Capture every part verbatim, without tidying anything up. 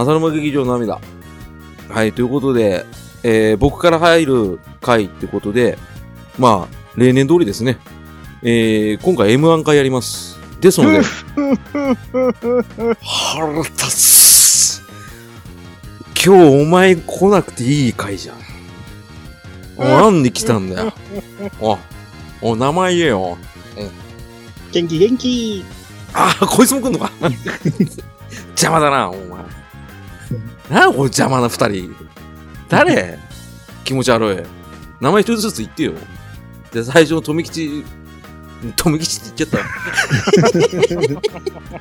浅沼劇場涙。はい、ということで、えー、僕から入る回ってことで、まあ、例年通りですね。えー、今回 エムワン 回やります。ですので、腹立つ。今日お前来なくていい回じゃん。なんで来たんだよ。お、お、名前言えよ。 元気元気。 ああ、こいつも来んのか。邪魔だな、お前。なあ、これ邪魔な二人。誰？気持ち悪い。名前一つずつ言ってよ。で、最初の富吉、富吉って言っちゃった。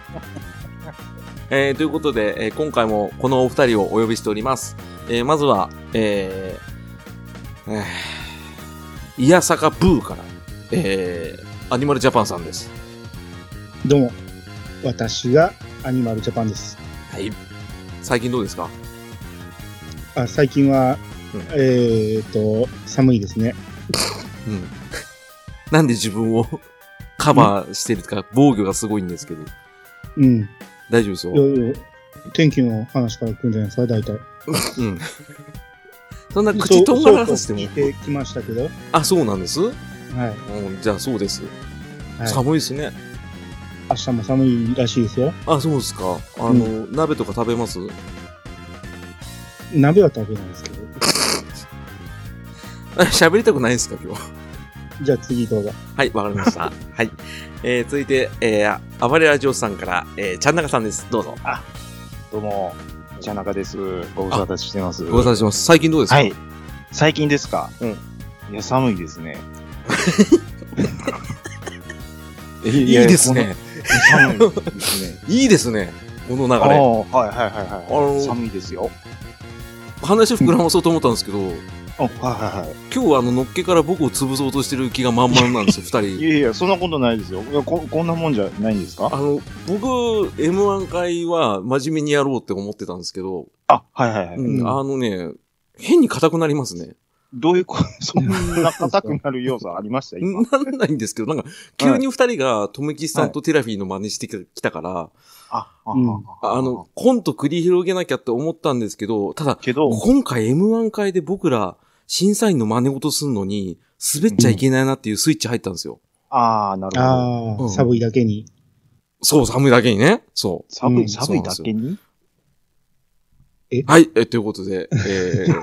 えー、ということで、えー、今回もこのお二人をお呼びしております。えー、まずは、えー、えー、いやさかブーから、えー、アニマルジャパンさんです。 どうも、私がアニマルジャパンです。 はい。最近どうですか？ あ、最近は、うん、えーと、寒いですね。 うん。なんで自分をカバーしてるか、防御がすごいんですけど。 うん。 大丈夫ですよ。 いやいや、天気の話から来るんじゃないですか、大体。 うん。そんな口とんがらさせても。 聞いてきましたけど。 あ、そうなんです。はい。 うん、 じゃあそうです。はい、寒いですね。 明日も寒いらしいですよ。 あ、そうですか。あの、うん、鍋とか食べます？ 鍋は食べないですけど。 喋りたくないですか、今日。 じゃあ次どうぞ。 はい、わかりました。はい。えー、続いて、えー、あばれラジオさんから、えー、ちゃんなかさんです。どうぞ。 あ、どうも、ちゃんなかです。ご無沙汰してます。 ご無沙汰してます。最近どうですか？ はい。最近ですか？ うん。 いや、寒いですね。 いいですね。 寒いですね。 いいですね。この流れ。 はいはいはいはい。あのー、寒いですよ。 話膨らまそうと思ったんですけど、 あ、はいはいはい。 今日はあの、のっけから僕を潰そうとしてる気が満々なんですよ、二人。 いやいや、そんなことないですよ。いや、こ、こんなもんじゃないんですか？ あの、僕、エムワン 回は真面目にやろうって思ってたんですけど、 あ、はいはいはい。 うん、あのね、変に硬くなりますね。 どういうこと、そんな硬くなる要素ありました今。 なんないんですけど、なんか、急に二人が、とめきさんとテラフィーの真似してきたから、はい、 あ、 うん、あの、コント繰り広げなきゃって思ったんですけど、ただ、 けど今回 エムワン 回で僕ら、審査員の真似事すんのに、滑っちゃいけないなっていうスイッチ入ったんですよ。 うん、ああ、なるほど。 ああ、うん、寒いだけに。 そう、寒いだけにね。そう。 寒い、寒いだけにえはい、え、ということで、えー、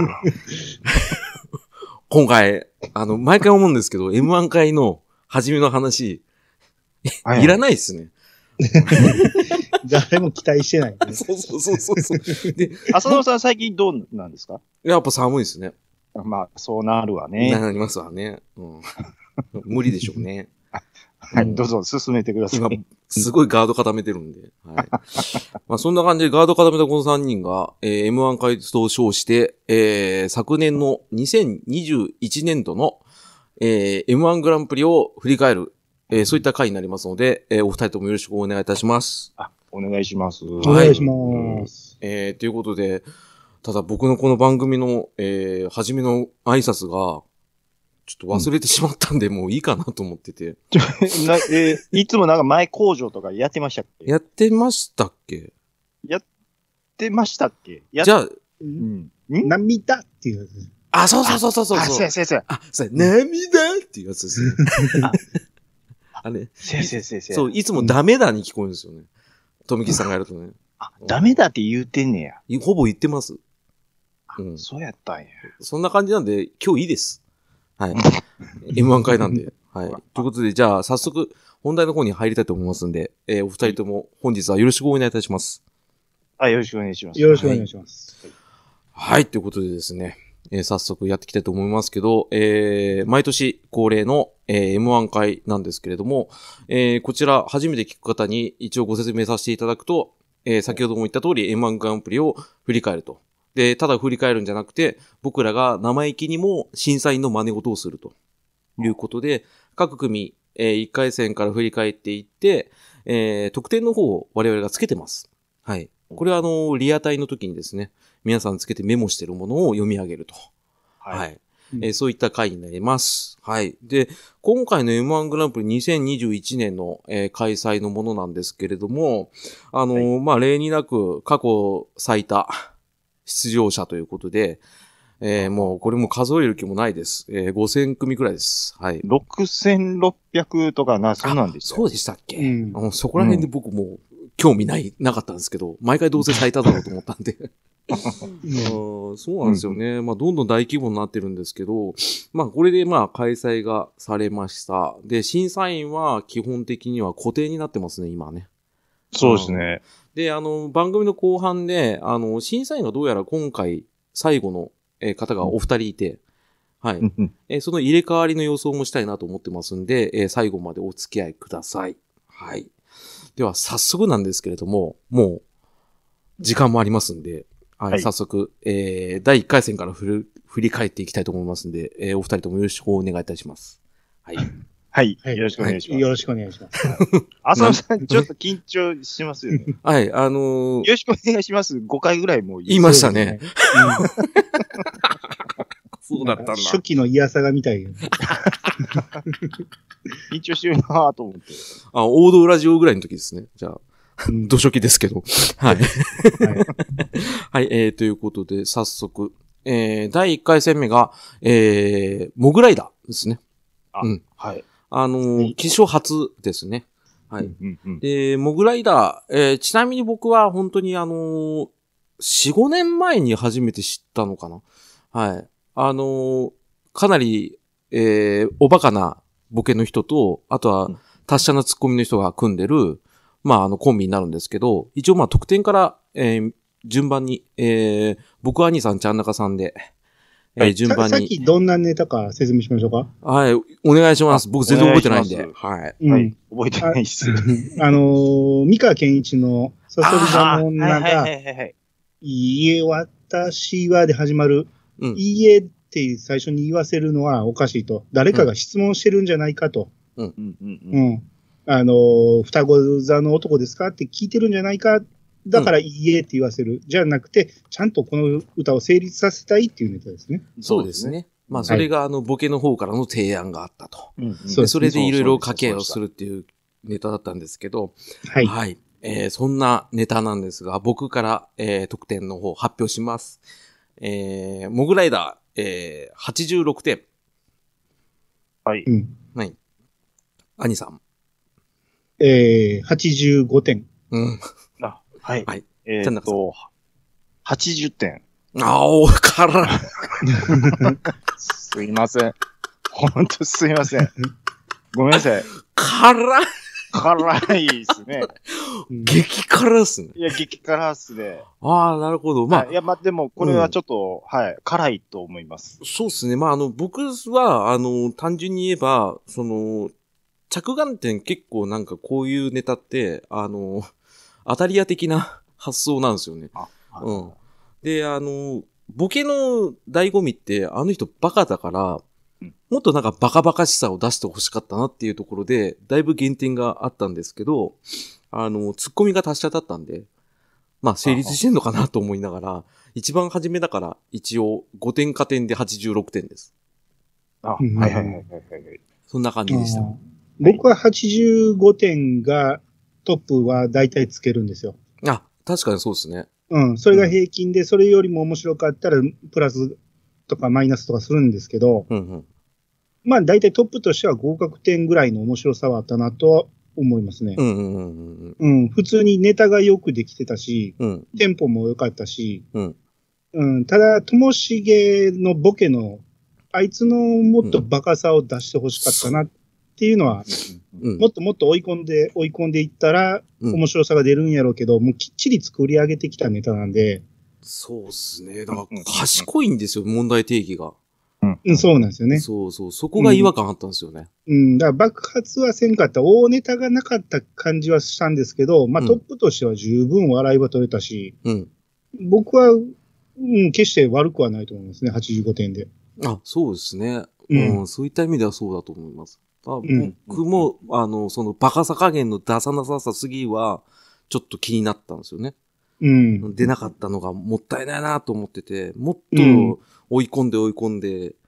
今回、あの、毎回思うんですけど、エムワン 回の初めの話、はい、いらないですね。 誰も期待してない、ね。 そうそうそうそう。 で、浅野さん最近どうなんですか？ やっぱ寒いですね。 まあ、そうなるわね。 なりますわね。うん、無理でしょうね。 はい、どうぞ進めてください。 今、すごいガード固めてるんで。はい。まあそんな感じでガード固めたこのさんにんが、えー、エムワン 回答を称して、えー、昨年のにせんにじゅういちねんどの、えー、エムワン グランプリを振り返る、えー、そういった回になりますので、えー、お二人ともよろしくお願いいたします。 あ、お願いします。 お願いします。 えー、ということで、ただ僕のこの番組の、えー、初めの挨拶が、ちょっと忘れてしまったんで、うん、もういいかなと思ってて。 なえー、いつもなんか前工場とかやってましたっけ？ やってましたっけ？ やってましたっけ？ じゃあ、 うん、涙っていうやつ。 あ、そうそうそうそうそう。 あ、そうや、そうや、そうや。 あ、そうや、涙っていうやつですね。あ, あれ。 せやせやせやせや。 そう、いつもダメだに聞こえるんですよね。富木さんがやるとね。 あ、ダメだって言うてんねや。 ほぼ言ってます。 うん。そうやったんや。 そんな感じなんで、今日いいです。はい。エムワン 回なんで。はい。ということで、じゃあ、早速、本題の方に入りたいと思いますんで、えー、お二人とも本日はよろしくお願いいたします。 あ、よろしくお願いします。 よろしくお願いします。 はい。はい、ということでですね、えー、早速やっていきたいと思いますけど、えー、毎年恒例の、えー、エムワン 回なんですけれども、えー、こちら初めて聞く方に一応ご説明させていただくと、えー、先ほども言った通り エムワン グランプリを振り返ると。で、ただ振り返るんじゃなくて、僕らが生意気にも審査員の真似事をするということで、各組、えー、いっかい戦から振り返っていって、えー、得点の方を我々がつけてます。はい。これはあの、リアタイの時にですね、皆さんつけてメモしてるものを読み上げると。はい。はい、 うんえーそういった回になります。はい。で、今回の エムワン グランプリにせんにじゅういちねんの、えー開催のものなんですけれども、あのーはまあ、例になく過去最多出場者ということで、えーもうこれも数える気もないです。えーごせん組くらいです。はい。 ろくせんろっぴゃくとかな、そんなんでしたよ。 そうでしたっけ、 うんあのそこら辺で僕も興味ない、なかったんですけど、毎回どうせ最多だろうと思ったんで。うんそうなんですよね。まあ、どんどん大規模になってるんですけど、まあ、これでまあ、開催がされました。で、審査員は基本的には固定になってますね、今ね。 そうですね。 で、あの、番組の後半で、あの、審査員がどうやら今回、最後のえー方がお二人いて、はい。 うんうんえーその入れ替わりの予想もしたいなと思ってますんで、えー最後までお付き合いください。はい。では、早速なんですけれども、もう、時間もありますんで、はい、 はい早速、えー、だいいっかい戦から振る振り返っていきたいと思いますんで、えーお二人ともよろしくお願いいたします。はい。 はい。 はいよろしくお願いします。 よろしくお願いします。 浅野さん、ちょっと緊張しますよね。よはい、あのー、 ろしくお願いします。ごかいぐらいもう言いましたね。 うんそうだったんだ。 初期のイヤサがみたいよね。 緊張してるなぁと思って。 あ、王道ラジオぐらいの時ですね。じゃあ、 うん土初期ですけど。はい。 はいはい、えー、ということで、早速、えー、だいいっかい戦目が、えー、モグライダーですね。 あうん。 はい。 あのーはい機種初ですね。はい。 うんうん。 で、モグライダー、えー、ちなみに僕は本当にあのー、よん、ごねんまえに初めて知ったのかな。はい。あのー、かなり、えー、おバカなボケの人と、あとは達者なツッコミの人が組んでる、まあ、あの、コンビになるんですけど、一応まあ、得点から、えー、順番に、えー、僕は兄さん、ちゃんなかさんで、えーはい順番ささっきに、 どんなネタか説明しましょうか。 はい、お願いします。 あ僕全然覚えてないんで。 お願いしますはい。 うんはい。覚えてないっす。 あのー、三河健一のサソリ座の女が、 はいはいはいはい。 いいえ、私はで始まる、 うん。 いいえって最初に言わせるのはおかしいと。誰かが質問してるんじゃないかと。 うんうんう。 うんん。あのー、双子座の男ですかって聞いてるんじゃないか。だからいいえって言わせる。じゃなくて、ちゃんとこの歌を成立させたいっていうネタですね。 そうですね。まあ、それが、あの、ボケの方からの提案があったと。 うんうん。 そうでそれでいろいろ掛け合いをそうするっていうネタだったんですけど、 はい。 はい。えー、そんなネタなんですが、僕から、えー、得点の方発表します。えー、モグライダー、えー、はちじゅうろくてん。 はい。 うん。 はい。兄さん。 えー、はちじゅうごてん。 うん。 あ、はい。 はい。 えちゃんなかさんーっと、はちじゅってん。 あお、から。 すいません。ほんとすいません。ごめんなさい。 辛い。 辛いですね。 うん激辛っすね。 いや、激辛っすね。 ああ、なるほど。まあ、 はいいや、まあ、でも、これはちょっと、はい、辛いと思います。 そうですね。まあ、あの、僕は、あの、単純に言えば、その、着眼点結構なんかこういうネタって、あの、当たり屋的な発想なんですよね。 あ、 うん。で、あの、ボケの醍醐味って、あの人バカだからうん、 もっとなんかバカバカしさを出してほしかったなっていうところで、だいぶ減点があったんですけど、あの、ツッコミが達者だったんで、まあ成立してんのかなと思いながら、一番初めだから一応ごてん加点ではちじゅうろくてんです。 あ、はいはいはいはいはい。 そんな感じでした。 あー僕ははちじゅうごてんがトップは大体つけるんですよ。 あ、確かにそうですね。 うん。それが平均で、それよりも面白かったら、プラスとかマイナスとかするんですけど、 うんうん。 まあ大体トップとしては合格点ぐらいの面白さはあったなとは思いますね。 うんうんうんうん。普通にネタがよくできてたし、 うん。うん。 テンポも良かったし、 うん。 うん。ただ、ともしげのボケの、あいつのもっとバカさを出してほしかったなっていうのは、 うん。 もっともっと追い込んで、追い込んでいったら、 うん面白さが出るんやろうけど、もうきっちり作り上げてきたネタなんで、 そうっすね。だから、賢いんですよ、問題定義が。 うん、そうなんですよね。 そうそう。そこが違和感あったんですよね。 うん、だから爆発はせんかった、大ネタがなかった感じはしたんですけど、まあうんトップとしては十分笑いは取れたし、 うん。 僕は、うん、決して悪くはないと思いますね、はちじゅうごてんで。 あ、そうですね。 ううんん。そういった意味ではそうだと思います。あん僕も、あの、そのバカさ加減の出さなささすぎは、ちょっと気になったんですよね。 うん。 出なかったのがもったいないなと思ってて、もっうんと追い込んで追い込んで、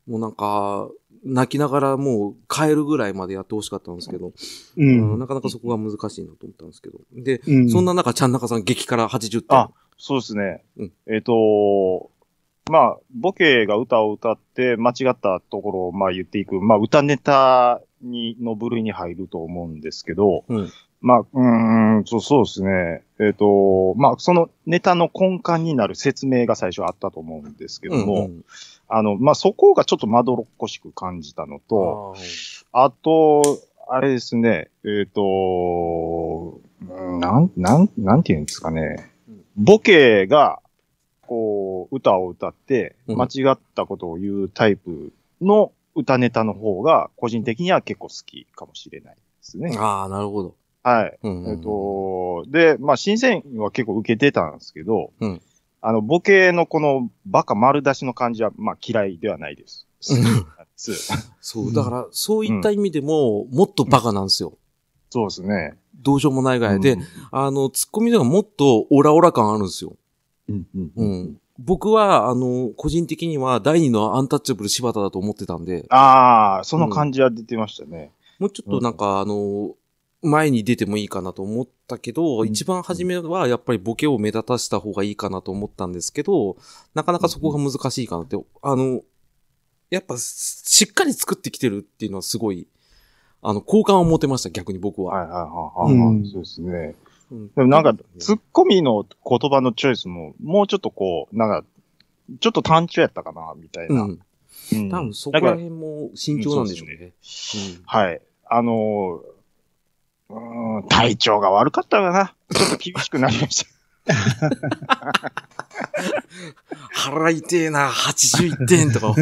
もうなんか、泣きながらもう帰るぐらいまでやってほしかったんですけど、 ううんん。 なかなかそこが難しいなと思ったんですけど。で、 うんそんな中、ちゃんなかさん激辛はちじゅってん。 あ、そうですね。 うんえっ、と、まあ、ボケが歌を歌って間違ったところをまあ言っていく。まあ、歌ネタに、の部類に入ると思うんですけど、 うん。 まあ、うーん、そうそうですね。えっ、と、まあ、そのネタの根幹になる説明が最初あったと思うんですけども、 うんうんあの、まあ、そこがちょっとまどろっこしく感じたのと、 あーあと、あれですね、えっ、と、うんなん、なん、なんていうんですかね。ボケが、こう、歌を歌って、 うん間違ったことを言うタイプの歌ネタの方が、個人的には結構好きかもしれないですね。 あー、なるほど。 はい。 うんうんうんえっ、と、で、まあ、審査員は結構受けてたんですけど、 うんあの、ボケのこのバカ丸出しの感じは、まあ、嫌いではないです。好きなんです。 そう、だから、そういった意味でも、もっとバカなんですよ。 そうですね。 どうしようもないぐらいで、 うんあの、ツッコミではもっとオラオラ感あるんですよ。 うんうんううんん。僕は、あの、個人的には第二のアンタッチャブル柴田だと思ってたんで、 ああ、その感じは出てましたね。 もうちょっとなんか、あの、前に出てもいいかなと思ったけど、 うん一番初めはやっぱりボケを目立たせた方がいいかなと思ったんですけど、なかなかそこが難しいかなって、あの、やっぱしっかり作ってきてるっていうのはすごい、あの、好感を持てました、逆に僕は。 はいはいはいはい、 うんそうですね。 うんでもなんか、ツッコミの言葉のチョイスも、もうちょっとこう、なんか、ちょっと単調やったかな、みたいな。 うん。 うん多分そこら辺も慎重なんでしょうね。 はい。あのー、うーん、体調が悪かったかな。ちょっと厳しくなりました。 腹痛えな、はちじゅういってんとか。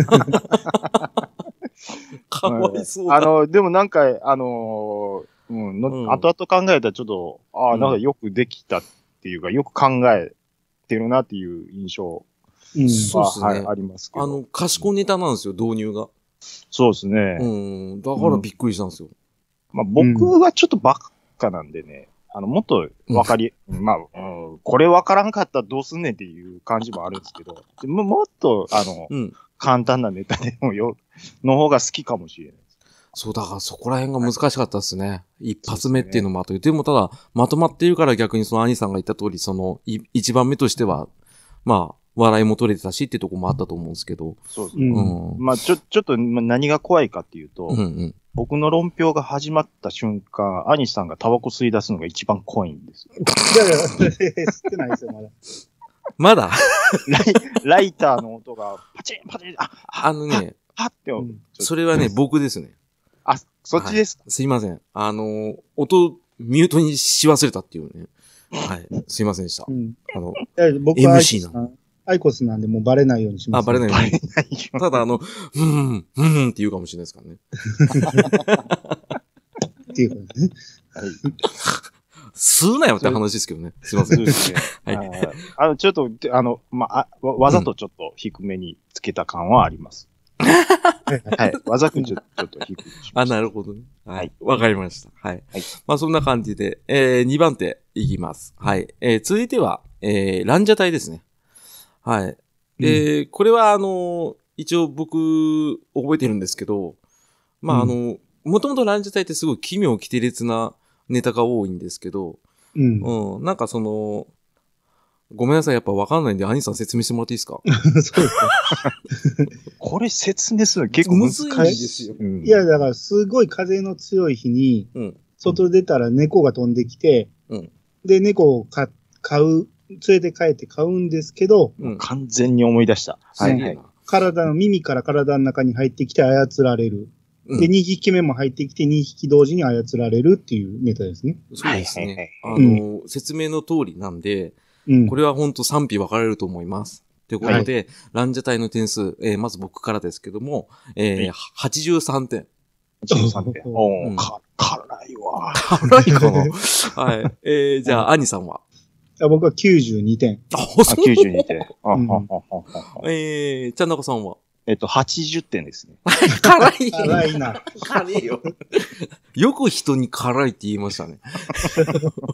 かわいそうだ。 あの、でもなんか、あのー、うん、のうん後々考えたらちょっと、ああ、 うんなんかよくできたっていうか、よく考えてるなっていう印象うん。 そうっすねは、はい、ありますけど。 あの、賢ネタなんですよ、導入が。 そうですね。 うん。だからびっくりしたんですよ。 まあ、僕はちょっとバカなんでね、あの、もっとわかり、まあ、うん、これわからんかったらどうすんねんっていう感じもあるんですけど、でももっと、あの、 うん。 簡単なネタでもよ、の方が好きかもしれないです。 そう、だからそこら辺が難しかったですね。一発目っていうのもあと、でもただ、まとまっているから逆にその兄さんが言った通り、その、い一番目としては、まあ、笑いも取れてたしっていうところもあったと思うんですけど。 そうですね。 うん。 うん。 まあ、ちょ、ちょっと、まあ何が怖いかっていうと、 うんうん。 僕の論評が始まった瞬間、兄さんがタバコ吸い出すのが一番怖いんですよ。 いやいや、吸ってないですよ、まだ。 まだライライターの音がパチンパチン、あ、 あのね、 はって、 うんそれはね、僕ですね。 あ、そっちですか、 はいすいません。あの、音、ミュートにし忘れたっていうね。はい。すいませんでしたう。ん。 あの、 いや僕はアイコエムシースなアイコスなんでもうバレないようにします。 あ、バレないように。 バレないよ。 ただ、あの、ふん、ふんって言うかもしれないですからね。 っていうことね。 はい。 吸うなよって話ですけどね。すいませ。 そうんですね。 はいはい。あの、ちょっと、あの、まあ、あわわざとちょっと低めにつけた感はあります。はい。わざとちょちょっと低くしました。 あ、なるほどね。ははいい。 わかりました。はい。 はいまあ、そんな感じで、えー、にばん手いきます。はい。えー、続いては、えー、ランジャタイですね。はい。で、これは、あの、一応僕、覚えてるんですけど、まあ、あの、もともとランジャタイってすごい奇妙奇天烈なネタが多いんですけど、 うん。 うん、なんかその、ごめんなさい、やっぱわかんないんで、兄さん説明してもらっていいですか？ そうですか。 これ説明するの結構難しいですよ。うんいや、だからすごい風の強い日に、 うん。 外出たら猫が飛んできて、 うんで、猫をか飼う、連れて帰って飼うんですけど、 うん。 完全に思い出した。はいはい。 すげえな。 体の耳から体の中に入ってきて操られる。 うんで、にひきめも入ってきてにひき同時に操られるっていうネタですね。 そうですはいはいね。 はいあの、説明の通りなんで、 うん。 これは本当賛否分かれると思います。ということで、ランジャタイの点数、えーまず僕からですけども、えーはいはちじゅうさんてん。 じゅうさんてん。おうんー、か、辛いわ。 辛いかなはい。えー、じゃあ、兄さんはあ僕はきゅうじゅうにてん。 あ、 あ、きゅうじゅうにてん。あ、 うんははははえー、ちゃんなかさんはえっと、はちじゅってんですね。 辛い辛いな。 辛いよ。よく人に辛いって言いましたね。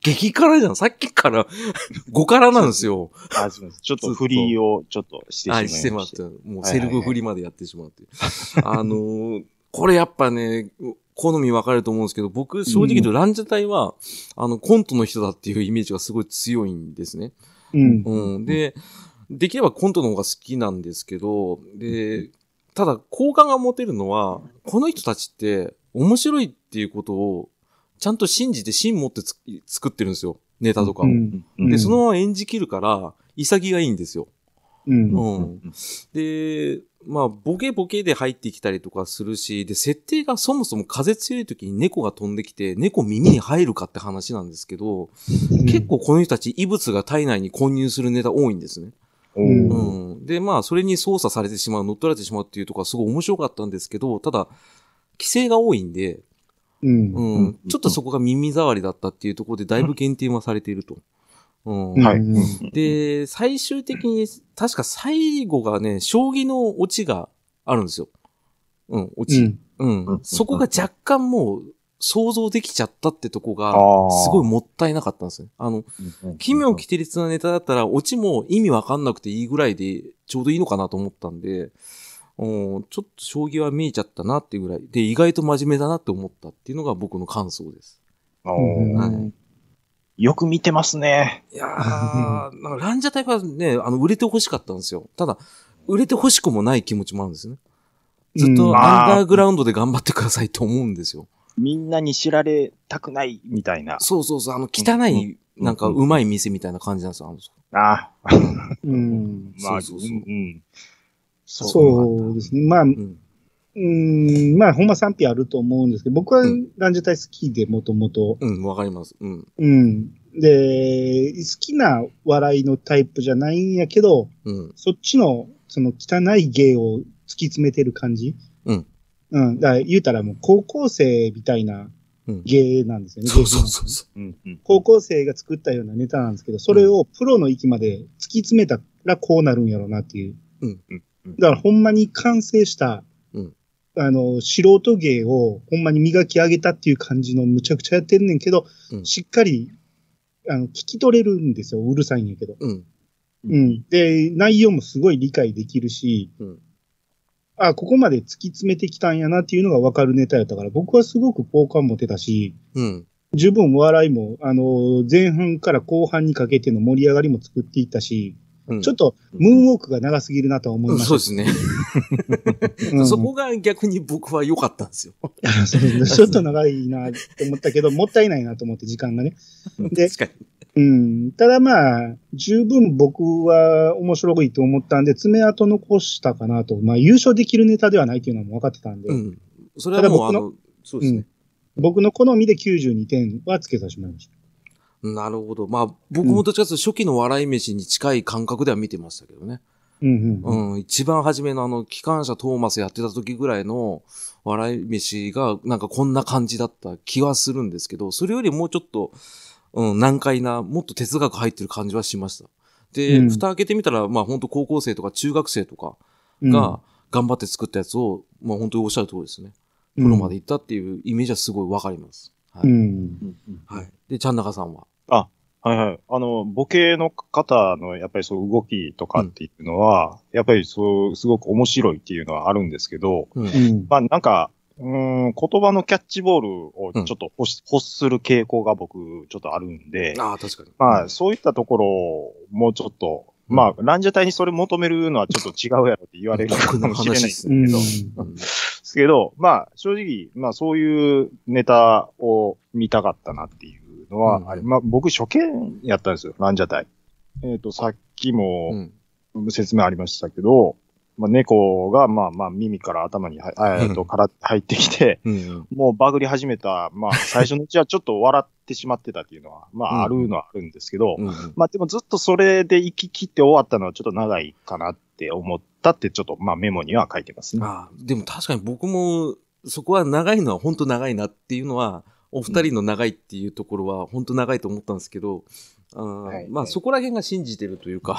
激辛じゃん。さっきからご辛なんですよ。 あ、すみません。ちょっと振りをちょっとしてしまいあ、 ました。 してました。もうセルフ振りまでやってしまって。あのー、これやっぱね、好み分かれると思うんですけど、僕正直言うとランジャタイは、あの、コントの人だっていうイメージがすごい強いんですね。 うん。 うん。で、できればコントの方が好きなんですけど、で、ただ好感が持てるのは、この人たちって面白いっていうことをちゃんと信じて芯持ってつ作ってるんですよ。ネタとかを。 うんで、そのまま演じきるから、潔がいいんですよ。 うん。 うん。で、まあ、ボケボケで入ってきたりとかするし、で、設定がそもそも風強い時に猫が飛んできて、猫耳に入るかって話なんですけど、 うん結構この人たち異物が体内に混入するネタ多いんですね。 うんうん。で、まあ、それに操作されてしまう、乗っ取られてしまうっていうところはすごい面白かったんですけど、ただ、規制が多いんで、 うん。 うん。ちょっとそこが耳障りだったっていうところでだいぶ減点はされていると。うん。 はいうんで、最終的に、確か最後がね、将棋のオチがあるんですよ。うん、オチ。うん。 うんそこが若干もう想像できちゃったってとこが、 あーすごいもったいなかったんですね。あの、奇妙奇天烈なネタだったら、オチも意味わかんなくていいぐらいでちょうどいいのかなと思ったんで、うんちょっと将棋は見えちゃったなっていうぐらい。で、意外と真面目だなって思ったっていうのが僕の感想です。 おうんーはいよく見てますね。 いやー、なんかランジャタイはね、あの、売れて欲しかったんですよ。ただ、売れて欲しくもない気持ちもあるんですよね。ずっとアンダーグラウンドで頑張ってくださいと思うんですよ。 みんなに知られたくないみたいな。 そうそうそう、あの、汚い、 うんなんか、うまい店みたいな感じなんですよ。あのああ。 うん。 まあ、 そうそうそううんうん。そう。 そうですね。まあ、 うん。 うん、まあ、ほんま賛否あると思うんですけど、僕はうんランジャタイ好きで、もともと。 うん、わかります。うん。 うん。で、好きな笑いのタイプじゃないんやけど、 うん。 そっちの、その汚い芸を突き詰めてる感じ。 うん。 うん。だから言うたらもう高校生みたいなうん。 芸なんですよね。 そうそうそうそうんうん。 高校生が作ったようなネタなんですけど、それをプロの域まで突き詰めたらこうなるんやろうなっていう。 うんうんうんだからほんまに完成した、 うんあの、素人芸をほんまに磨き上げたっていう感じのむちゃくちゃやってんねんけど、 うんしっかり、あの、聞き取れるんですよ。うるさいんやけど。 う。うん。 うん。で、内容もすごい理解できるし、 うん。 あ、ここまで突き詰めてきたんやなっていうのがわかるネタやったから、僕はすごく好感持てたし、 うん。 十分笑いも、あの、前半から後半にかけての盛り上がりも作っていったし、 うん。 ちょっとムーンウォークが長すぎるなとは思いうんました。 そうですね。 うんそこが逆に僕は良かったんですよ。 そうですねちょっと長いなと思ったけど、もったいないなと思って時間がね。で確かに。 うん。ただまあ、十分僕は面白いと思ったんで、爪痕残したかなと。まあ、優勝できるネタではないっていうのも分かってたんで、 うん。それはもう、あただ僕の、そうですね。 僕の好みできゅうじゅうにてんはつけさせてもらいました。 なるほど。まあ、僕もどっちかというと初期の笑い飯に近い感覚では見てましたけどね。 うんうん。 うん、一番初めのあの、機関車トーマスやってた時ぐらいの笑い飯が、なんかこんな感じだった気はするんですけど、それよりもうちょっと、うん、難解な、もっと哲学入ってる感じはしました。で、 うん蓋開けてみたら、まあ本当高校生とか中学生とかうんが頑張って作ったやつを、まあ本当におっしゃる通りですね。プロまで行ったっていうイメージはすごいわかります。はい。 うん。 はい。で、ちゃんなかさんは。 はいはい。あの、ボケの方のやっぱりそう動きとかっていうのは、やっぱりそう、すごく面白いっていうのはあるんですけど、 うん。 うん。 まあなんか、うーん、言葉のキャッチボールをちょっと欲し、欲する傾向が僕ちょっとあるんで、 ああ、確かに。 まあそういったところをもうちょっと、まあランジャタイにそれ求めるのはちょっと違うやろって言われるかもしれないんですけど、 うんうんですけど、まあ正直、まあそういうネタを見たかったなっていうのはあれ、 うんまあ僕初見やったんですよ、ランジャタイ。えっ、と、さっきうもん。 説明ありましたけど、まあ、猫がまあまあ耳から頭には、えーとから入ってきて、 うん。 もうバグり始めた、まあ最初のうちはちょっと笑ってしまってたっていうのは、まああるのはあるんですけど、 うん。 まあでもずっとそれで行き切って終わったのはちょっと長いかなって思ったってちょっとまあメモには書いてますね。 ああ、でも確かに僕も、そこは長いのは本当長いなっていうのは、お二人の長いっていうところは本当長いと思ったんですけど、あーはいまあそこら辺が信じてるというか、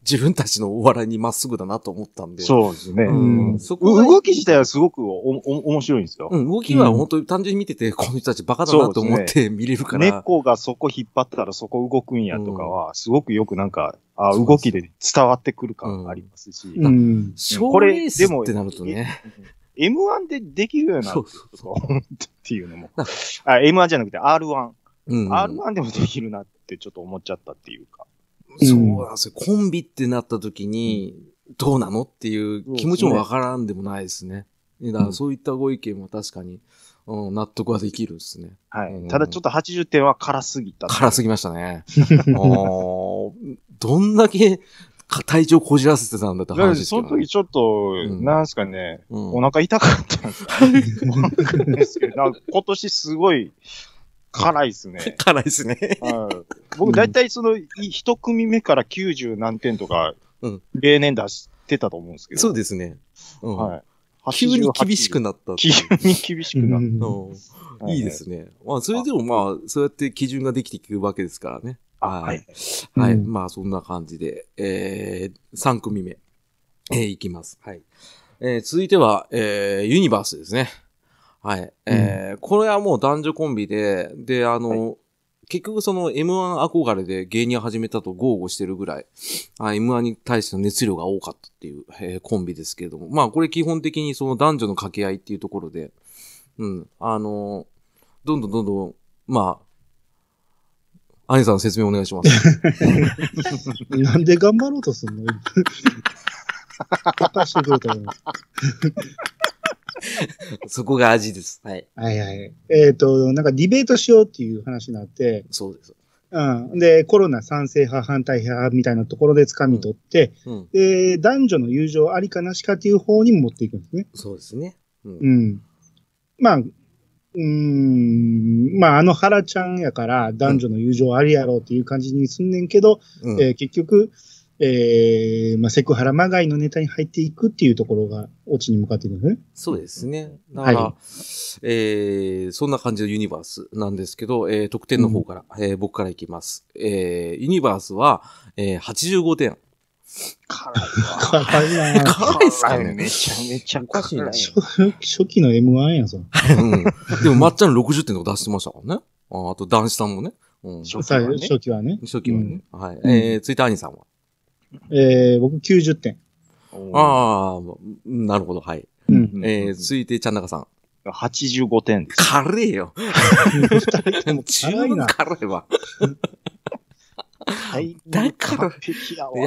自分たちのお笑いにまっすぐだなと思ったんで。 そうですね。 うんうんそこが動き自体はすごくおお面白いんですよ。 うん、動きは本当に単純に見てて、この人たちバカだなと思って見れるから。 猫がそこ引っ張ったらそこ動くんやとかは、すごくよくなんか、あ動きで伝わってくる感がありますし。 うん。 賞レースってなるとね。 エムワン でできるようなそうそうそうっていうのも。あ、エムワン じゃなくて アールワン。 うん、 アールワン でもできるなってちょっと思っちゃったっていうか。 そうなんですよ。コンビってなった時に、どうなのっていう気持ちもわからんでもないですね。だからそういったご意見も確かに、うん、納得はできるんですね。 はい。 うん、 ただちょっとはちじゅってんは辛すぎた。 辛すぎましたね。どんだけ体調こじらせてたんだって話ですけど、ね。 その時ちょっと、 うん、 なんすかね、 うん、 お腹痛かったんですけど、今年すごい辛いですね。 辛いですね。 僕大体その一組目からきゅうじゅう何点とか、例年出してたと思うんですけど。 そうですね。うん、 はい。 急に厳しくなった。 急に厳しくなった。 うん、いいですね。まあ、それでもまあ、そうやって基準ができていくわけですからね。 はい。 はい。うん、まあ、そんな感じで、えー、さん組目、えー、いきます。はい。えー、続いては、えー、ユニバースですね。はい。えー、うん、これはもう男女コンビで、で、あの、はい、結局その エムワン 憧れで芸人を始めたと豪語してるぐらい、エムワン に対しての熱量が多かったっていう、えー、コンビですけれども、まあこれ基本的にその男女の掛け合いっていうところで、うん、あの、どんどんどんどん、まあ、アニさん説明お願いします。 なんで頑張ろうとすんの任してくれたよ。 そこが味です。はい。 はいはい。えっ、ー、と、なんかディベートしようっていう話になって、 そうです。 うん。で、コロナ賛成派、反対派みたいなところで掴み取って、うんうん、で、男女の友情ありかなしかっていう方に持っていくんですね。 そうですね。 うん。うん、まあ、うーん、まあ、あの原ちゃんやから男女の友情ありやろうっていう感じにすんねんけど、うん、えー、結局、えー、まあ、セクハラまがいのネタに入っていくっていうところが、オチに向かっていくんですね。 そうですね。だから、はい、えー、そんな感じのユニバースなんですけど、えー、得点の方から、うん、えー、僕からいきます。えー、ユニバースは、えー、はちじゅうごてん。 辛いわ。辛いな。 辛いっすかね。 めちゃめちゃおかしいな。初期の エムワン やぞ。 うん。でも、まっちゃんろくじゅってんとか出してましたからね。あ, あと、男子さんもね。 うん、初期はね。初期はね。 初期はね。うん、はい。えー、続いて兄さんはえー、僕きゅうじゅってん。 ああ、なるほど、はい。うん、えー、続いて、ちゃんなかさん。 はちじゅうごてんです。 軽いよ。十分軽いわ。 はい。 だから、 久々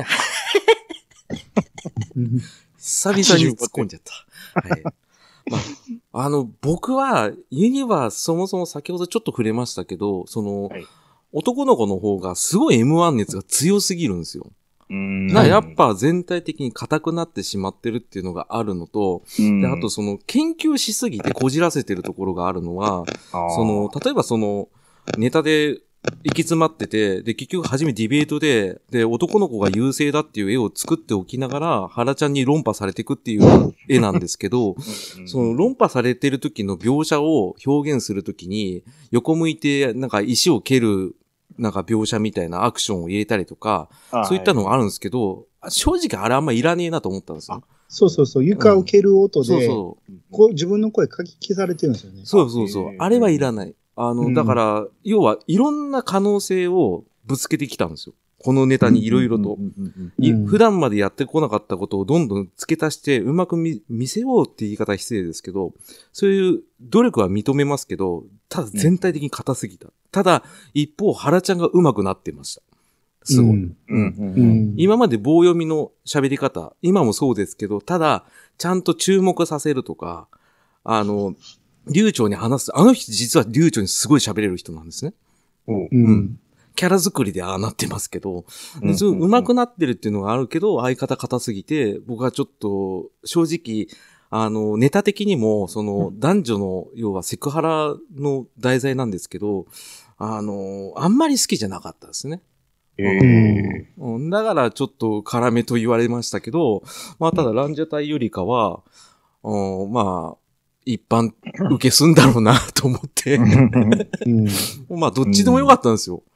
に突っ込んじゃった。はい。まあ、あの、僕は、ユニバースそもそも先ほどちょっと触れましたけど、その、はい、男の子の方がすごい エムワン 熱が強すぎるんですよ。 うんなやっぱ全体的に硬くなってしまってるっていうのがあるのと、であとその研究しすぎてこじらせてるところがあるのは、その、例えばその、ネタで行き詰まってて、で結局初めディベートで、で男の子が優勢だっていう絵を作っておきながら、原ちゃんに論破されていくっていう絵なんですけど、その論破されてる時の描写を表現するときに、横向いてなんか石を蹴るなんか描写みたいなアクションを入れたりとか、そういったのがあるんですけど、はい、正直あれあんまいらねえなと思ったんですよ。 そうそうそう、床を蹴る音で、うん、そうそうこう自分の声書き消されてるんですよね。 そうそうそう。あれはいらない。あの、うん、だから、要はいろんな可能性をぶつけてきたんですよ。このネタにいろいろと。普段までやってこなかったことをどんどん付け足して、うまく 見, 見せようって言い方は失礼ですけど、そういう努力は認めますけど、ただ全体的に硬すぎた。うん、ただ、一方、原ちゃんがうまくなってました。すごい。うんうんうん、今まで棒読みの喋り方、今もそうですけど、ただ、ちゃんと注目させるとか、あの、流暢に話す。あの人実は流暢にすごい喋れる人なんですね。 うんうんキャラ作りでああなってますけど、うんうんうん、上手くなってるっていうのがあるけど、相方硬すぎて、僕はちょっと、正直、あの、ネタ的にも、その、男女の、要はセクハラの題材なんですけど、あの、あんまり好きじゃなかったですね。 えーうん、だからちょっと辛めと言われましたけど、まあただランジャタイよりかは、うん、まあ、一般受けすんだろうなと思って、うん、まあどっちでもよかったんですよ。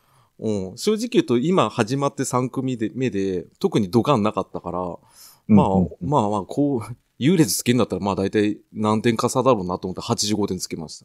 うん。正直言うと今始まってさん組で目で特にドカンなかったから、まあ、 うんうんまあまあ、こう、優劣つけんだったらまあ大体何点か差だろうなと思ってはちじゅうごてんつけました。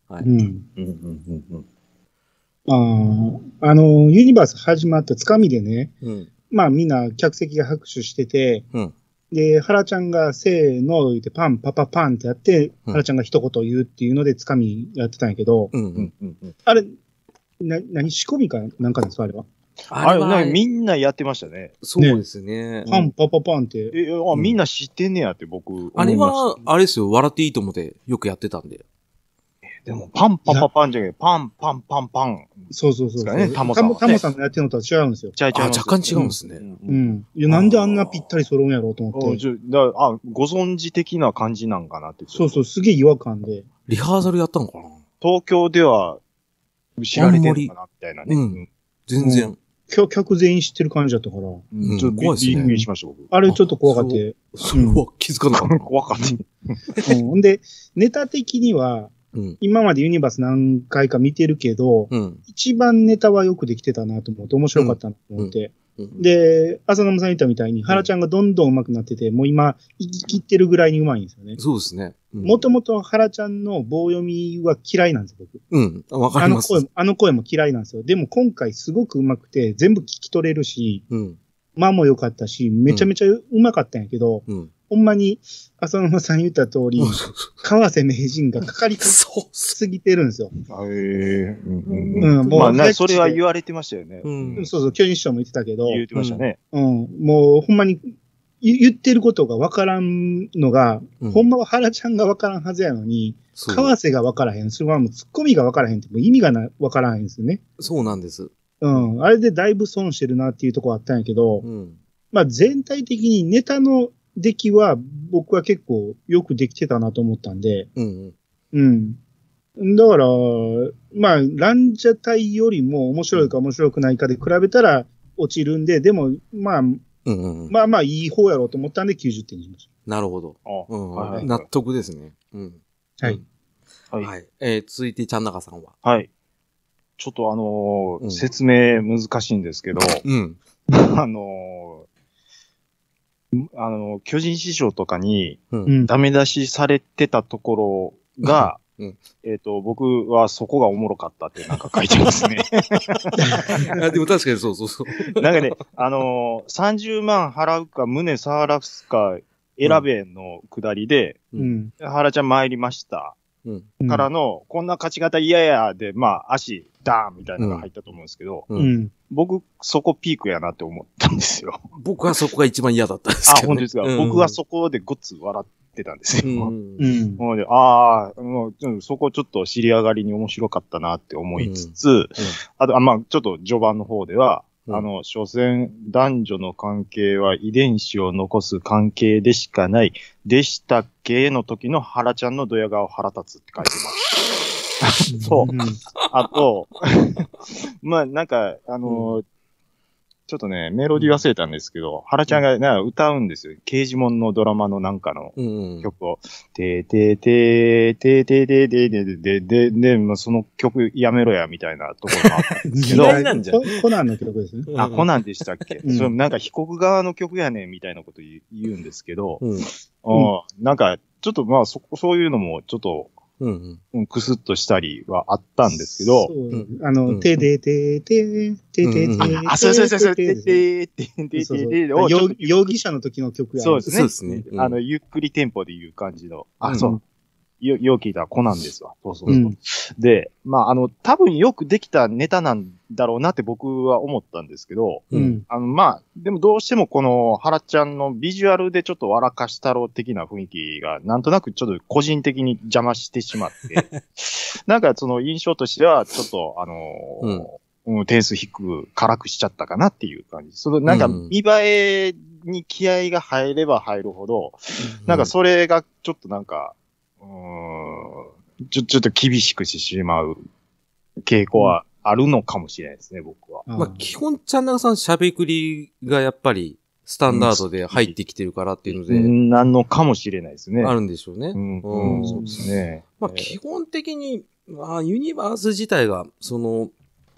はい。 うん。 うんうんうんああ、あの、ユニバース始まったつかみでね、 うん。 まあみんな客席が拍手してて、 うん。 で、原ちゃんがせーの言ってパンパパパンってやって、 うん原ちゃんが一言言うっていうのでつかみやってたんやけど、 うん。う。 うんんうんうん。 あれ、な、何仕込みかなんかなんですかあれは。 あれ、 はなんかみんなやってましたね。 そうですね。 パンパパパンって。 え、あ、 んみんな知ってんねやって僕思いました。 あれは、あれですよ、笑っていいと思ってよくやってたんで。 でも、パンパパパンじゃなくて、パンパンパンパン。 そうそうそうそう。 ですかねタモさんはねタモさんのやってるのとは違うんですよ。 ちゃいちゃいますあ若干違うんですねうんううんん。いや、なんであんなぴったり揃うんやろうと思って。 あじゃだあ、ご存知的な感じなんかなって。 そうそう、すげえ違和感で。 リハーサルやったのかな東京では知られてるのかなみたいなね。 うんうん全然。 客客全員知ってる感じだったから。 うんちょっと怖いっすねびっくりしました、僕。 あれちょっと怖かって。 それは気づかなかった。 怖かった。 うん。ほんで、ネタ的には、 うん。 今までユニバース何回か見てるけど、 うん。 一番ネタはよくできてたなと思って、面白かったなと思って。 うん、 で、浅野さん言ったみたいに、原ちゃんがどんどん上手くなってて、もう今、生き切ってるぐらいに上手いんですよね。 そうですね。 もともと原ちゃんの棒読みは嫌いなんですよ、僕。 うん。わかります。 あの声も、あの声も嫌いなんですよ。でも今回すごく上手くて、全部聞き取れるし、 うん。 間も良かったし、めちゃめちゃ上手かったんやけど、 うん。 ほんまに、浅野さん言った通り、 そうそうそ川瀬名人がかかりう。そうっす。 すぎてるんですよ。 あええうんうんうんもううんまあ、な早口でそれは言われてましたよね。 うんそうそう、巨人師匠も言ってたけど、 言ってましたね。 うん、もうほんまに言言ってることがわからんのが、 うんほんまは原ちゃんがわからんはずやのに、 そう川瀬がわからへん。それはもうツッコミがわからへんってもう意味がなわからへんですよね。 そうなんです。 うん。あれでだいぶ損してるなっていうところあったんやけど、 うん。 まあ全体的にネタの出来は僕は結構よくできてたなと思ったんで、 うん。 うん。だから、まあ、ランジャタイよりも面白いか面白くないかで比べたら落ちるんで、でも、まあ、 うん。うん。 まあまあいい方やろうと思ったんできゅうじゅってんにしましなるほど。 あうん。 はいはい納得ですね。うん。 た。はい。 はい。 はい。えー、続いて、ちゃんなかさんは。 はい。ちょっとあのーうん説明難しいんですけど、 うん。 あのーあのー巨人師匠とかにう。 うんん。 ダメ出しされてたところが、 うんえっ、と、僕はそこがおもろかったってなんか書いてますね。 あでも確かにそうそうそう。 なんかね、あのー、さんじゅうまん払うか胸触らすか選べのくだりで、 う。 うんん。 原ちゃん参りました。 うん。 うんからの、こんな勝ち方嫌やで、まあ、足、ダーンみたいなのが入ったと思うんですけど、 う。 うんん。 僕、そこピークやなって思ったんですよ。 僕はそこが一番嫌だったんですあ、 けど、ね。 本当ですか。 うん僕はそこでごっつ笑ってたんですよ。 うん。 うん。 なので、ああ、もううんそこちょっと尻上がりに面白かったなって思いつつ、あと、あまあ、ちょっと序盤の方では、 うんあの、所詮、男女の関係は遺伝子を残す関係でしかない、でしたっけの時の原ちゃんのドヤ顔腹立つって書いてます。そう。 うん。 あと、まあ、なんか、あのーちょっとね、メロディー忘れたんですけど、原ちゃんがなんか歌うんですよ。刑事門のドラマのなんかのうん。 曲を。てーてーてーてーてーてーてーてーてーで、で、まあ、その曲やめろや、みたいなところがあったんですけど、 嫌いなんじゃんココナンの曲ですね。 あ、コナンでしたっけ、 うんそれなんか被告側の曲やねんみたいなこと言う言うんですけど、 うん。 うんなんか、ちょっとまあそ、そういうのもちょっと、 うん。 うんクスッとしたりはあったんですけど、 そううんあの、 うんてでてて、ててうんて、 あ、そうそうそうそう、ててててててそうそうてをちょっと容容疑者の時の曲やそうですね。 そうですねうんあの、ゆっくりテンポで言う感じの。あ、 うんそう。よ、よう聞いたらコナンですわ。そうそうそう。 うんで、まあ、あの、多分よくできたネタなんだろうなって僕は思ったんですけど、 う。ん。 あの、まあ、でもどうしてもこの原ちゃんのビジュアルでちょっと笑かしたろう的な雰囲気が、なんとなくちょっと個人的に邪魔してしまって、なんかその印象としては、ちょっと、あのーうん点数低く、辛くしちゃったかなっていう感じ。その、なんか見栄えに気合が入れば入るほど、なんかそれがちょっとなんか、うーん、ちょ、ちょっと厳しくしてしまう傾向はあるのかもしれないですね、僕は。 まあ、基本、ちゃんなかさん喋くりがやっぱり、スタンダードで入ってきてるからっていうので、 なのかもしれないですね。 あるんでしょうね。 うん、 うんうんそうですね。 まあ、 えー基本的に、まあ、ユニバース自体が、その、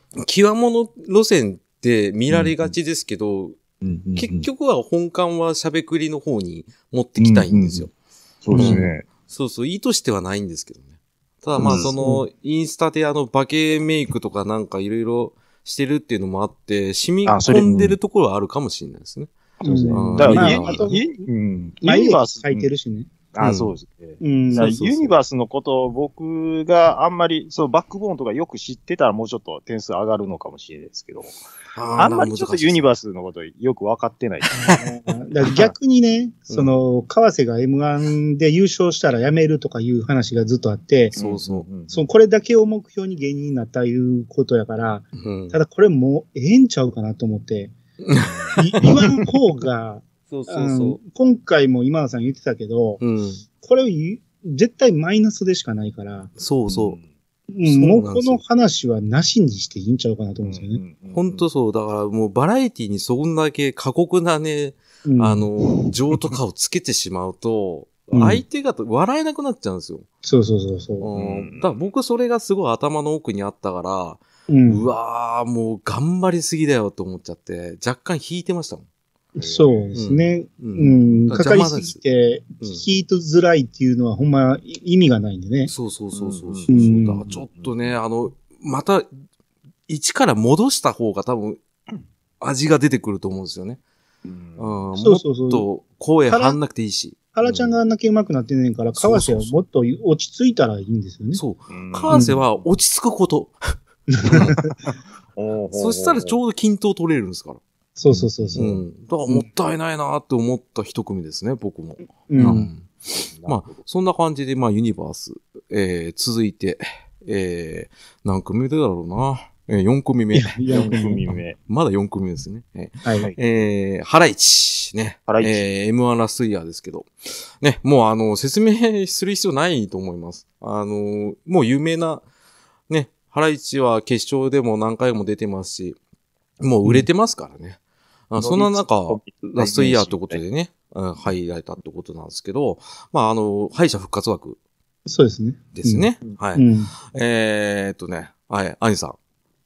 極物路線って見られがちですけど、 うんうんうん、 結局は本館はしゃべくりの方に持ってきたいんですよ。 うんうんうん、そうですね、うん。 そうそう、意図してはないんですけどね。ただまあその、うん、インスタであの、バケメイクとかなんかいろいろしてるっていうのもあって、染み込んでるところはあるかもしれないですね。 そうですね。だから、ユニバース。 書いてるしね。 あ、そうですね。うん、ユニバースのことを僕があんまり、そう、バックボーンとかよく知ってたらもうちょっと点数上がるのかもしれないですけど、あ, あんまりちょっとユニバースのことよく分かってない。 だから逆にね、その、川瀬が エムワン で優勝したら辞めるとかいう話がずっとあって、 そうそう。 そのこれだけを目標に芸人になったいうことやから、うん、ただこれもうええんちゃうかなと思って、言わん方が、 そうそうそう。 今回も今田さん言ってたけど、うん、これ絶対マイナスでしかないから。 そうそう。 うん、もうこの話はなしにしていいんちゃうかなと思うんですよね。 本当そう。だからもうバラエティにそんだけ過酷なね、うん、あの、情とかをつけてしまうと、うん、相手が笑えなくなっちゃうんですよ。 そうそうそうそう。 うん、だから僕それがすごい頭の奥にあったから、うん、うわーもう頑張りすぎだよと思っちゃって、若干引いてましたもん。 そうですね。うん。うん、かかりすぎて、聞きづらいっていうのはほんま意味がないんでね。 そうそうそうそうそう。うん、だからちょっとね、あの、また、一から戻した方が多分、味が出てくると思うんですよね。うん。そうそうそう。もっと声張んなくていいし。 原ちゃんがあんだけ上手くなってんねんから、川瀬はもっと落ち着いたらいいんですよね。 そう。川瀬は落ち着くこと。そしたらちょうど均等取れるんですから。 そうそうそうそう、うん。 だからもったいないなって思った一組ですね、僕も。うん。うん、まあ、そんな感じで、まあ、ユニバース、えー、続いて、えー、何組目だろうな。えー、よん組目。 よん組目。 まだよん組目ですね。えー、はい。えー、ハライチ。ね。ハライチ。えー、エムワン ラストイヤーですけど。ね、もうあの、説明する必要ないと思います。あの、もう有名な、ね、ハライチは決勝でも何回も出てますし、もう売れてますからね。あそんな中、ラストイヤーってことでね、入られたってことなんですけど、まあ、あの、敗者復活枠。 そうですね。 ですね。うん、はい。うん、えーっとね、はい、アニさん。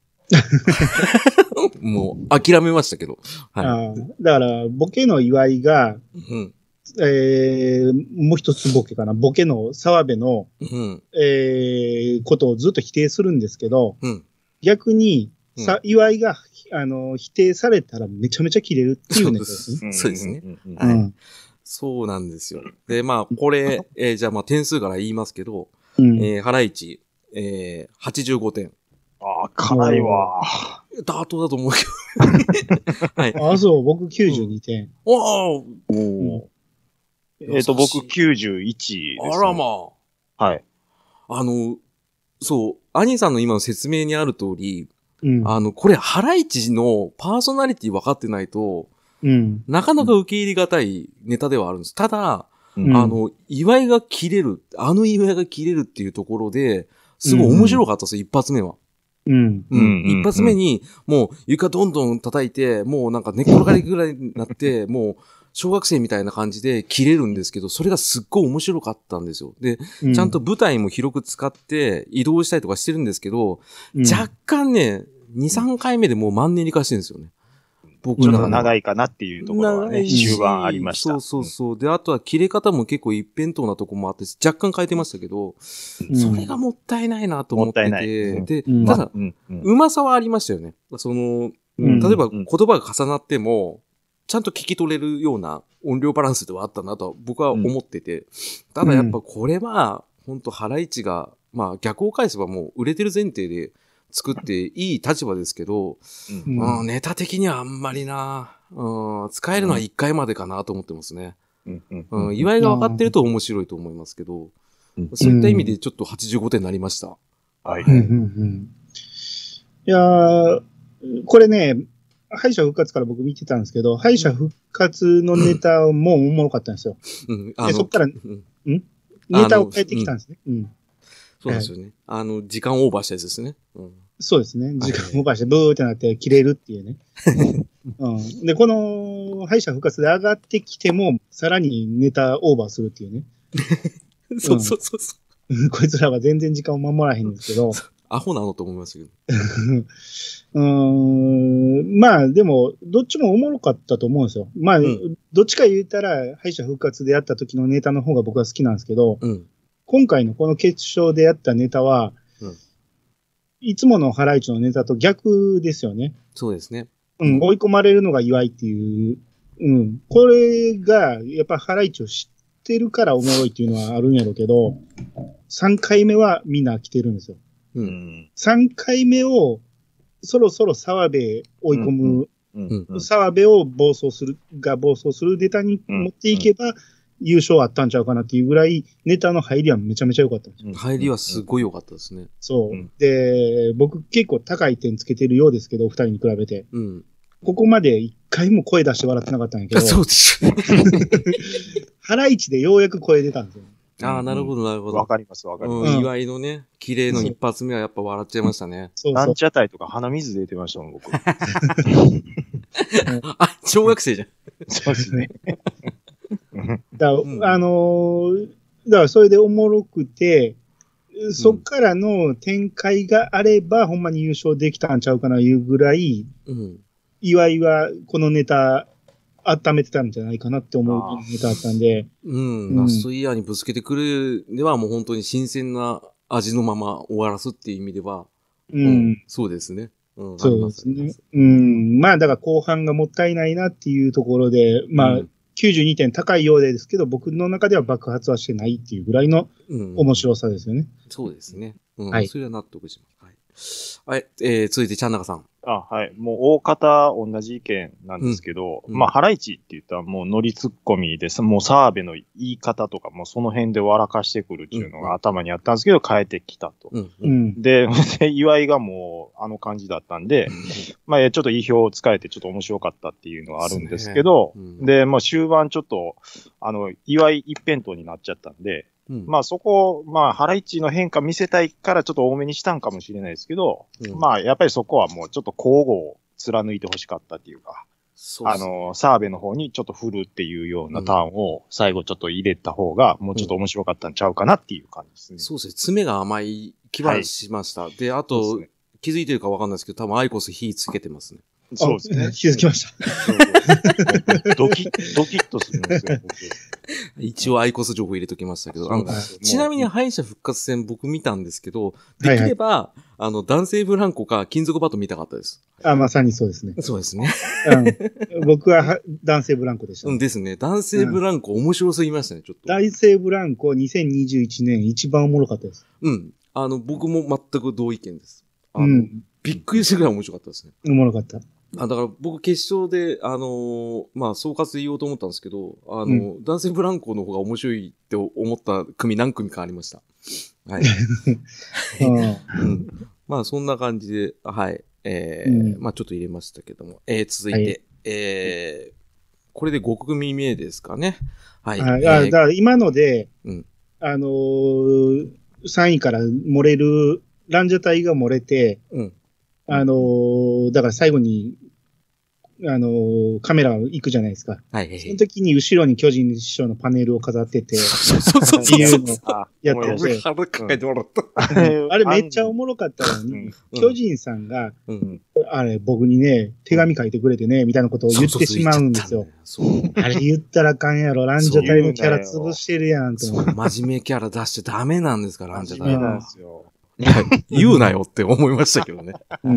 もう、諦めましたけど。はい。 あだから、ボケの岩井が、うん、えー、もう一つボケかな。ボケの澤部の、うん、えー、ことをずっと否定するんですけど、うん、逆に、さ、うん、岩井が、あの、否定されたらめちゃめちゃ切れるっていうネタですね。 そうですね。はい。そうなんですよ。で、まあ、これ、えー、じゃあまあ点数から言いますけど、うん、えー、ハライチ、えー、はちじゅうごてん。 ああ、辛いわ。 ダートだと思うけど。はい。 あ、そう、僕きゅうじゅうにてん。うん、 おーおー、えっと、僕きゅうじゅういちです、ね。 あらまあ。 はい。 あの、そう、アニさんの今の説明にある通り、うん、あの、これ、ハライチのパーソナリティ分かってないと、うん、なかなか受け入れがたいネタではあるんです。ただ、うん、あの、岩井が切れる、あの岩井が切れるっていうところで、すごい面白かったですよ、うん、一発目は。うん。うん。一発目に、もう床どんどん叩いて、もうなんか寝っ転がりぐらいになって、もう、小学生みたいな感じで切れるんですけど、それがすっごい面白かったんですよ。で、うん、ちゃんと舞台も広く使って移動したりとかしてるんですけど、うん、若干ね、に、さんかいめでもうマンネリ化してるんですよね。 僕の中で。ちょっと長いかなっていうところはね、終盤ありました。 そうそうそう。で、あとは切れ方も結構一辺倒なとこもあって、若干変えてましたけど、うん、それがもったいないなと思ってて、もったいない。で、うん、ただ、うんうん、うまさはありましたよね。その、うん、例えば言葉が重なっても、ちゃんと聞き取れるような音量バランスではあったなと僕は思ってて、うん、ただやっぱこれは、本当ハライチが、まあ逆を返せばもう売れてる前提で作っていい立場ですけど、うんうん、ネタ的にはあんまりな、うん、使えるのはいっかいまでかなと思ってますね。うんうん、岩井が分かってると面白いと思いますけど、うん、そういった意味でちょっとはちじゅうごてんになりました。 はい。うんうんうん、いやー、これね、敗者復活から僕見てたんですけど、敗者復活のネタもおもろかったんですよ。うん、でそっから、うん、ネタを変えてきたんですね。うん、 そうですよね。あの、時間オーバーしたやつですね。うん、 そうですね。時間オーバーしてブーってなって切れるっていうね。うん、で、この敗者復活で上がってきても、さらにネタオーバーするっていうね。 そうそうそうそう、 うん。こいつらは全然時間を守らへんんですけど。 アホなのと思いましたけど。 うーん、まあでも、どっちもおもろかったと思うんですよ。まあ、うん、どっちか言ったら、敗者復活でやった時のネタの方が僕は好きなんですけど、うん、今回のこの決勝でやったネタは、うん、いつものハライチのネタと逆ですよね。 そうですね。 うん、追い込まれるのが祝いっていう、うん、これが、やっぱハライチを知ってるからおもろいっていうのはあるんやろうけど、さんかいめはみんな来てるんですよ。うん、さんかいめを、そろそろ澤部追い込む、うんうん、澤部を暴走する、が暴走するネタに持っていけば、うんうん、優勝あったんちゃうかなっていうぐらい、ネタの入りはめちゃめちゃ良かったんですよ。 入りはすごい良かったですね。 そう。で、僕結構高い点つけてるようですけど、二人に比べて。うん、ここまで一回も声出して笑ってなかったんやけど。 そうです。 ハライチでようやく声出たんですよ。 ああ、なるほど、なるほど。 わかります、わかります。 うん、祝いのね、綺麗の一発目はやっぱ笑っちゃいましたね。 そうそう。ランチャタイとか鼻水出てましたもん、僕。 あ、小学生じゃん。 そうですね。 だうん、あのー、だからそれでおもろくて、そっからの展開があれば、うん、ほんまに優勝できたんちゃうかないうぐらい、うん、岩井はこのネタ、温めてたんじゃないかなって思うネタだったんで。 うん、ラストイヤーにぶつけてくるではもう本当に新鮮な味のまま終わらすっていう意味では、うん、うん、そうですね。 うん、そうですね。うん、まあだから後半がもったいないなっていうところで、まあ、うん、きゅうじゅうにてん高いようですけど、僕の中では爆発はしてないっていうぐらいの面白さですよね。うん、 そうですね。うん、はい。それは納得します。はい。はい、えー、続いて、ちゃんなかさん。 あ、はい。もう大方同じ意見なんですけど、うん、まあ、ハライチって言ったらもうノリツッコミで、もう澤部の言い方とかもその辺で笑かしてくるっていうのが頭にあったんですけど、変えてきたと。うんうん、で、岩井がもうあの感じだったんで、うん、まあ、ちょっと意表をつかえてちょっと面白かったっていうのはあるんですけど、で、ねうん、でまあ、終盤ちょっと、あの、岩井一辺倒になっちゃったんで、うん、まあそこ、まあ、ハライチの変化見せたいからちょっと多めにしたんかもしれないですけど、うん、まあやっぱりそこはもうちょっと交互を貫いてほしかったっていうか、そうあの、澤部の方にちょっと振るっていうようなターンを最後ちょっと入れた方がもうちょっと面白かったんちゃうかなっていう感じですね。うん、 そうですね。爪が甘い気はしました。はい、で、あと、ね、気づいてるかわかんないですけど、多分アイコス火つけてますね。 そうですね。気づきました。 ドキッ、ドキッとするんですよ。 一応アイコス情報入れときましたけど、あのちなみに敗者復活戦僕見たんですけど、できれば、はいはい、あの、男性ブランコか金属バット見たかったです。 あ、まさにそうですね。 そうですね。 うん、僕は男性ブランコでした、 ね。うんですね。男性ブランコ面白すぎましたね、ちょっと。 男性ブランコにせんにじゅういちねん一番おもろかったです。 うん。あの、僕も全く同意見です。あの、うん、びっくりするぐらい面白かったですね。 おもろかった。 あ、だから僕決勝で、あのー、まあ、総括で言おうと思ったんですけど、あの、うん、男性ブランコの方が面白いって思った組何組かありました。はい。うん、まあ、そんな感じで、はい。えー、うん、まあ、ちょっと入れましたけども、えー、続いて、はい、えー、これでご組目ですかね。はい。 あ、えー、だから今ので、うん、あのー、さんいから漏れる、ランジャタイが漏れて、うんあのー、だから最後に、あのー、カメラ行くじゃないですか。はい、はいはい。その時に後ろに巨人師匠のパネルを飾ってて、 そうそうそうそう。 いうのをやってて。あれめっちゃおもろかったのに、うん、巨人さんが、うん、あれ僕にね、手紙書いてくれてね、みたいなことを言ってしまうんですよ。そうそうそうあれ言ったらあかんやろ、ランジャタイのキャラ潰してるやんと。 真面目キャラ出しちゃダメなんですから、ランジャタイ。なんですよ。言うなよって思いましたけどね。 うん、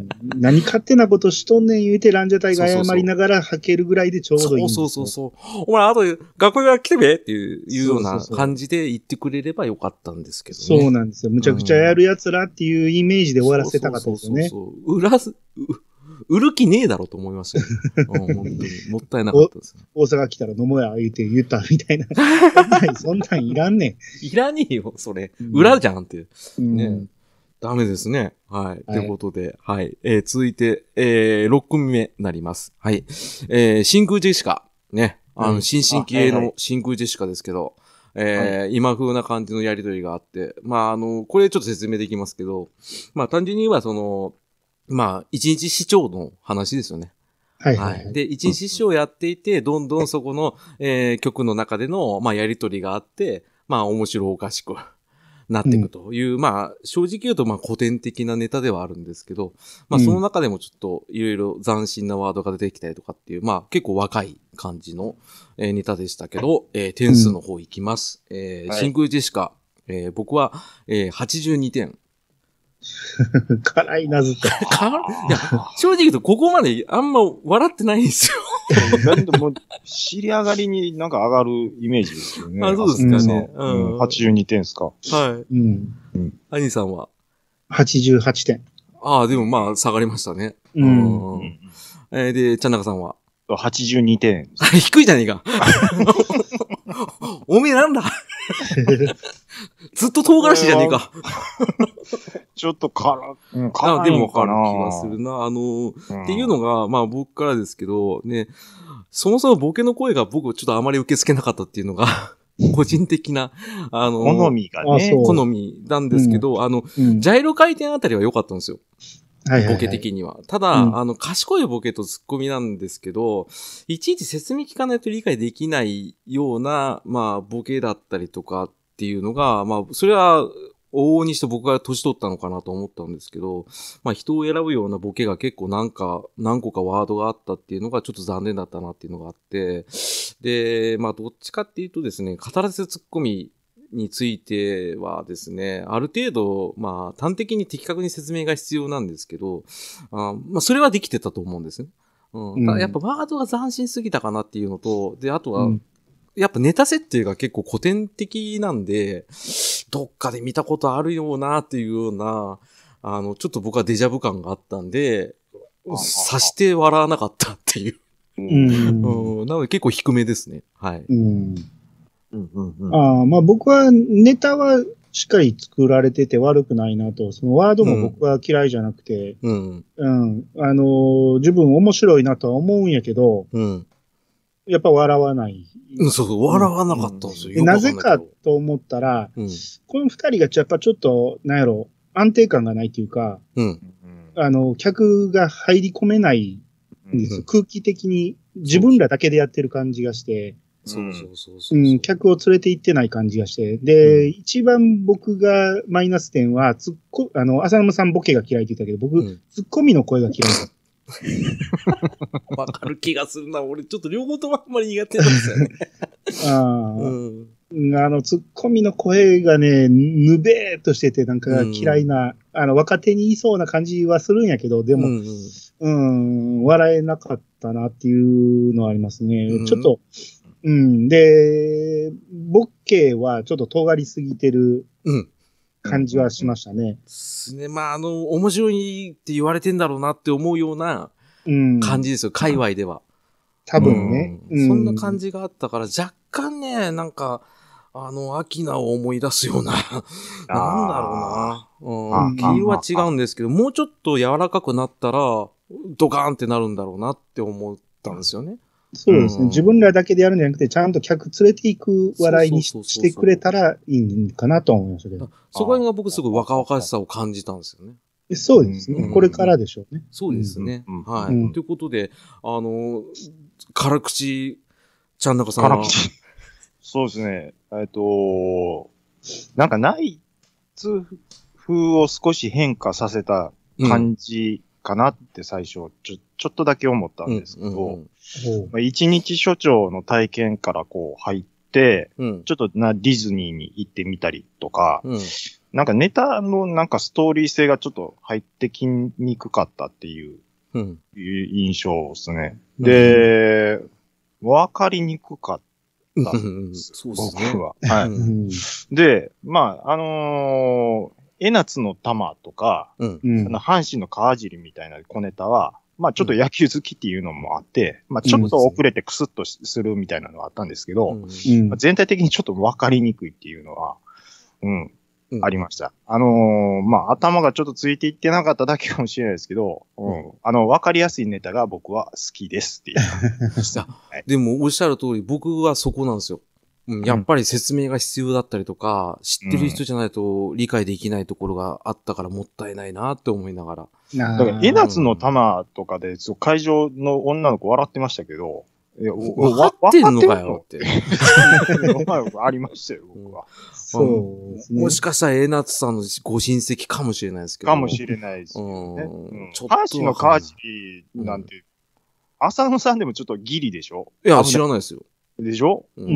何勝手なことしとんねん言うてランジャタイが謝りながら吐けるぐらいでちょうどいいんですよ。 そうそうそうそう。お前、あと学校が来てべっていういうような感じで言ってくれればよかったんですけどね。 そうなんですよ。むちゃくちゃやる奴らっていうイメージで終わらせたかったですよね。そうそうそう。 裏す、売る気ねえだろうと思いましたよ、ね。うん、本当に。もったいなかったです、ね。 大阪来たら飲もうや言うて言ったみたいな。そんなんいらんねん。いらねえよ、それ。裏じゃんって。うん、ね。ダメですね。はい。と、はい、いうことで、はい。えー、続いて、えー、ろっ組目になります。はい。えー、真空ジェシカ。ね。あの、新進気鋭の真空ジェシカですけど、はいはい、えー、今風な感じのやりとりがあって、まあ、あの、これちょっと説明できますけど、まあ、単純に言えば、その、まあ、一日視聴の話ですよね。 はいはい、はい。 で、一日視聴やっていて、どんどんそこの、えー、曲の中での、まあ、やりとりがあって、まあ、面白おかしく。 なっていくという、うん、まあ、正直言うと、まあ、古典的なネタではあるんですけど、まあ、その中でもちょっと、いろいろ斬新なワードが出てきたりとかっていう、まあ、結構若い感じの、えー、ネタでしたけど、えー、点数の方いきます。うん、えー、真空ジェシカ、えー、僕は、えー、はちじゅうにてん。 辛いなずっと。いや、正直言うと、ここまであんま笑ってないんですよ。 なんでも、尻上がりになんか上がるイメージですよね。 あ、そうですかね。 うん。はちじゅうにてんですか。 はい。うん。兄さんははちじゅうはちてん。 ああ、でもまあ、下がりましたね。うん。うん、えー、で、ちゃんなかさんははちじゅうにてん。 低いじゃねえか。おめえなんだずっと唐辛子じゃねえか。 ちょっと辛、 うん、辛いあでもわかる気がするな。あの、うん、っていうのが、まあ僕からですけど、ね、そもそもボケの声が僕ちょっとあまり受け付けなかったっていうのが、個人的な、あの、 好みがね。 好みなんですけど、うん、あの、うん、ジャイロ回転あたりは良かったんですよ。はいはいはい、ボケ的には。ただ、うん、あの、賢いボケとツッコミなんですけど、いちいち説明聞かないと理解できないような、まあ、ボケだったりとかっていうのが、まあ、それは、往々にして僕が年取ったのかなと思ったんですけど、まあ、人を選ぶようなボケが結構なんか、何個かワードがあったっていうのがちょっと残念だったなっていうのがあって、で、まあ、どっちかっていうとですね、語らせツッコミ、についてはですね、ある程度、まあ、端的に的確に説明が必要なんですけど、あまあ、それはできてたと思うんですね。うん。ただやっぱワードが斬新すぎたかなっていうのと、で、あとは、うん、やっぱネタ設定が結構古典的なんで、どっかで見たことあるようなっていうような、あの、ちょっと僕はデジャブ感があったんで、察して笑わなかったっていう。うん。うん、なので結構低めですね。はい。うんうんうんうん、あまあ僕はネタはしっかり作られてて悪くないなと、そのワードも僕は嫌いじゃなくて、うん。うん、あのー、自分面白いなとは思うんやけど、うん、やっぱ笑わない。 うん、そうそう、笑わなかったんですよ。 うん、なぜかと思ったら、うん、この二人がやっぱちょっと、なんやろ、安定感がないというか、うん、あの、客が入り込めないんですよ。うん、空気的に自分らだけでやってる感じがして、そうそうそうそう、うん。客を連れて行ってない感じがして。で、うん、一番僕がマイナス点は、ツッコ、あの、浅沼さんボケが嫌いって言ったけど、僕、うん、ツッコミの声が嫌いだ。わかる気がするな。俺、ちょっと両方ともあんまり苦手なんですよね。ああ、うん。あの、ツッコミの声がね、ぬべーっとしてて、なんか嫌いな、うん、あの、若手に言いそうな感じはするんやけど、でも、うん、うん、笑えなかったなっていうのはありますね。うん、ちょっと、うん。で、ボッケーはちょっと尖りすぎてる感じはしましたね。うん。 すね。まあ、あの、面白いって言われてんだろうなって思うような感じですよ、うん、界隈では。 多分ね、 うん。そんな感じがあったから、若干ね、なんか、あの、アキナを思い出すような、なんだろうな。うん。毛色は違うんですけど、もうちょっと柔らかくなったら、ドカーンってなるんだろうなって思ったんですよね。 そうですね、うん。自分らだけでやるんじゃなくて、ちゃんと客連れていく笑いにしてくれたらいいかなと思いましたけど。 そこが僕すごい若々しさを感じたんですよね。 そうですね。うん、これからでしょうね。 そうですね。うん、はい、うん。ということで、あの、辛口、ちゃんなかさんは。辛口。 そうですね。えっと、なんかナイツ風を少し変化させた感じかなって最初、ちょ、ちょっとだけ思ったんですけど、うんうんうんまあ、一日所長の体験からこう入って、うん、ちょっとなディズニーに行ってみたりとか、うん、なんかネタのなんかストーリー性がちょっと入ってきにくかったっていう、うん、印象ですね。で、わ、うん、かりにくかったんです。そうですね。僕は。はい。で、まあ、あのー、江夏の玉とか、うん、あの阪神の川尻みたいな小ネタは、まあちょっと野球好きっていうのもあって、うん、まあちょっと遅れてクスッとするみたいなのがあったんですけど、うんまあ、全体的にちょっと分かりにくいっていうのは、うん、うん、ありました。あのー、まあ頭がちょっとついていってなかっただけかもしれないですけど、うん、あの、分かりやすいネタが僕は好きですっていう。 はい、でもおっしゃる通り、僕はそこなんですよ。うん、やっぱり説明が必要だったりとか、知ってる人じゃないと理解できないところがあったからもったいないなって思いながら。 だから、江夏の玉とかで、会場の女の子笑ってましたけど、 いや、 分かってんのかよって。 ありましたよ、僕は。 そうですね。 もしかしたら、えなつさんのご親戚かもしれないですけど。 かもしれないですよね。 うん。ちょっと阪神の川尻なんて、浅野さんでもちょっとギリでしょ？ いや、知らないですよ。 でしょ？ うん。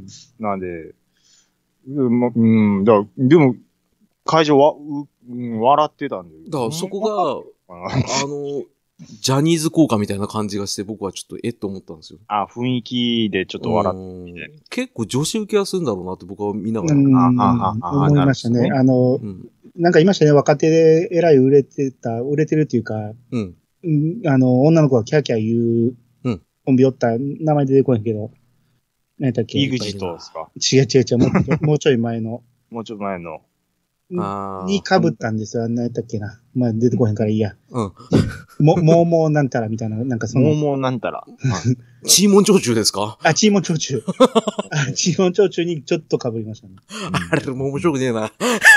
なんで、うん、うん、だでも、会場は、う、うん、笑ってたんで。 だからそこが、あの、ジャニーズ効果みたいな感じがして、僕はちょっとえっと思ったんですよ。 あ、雰囲気でちょっと笑って、 結構女子受けはするんだろうなって僕は見ながら。 思いましたね。あの、うん、なんかいましたね、若手でえらい売れてた、売れてるっていうか、うん、あの、女の子がキャーキャー言う、うん、コンビおった、名前出てこないけど、何やったっけ？ イグジットですか？ 違う違う違う、もうもうちょい前の。 もうちょい前の。 に被ったんですよ。何やったっけな。まあ出てこへんからいいや。うん。も、もうもうなんたらみたいな、なんかその。 もうもうなんたら。 チーモン長中ですか？ あ、チーモン長中。チーモン長中にちょっと被りましたね。 あれも面白くねえな。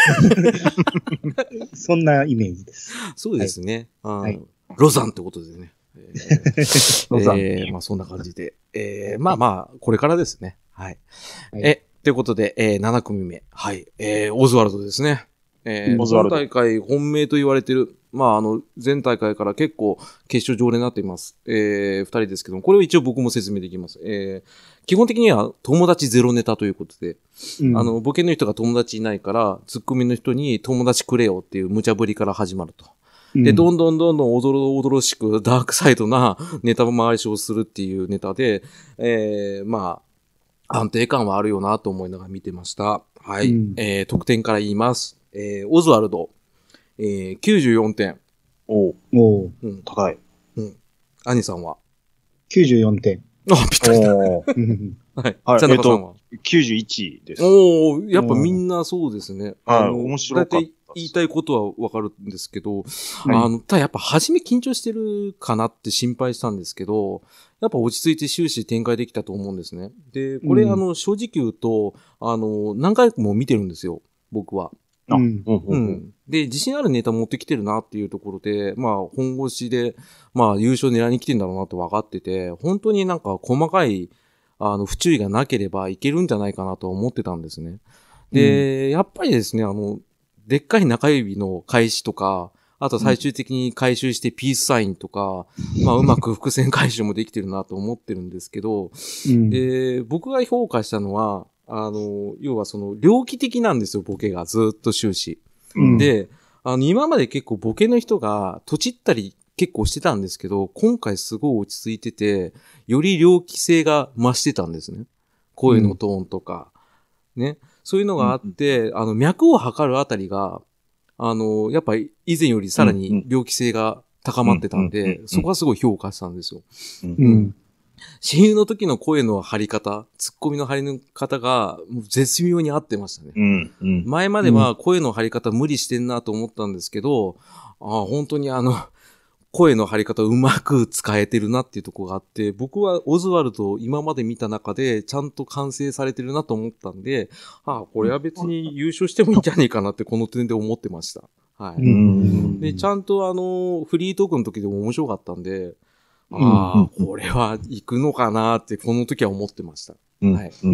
そんなイメージです。 そうですね。はい。ロザンってことでね。ロザン。えー、まあそんな感じで。えー、まあまあ、これからですね。はい。え、ということで、えー、なな組目。はい。えー、オズワルドですね。えー、オズワルド。今大会本命と言われている、まあ、あの、前大会から結構決勝常連になっています。えー、二人ですけども、これを一応僕も説明できます。えー、基本的には友達ゼロネタということで、うん、あの、ボケの人が友達いないから、ツッコミの人に友達くれよっていう無茶ぶりから始まると。で、どんどんどんどんおどろおどろしくダークサイドなネタ回しをするっていうネタで、えー、まあ、安定感はあるよなと思いながら見てました。はい。うん、えー、得点から言います。えー、オズワルド、えー、きゅうじゅうよんてん。 おお、うん、高い。 うん。兄さんはきゅうじゅうよんてん。 あ、ぴったりだ。はい。はい。じゃあ、中さんは、 えっと、きゅうじゅういちです。 おー、やっぱみんなそうですね。 はい。面白かった。 言いたいことはわかるんですけど、はい、あの、ただやっぱ初め緊張してるかなって心配したんですけど、やっぱ落ち着いて終始展開できたと思うんですね。で、これ、うん、あの、正直言うと、あの、何回も見てるんですよ、僕は。 うん。うん。 うん。で、自信あるネタ持ってきてるなっていうところで、まあ、本腰で、まあ、優勝狙いに来てんだろうなと分かってて、本当になんか細かい、あの、不注意がなければいけるんじゃないかなと思ってたんですね。で、うん、やっぱりですね、あの、でっかい中指の返しとか、あと最終的に回収してピースサインとか、うん、まあうまく伏線回収もできてるなと思ってるんですけど、うん、で、僕が評価したのは、あの、要はその、猟奇的なんですよ、ボケがずっと終始。うん、で、あの、今まで結構ボケの人が、とちったり結構してたんですけど、今回すごい落ち着いてて、より猟奇性が増してたんですね。声のトーンとか、うん、ね。そういうのがあって、うん、あの、脈を測るあたりが、あの、やっぱり以前よりさらに猟奇性が高まってたんで、そこはすごい評価したんですよ。うん。親友の時の声の張り方、ツッコミの張り方が絶妙に合ってましたね。うんうん、前までは声の張り方無理してんなと思ったんですけど、あ本当にあの、声の張り方をうまく使えてるなっていうところがあって、僕はオズワルドを今まで見た中でちゃんと完成されてるなと思ったんで、ああ、これは別に優勝してもいいんじゃねえかなってこの点で思ってました。はい。うんで、ちゃんとあの、フリートークの時でも面白かったんで、ああ、これは行くのかなってこの時は思ってました。 うん、はい。うん。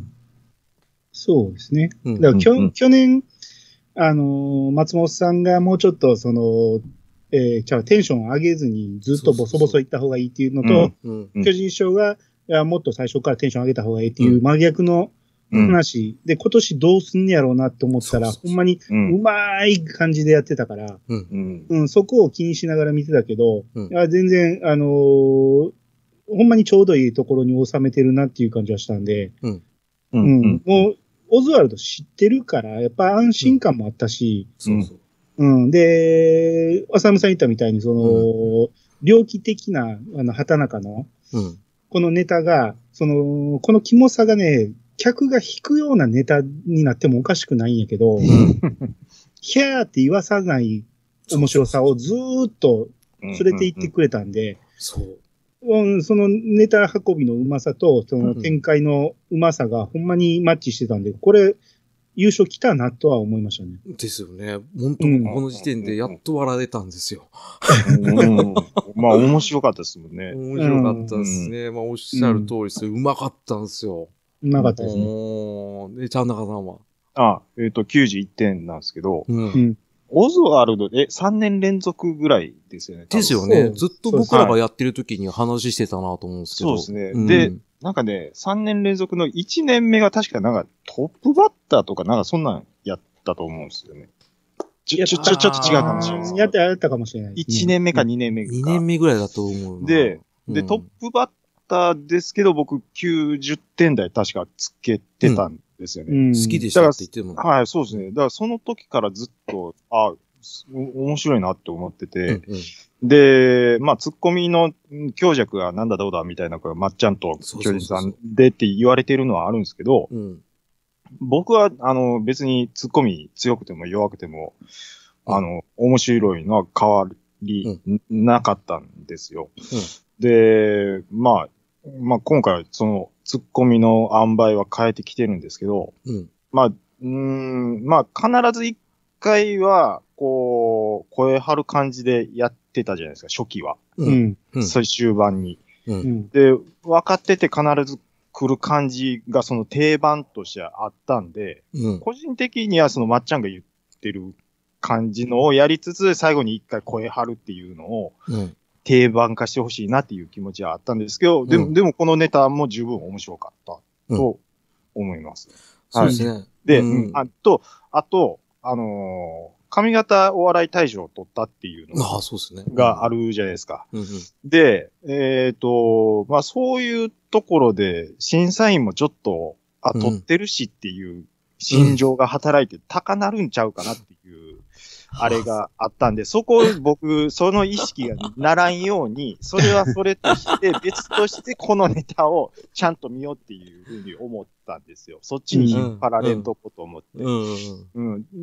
そうですね。だからきょ、うん、去年、あのー、松本さんがもうちょっとその、えー、じゃあテンション上げずにずっとボソボソいった方がいいっていうのと、巨人師匠がいやもっと最初からテンション上げた方がいいっていう真逆の話、うん、で、今年どうすんねやろうなって思ったら、そうそうそうほんまにうまい感じでやってたから、うんうん、そこを気にしながら見てたけど、うん、いや全然、あのー、ほんまにちょうどいいところに収めてるなっていう感じはしたんで、うんうんうん、もう、オズワルド知ってるから、やっぱ安心感もあったし、うん、そうそううん、で、浅野さん言ったみたいに、その、うん、猟奇的な、あの、畑中の、うん、このネタが、その、このキモさがね、客が引くようなネタになってもおかしくないんやけど、うん、ヒャーって言わさない面白さをずーっと連れて行ってくれたんで、そう。うん、そのネタ運びのうまさと、その展開のうまさがほんまにマッチしてたんで、これ、 優勝来たなとは思いましたね。 ですよね。本当この時点でやっと笑えたんですよ。 うん、まあ面白かったですもんね。 面白かったですね。うん、まあおっしゃる通りです。うまかったんですよ。 うまかったですね。 で、ちゃんなかさんはあ、えっ、ー、と、きゅうじゅういってんなんですけど、 うん、 オズワルド、え、さんねん連続ぐらいですよね。 ですよね。ずっと僕らがやってる時に話してたなと思うんですけど。 そうですね。うん、で、なんかね、さんねん連続のいちねんめが確かなんかトップバッターとかなんかそんなんやったと思うんですよね。ちょ、ちょ、ちょ、ちょっと違うかもしれないです。 やってやったかもしれないです、ね。 いちねんめかにねんめか。 にねんめぐらいだと思う。 で、で、トップバッターですけど、僕きゅうじゅってん台確かつけてたんですよね。 うん、好きでしたって言っても。 はい、そうですね。だからその時からずっと、あ、面白いなって思ってて、うんうん、で、まあ、ツッコミの強弱がなんだどうだみたいな、これ、まっちゃんと巨人さんでって言われてるのはあるんですけど、うん、僕は、あの、別にツッコミ強くても弱くても、うん、あの、面白いのは変わりなかったんですよ。うん、で、まあ、まあ、今回はそのツッコミの塩梅は変えてきてるんですけど、うん、まあ、うーん、まあ、必ず一回は、こう、声張る感じでやってたじゃないですか、初期は。うん。最終盤に。うん。で、分かってて必ず来る感じがその定番としてあったんで、うん、個人的にはそのまっちゃんが言ってる感じのをやりつつ、最後に一回声張るっていうのを、定番化してほしいなっていう気持ちはあったんですけど、うん、でも、でもこのネタも十分面白かったと思います。 うん、はい、そうですね。 で、うん、あと、あと、あのー、上方お笑い大賞を取ったっていうのがあるじゃないですか。 うんうん、 で、えっ、ー、と、まあそういうところで審査員もちょっと、あ、取ってるしっていう心情が働いて高なるんちゃうかなっていう、あれがあったんで、そこを僕、その意識がならんように、それはそれとして、別としてこのネタをちゃんと見ようっていうふうに思ったんですよ。そっちに引っ張られんとこと思って。うんうんうん、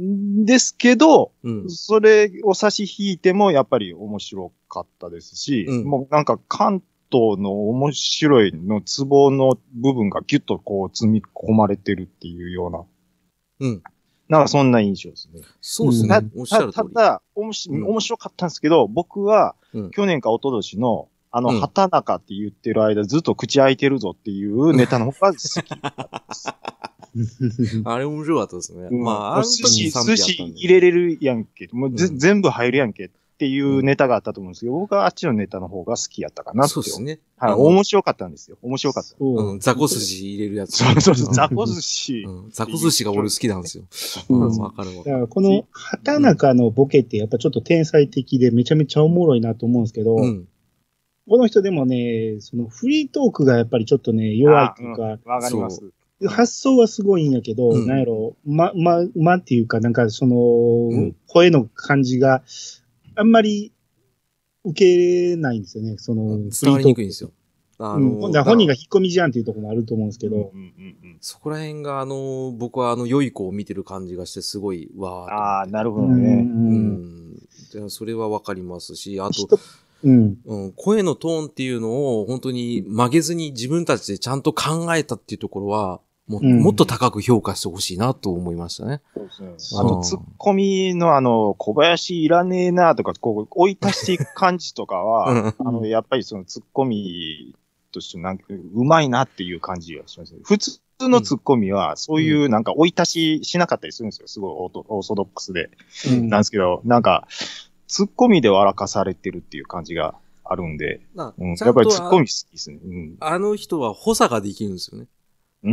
ですけど、うん、それを差し引いてもやっぱり面白かったですし、うん、もうなんか関東の面白いのツボの部分がギュッとこう積み込まれてるっていうような。うんなんかそんな印象ですね。 そうですね。 おっしゃる通り。ただ、おもし、うん、面白かったんですけど、僕は、去年か一昨年の、あの、畑中って言ってる間、ずっと口開いてるぞっていうネタの方が好きだったです。 あれ面白かったですね。 うん、 まあ、あ寿司、寿司入れれるやんけ。もうぜ、うん、全部入るやんけっていうネタがあったと思うんですけど、僕はあっちのネタの方が好きやったかなって。 そうですね。 はい。面白かったんですよ。面白かった。 うん。ザコ寿司入れるやつ。 そうそうそう。ザコ寿司。 うん。ザコ寿司が俺好きなんですよ。うん。わかるわかる。 この、畑中のボケってやっぱちょっと天才的でめちゃめちゃおもろいなと思うんですけど、うん。この人でもね、そのフリートークがやっぱりちょっとね、弱いっていうか、わ、 うん、かります。 発想はすごいんやけど、うん、なんやろ、ま、ま、まっていうか、なんかその、うん、声の感じがあんまり受け入れないんですよね、その、 伝わりにくいんですよ。 あのー、うん、本人が引っ込みじゃんっていうところもあると思うんですけど、うんうんうんうん、そこら辺があのー、僕はあの良い子を見てる感じがしてすごいわーああ、なるほどね。 うんうん、それはわかりますし、あと、うんうん、声のトーンっていうのを本当に曲げずに自分たちでちゃんと考えたっていうところは、も, もっと高く評価してほしいなと思いましたね。 そうですね。あと、ツッコミのあの、小林いらねえなとか、こう、追い足していく感じとかは、あの、やっぱりそのツッコミとしてなんか、うまいなっていう感じがしますね。普通のツッコミは、そういうなんか追い足ししなかったりするんですよ。すごいオートオーソドックスで。うん、なんですけど、なんか、ツッコミで笑かされてるっていう感じがあるんで、うん、やっぱりツッコミ好きですね。うん、 あの人は補佐ができるんですよね。 うん。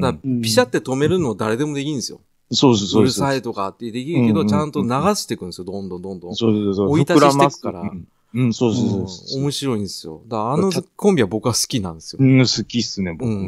だピシャって止めるの誰でもできるんですよ。 そうそうそう。 うるさいとかってできるけど、ちゃんと流していくんですよ。どんどんどんどん。 そうそうそう。 追い足ししていくから。 うん、そうそうそう。 面白いんですよ。だからあのコンビは僕は好きなんですよ。 うん、好きっすね、僕も。うん。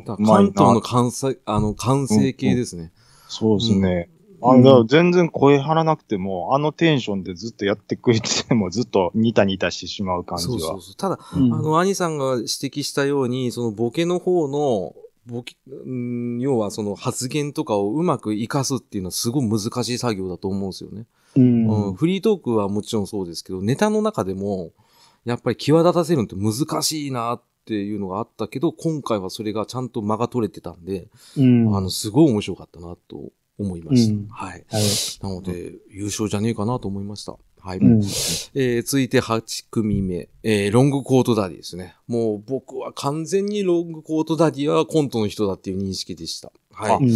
だ関東の関西、あの、関西系ですね。 そうですね。あの、全然声張らなくても、あのテンションでずっとやってくれてても、ずっとニタニタしてしまう感じは。そうそうそう。 ただ、あの、兄さんが指摘したように、そのボケの方の、ボケ、うん、要はその発言とかをうまく活かすっていうのはすごい難しい作業だと思うんですよね。うんうん、フリートークはもちろんそうですけど、ネタの中でも、やっぱり際立たせるのって難しいなっっていうのがあったけど、今回はそれがちゃんと間が取れてたんで、 うん。 あの、すごい面白かったなと思いました。 うん、 はい。 はい。 なので、優勝じゃねえかなと思いました。はい。 うん、 えー、続いてはち組目、えー、ロングコートダディですね。もう僕は完全にロングコートダディはコントの人だっていう認識でした。はい。 うん、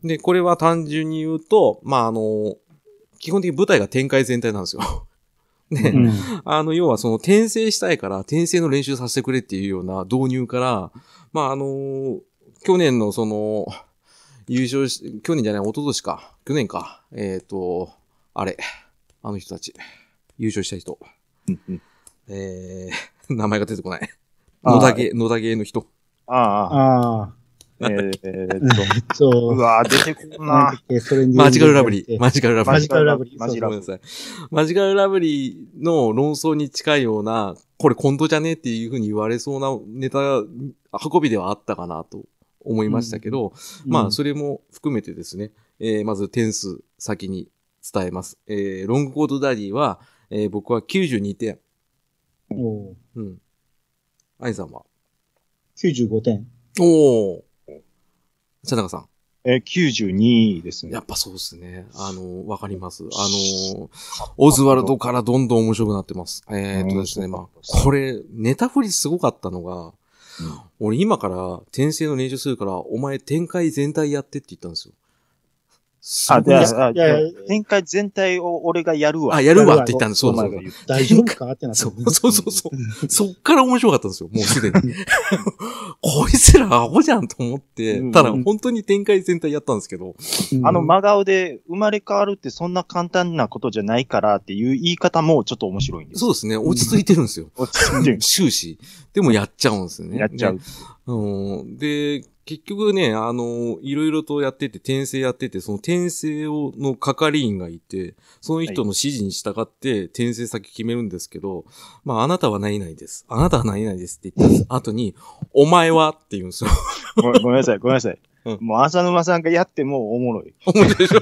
で、これは単純に言うと、まあ、あの、基本的に舞台が展開全体なんですよ。ね、うん、あの、要はその転生したいから転生の練習させてくれっていうような導入から、まあ、あの、去年のその、優勝し、去年じゃない、一昨年か。去年か。えっ、ー、と、あれ。あの人たち。優勝した人。えー、名前が出てこない。野田芸、野田芸の人。 ああ。ああ。えー、っと。うわ出てこんな。 マジカルラブリー。マジカルラブリー。 マジカルラブリー。 マジカルラブリー。マジカルラブリーの論争に近いような、これコントじゃねっていう風に言われそうなネタ、運びではあったかなと思いましたけど、うん、まあ、それも含めてですね、えー、まず点数先に伝えます。えー、ロングコートダディは、えー、僕はきゅうじゅうにてん。 おー。 うん。アイさんはきゅうじゅうごてん。 おー。茶中さん。 えー、きゅうじゅうにですね。 やっぱそうですね。あの、わかります。あの、オズワルドからどんどん面白くなってます。えー、っとですね、まあ、これ、ネタ振りすごかったのが、うん、俺今から転生の練習するから、お前展開全体やってって言ったんですよ。 あ、で、あ、いやいや、展開全体を俺がやるわ。 あ、やるわって言ったんです。そうそう。 大丈夫かってなった。 そうそうそうそう。そっから面白かったんですよ、もうすでに。こいつらアホじゃんと思って、ただ本当に展開全体やったんですけど。 あの真顔で生まれ変わるってそんな簡単なことじゃないからっていう言い方もちょっと面白いんです。 そうですね、落ち着いてるんですよ。 落ち着いてる。 終始。でもやっちゃうんですよね。 やっちゃう。 うん、で、結局ね、あの、いろいろとやってて、転生やってて、その転生を、の係員がいて、その人の指示に従って転生先決めるんですけど、はい、まあ、あなたは何々です。あなたは何々ですって言った後に、お前はって言うんですよ。 ごめんなさい、ごめんなさい。うん、もう浅沼さんがやってもおもろい。 面白いでしょ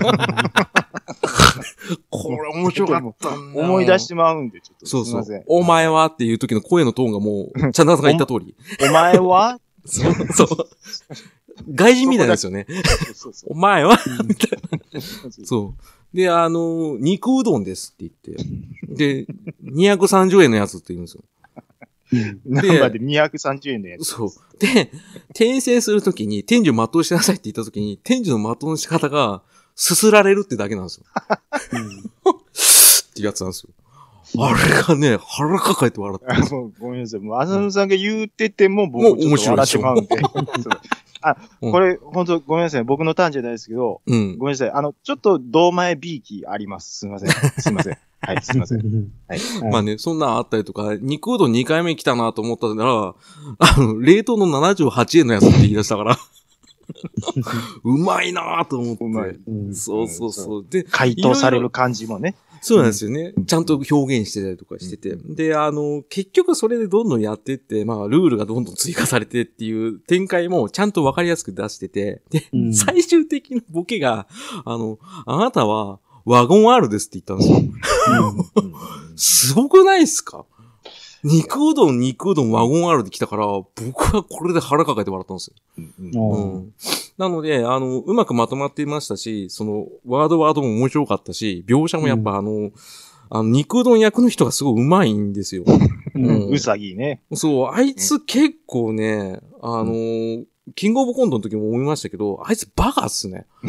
これ面白かったんだ。 思い出してまうんで、ちょっと。 そうそう。お前はっていう時の声のトーンがもう、ちゃんなさんが言った通り。 お, お前はそう、そう。外人みたいなんですよね。そうそうお前はみたいな。そう。で、あの、肉うどんですって言って。で、にひゃくさんじゅうえんのやつって言うんですよ。 何番でにひゃくさんじゅうえんのやつ。 そう。で、転生するときに、天寿全うしなさいって言ったときに、天寿の全うの仕方が、すすられるってだけなんですよ。っていうやつなんですよ。あれがね、腹抱えて笑ってもうごめんなさい。もう、浅野さんが言うてても、僕ちょっと笑ってまうんで。あ、これ、本当ごめんなさい。僕のターンじゃないですけど、うん、ごめんなさい。あの、ちょっと、堂前 B 期あります。すいません。すいません。はい、すいません。はい。 まあね、そんなあったりとか、肉うどんにかいめ来たなと思ったなら、あの、冷凍のななじゅうはちえんのやつって言い出したから、うまいなぁと思って。うまい。そうそうそう。で、 解凍される感じもね。 そうなんですよね。ちゃんと表現してたりとかしてて。で、あの、結局それでどんどんやってって、まあ、ルールがどんどん追加されてっていう展開もちゃんとわかりやすく出してて、で、うん、最終的なボケが、あの、あなたはワゴン R ですって言ったんですよ。すごくないですか？肉うどん、肉うどん、ワゴン R で来たから、僕はこれで腹抱えて笑ったんですよ。うんうん、なので、あの、うまくまとまっていましたし、その、ワードワードも面白かったし、描写もやっぱ、うん、あの、あの、肉うどん役の人がすごい上手いんですよ。 うん、うさぎね。 そう、あいつ結構ね、あの、うん、キングオブコントの時も思いましたけど、あいつバカっすね。うん、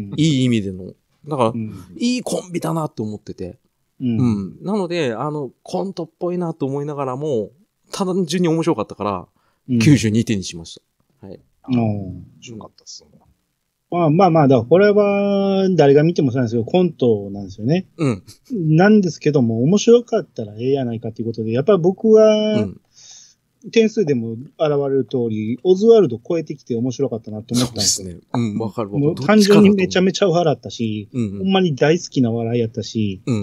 いい意味での。だから、うん、いいコンビだなって思ってて。うん、うん。なので、あの、コントっぽいなと思いながらも、単純に面白かったから、うん、きゅうじゅうにてんにしました。はい。 面白かったっすね。 まあまあまあ、だからこれは、誰が見てもそうなんですけど、コントなんですよね。うん。なんですけども、面白かったらええやないかということで、やっぱり僕は、うん、点数でも現れる通り、オズワルド超えてきて面白かったなと思ったんですよ。 そうですね。うん、わかるわかる。 もう単純にめちゃめちゃ笑ったし、うんうん、ほんまに大好きな笑いやったし、うんうん、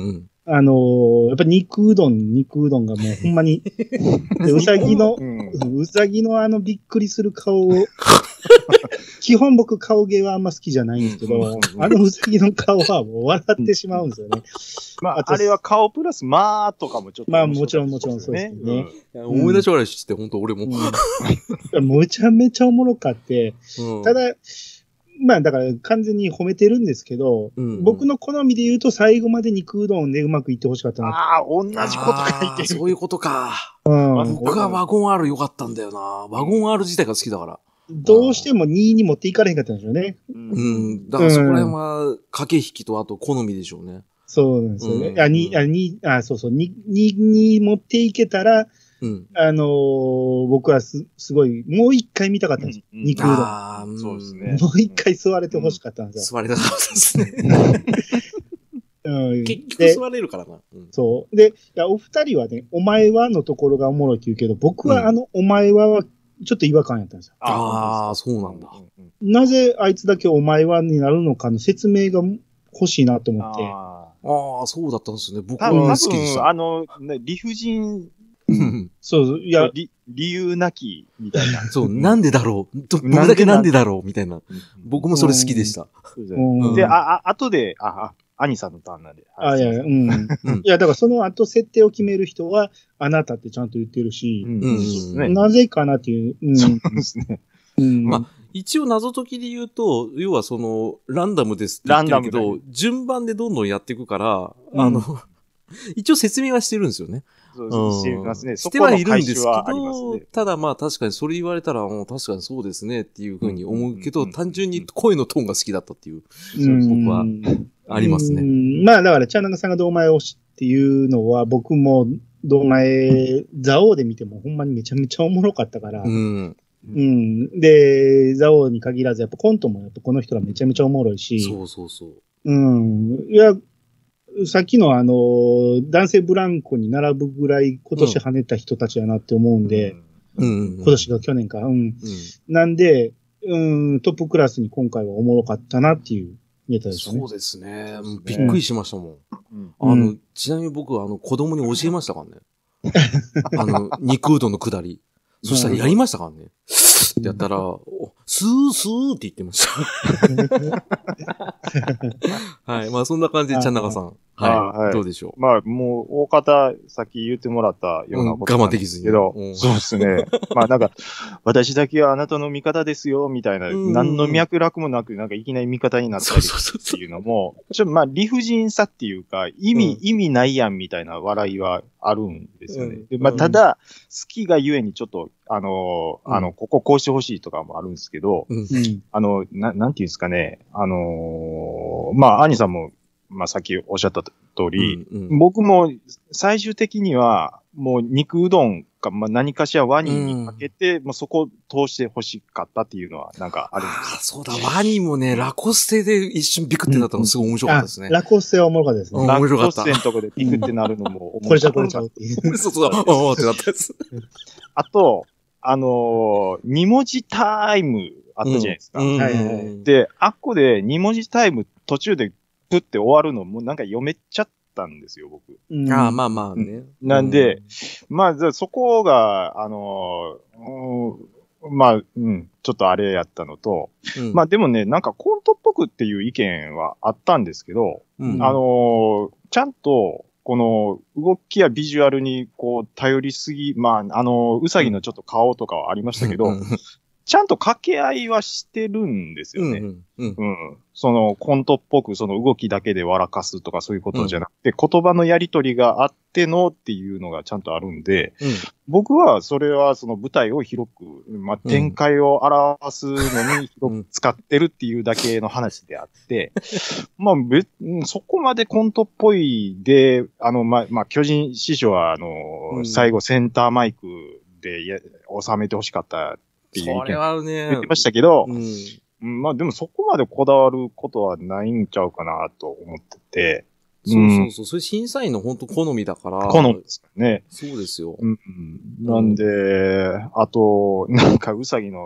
あのーやっぱ肉うどん、肉うどんがもうほんまに、でうさぎの、 うんうさぎのあのびっくりする顔を、基本僕顔芸はあんま好きじゃないんですけど、 うんあのうさぎの顔はもう笑ってしまうんですよね。 まあ、 あとあれは顔プラス、まあとかもちょっとまあ面白かったもちろんもちろんそうですね。 いや思い出し笑いして、本当俺も。 うん、むちゃめちゃおもろかって、 うんただ、まあだから完全に褒めてるんですけど、 うんうん僕の好みで言うと最後まで肉うどんでうまくいってほしかったな。 ああ、同じこと書いあーてる。 そういうことか。 うん、 僕はワゴン R 良かったんだよな。ワゴン R 自体が好きだから。 どうしてもにに持っていかれへんかったんでしょうね。 うんうん。だからそこら辺は駆け引きとあと好みでしょうね。 そうなんですよね。 うんあ、に、あ、に、あ、そうそう、に、に、に持っていけたら、 うん。 あのー僕はす、すごい、もう一回見たかったんですよ。 うん肉うどん。 ああ、んそうですね。 もう一回座れてほしかったんですよ。 座りたかったですね。 うん、 結局で座れるからな。うんそう。で、いや、お二人はね、お前はのところがおもろいって言うけど、僕うんはあの、お前はは、ちょっと違和感やったんですよ。 ああ、そうなんだ。 うんうんなぜあいつだけお前はになるのかの説明が欲しいなと思って。 あああ、そうだったんですね。僕ーは多分、 好きでした。 あの、ね理不尽、 うんそうそう、いや、 理理由なき、みたいな。 そう、なんでだろうと僕なんでだけなんでだろうみたいな。 うん僕もそれ好きでした。 そうですうんねで、あ、あ、後で、あ、あ、兄さんのターンなんで。 あ、いやいや、うん。 うんいや、だからその後設定を決める人は、あなたってちゃんと言ってるしう、ん、 うんそうですね。 なぜかなっていう。うん。 そうですね。 うんま一応謎解きで言うと、要はその、ランダムですって言ってるけランダど、順番でどんどんやっていくから、 うんあの、一応説明はしてるんですよね。 そうそうしてますね。 してはいるんですけそこの回収はありますど、 ね。 ただまあ確かにそれ言われたら、もう確かにそうですねっていうふうに思うけど、 うん単純に声のトーンが好きだったっていう、 うん僕はありますうね。 んまあ、だから、チャンナガさんが堂前推しっていうのは、僕も堂前、ザオで見てもほんまにめちゃめちゃおもろかったから、 うん。 うん。で、ザオに限らず、やっぱコントもやっぱこの人らめちゃめちゃおもろいし、 そうそうそう。 うん。いや、さっきのあの、男性ブランコに並ぶぐらい今年跳ねた人たちやなって思うんで、 うん。 今年が去年か。うん。 うん。 なんで、うん、トップクラスに今回はおもろかったなっていうネタでしたねそう。ですね。 そうですねびっくりしましたもん。 うんあの、 うんちなみに僕はあの子供に教えましたからね。あの、肉うどんのくだり。そしたらやりましたからね。ってやったら、おスースーって言ってました。はい。まあそんな感じで、ちゃんなかさん。 あははいい。どうでしょまあ、もう、大方、さっき言ってもらったようなことなんですけど、 うん我慢できずにうんそうですね。まあ、なんか、私だけはあなたの味方ですよ、みたいな、 うん何の脈絡もなく、なんかいきなり味方になう。 ったりそうそうそうっていうのも、ちょっとまあ、理不尽さっていうか、意味、 うん意味ないやん、みたいな笑いはあるんですよね。 うんでまあ、 うんただ、好きがゆえにちょっと、あの、 うんあの、こここうしてほしいとかもあるんですけど、 うん。 うん。 あの、な、なんていうんですかね、あのーまあ、兄さんも、まあ、さっきおっしゃった通り、 うんうん僕も最終的には、もう肉うどんか、まあ、何かしらワニにかけて、もうそこを通してほしかったっていうのは、なんかあるんですああ、そうだ、ワニもね、ラコステで一瞬ビクってなったのすごい面白かったですね。 ラコステはおもろかったですね。 うんラ面白かったコステのとこでピクってなるのも面これじゃこ白かったれちゃうっていう。 そうそう、ああってなったやつ。 あと、あのー、二文字タイムあったじゃないですか。 うんはいはいはいで、あっこで二文字タイム途中でプって終わるのもうなんか読めちゃったんですよ、僕。 うんああ、まあまあね。 なんで、まあ、じゃあそこが、あのーうんまあ、うん、ちょっとあれやったのと、 うん、 まあでもね、なんかコントっぽくっていう意見はあったんですけど、 うん、 あのーちゃんと、この動きやビジュアルにこう頼りすぎ、まあ、あのーうさぎのちょっと顔とかはありましたけど、 うんちゃんと掛け合いはしてるんですよね。 うんうんうん。そのコントっぽくその動きだけで笑かすとかそういうことじゃなくて、言葉のやりとりがあってのっていうのがちゃんとあるんで、 うん僕はそれはその舞台を広く、まあ、展開を表すのに広く使ってるっていうだけの話であって、まあ別、うんそこまでコントっぽいで、あの、まあ、まあ、巨人師匠はあの、 うん最後センターマイクでや収めてほしかったっていう意それ見はね、 言ってましたけど、 うんうんまあでもそこまでこだわることはないんちゃうかなと思ってて。 そうそうそう。それ審査員の本当好みだから。 好みですかね。 そうですよ。 うん、なんで、あと、なんかうさぎの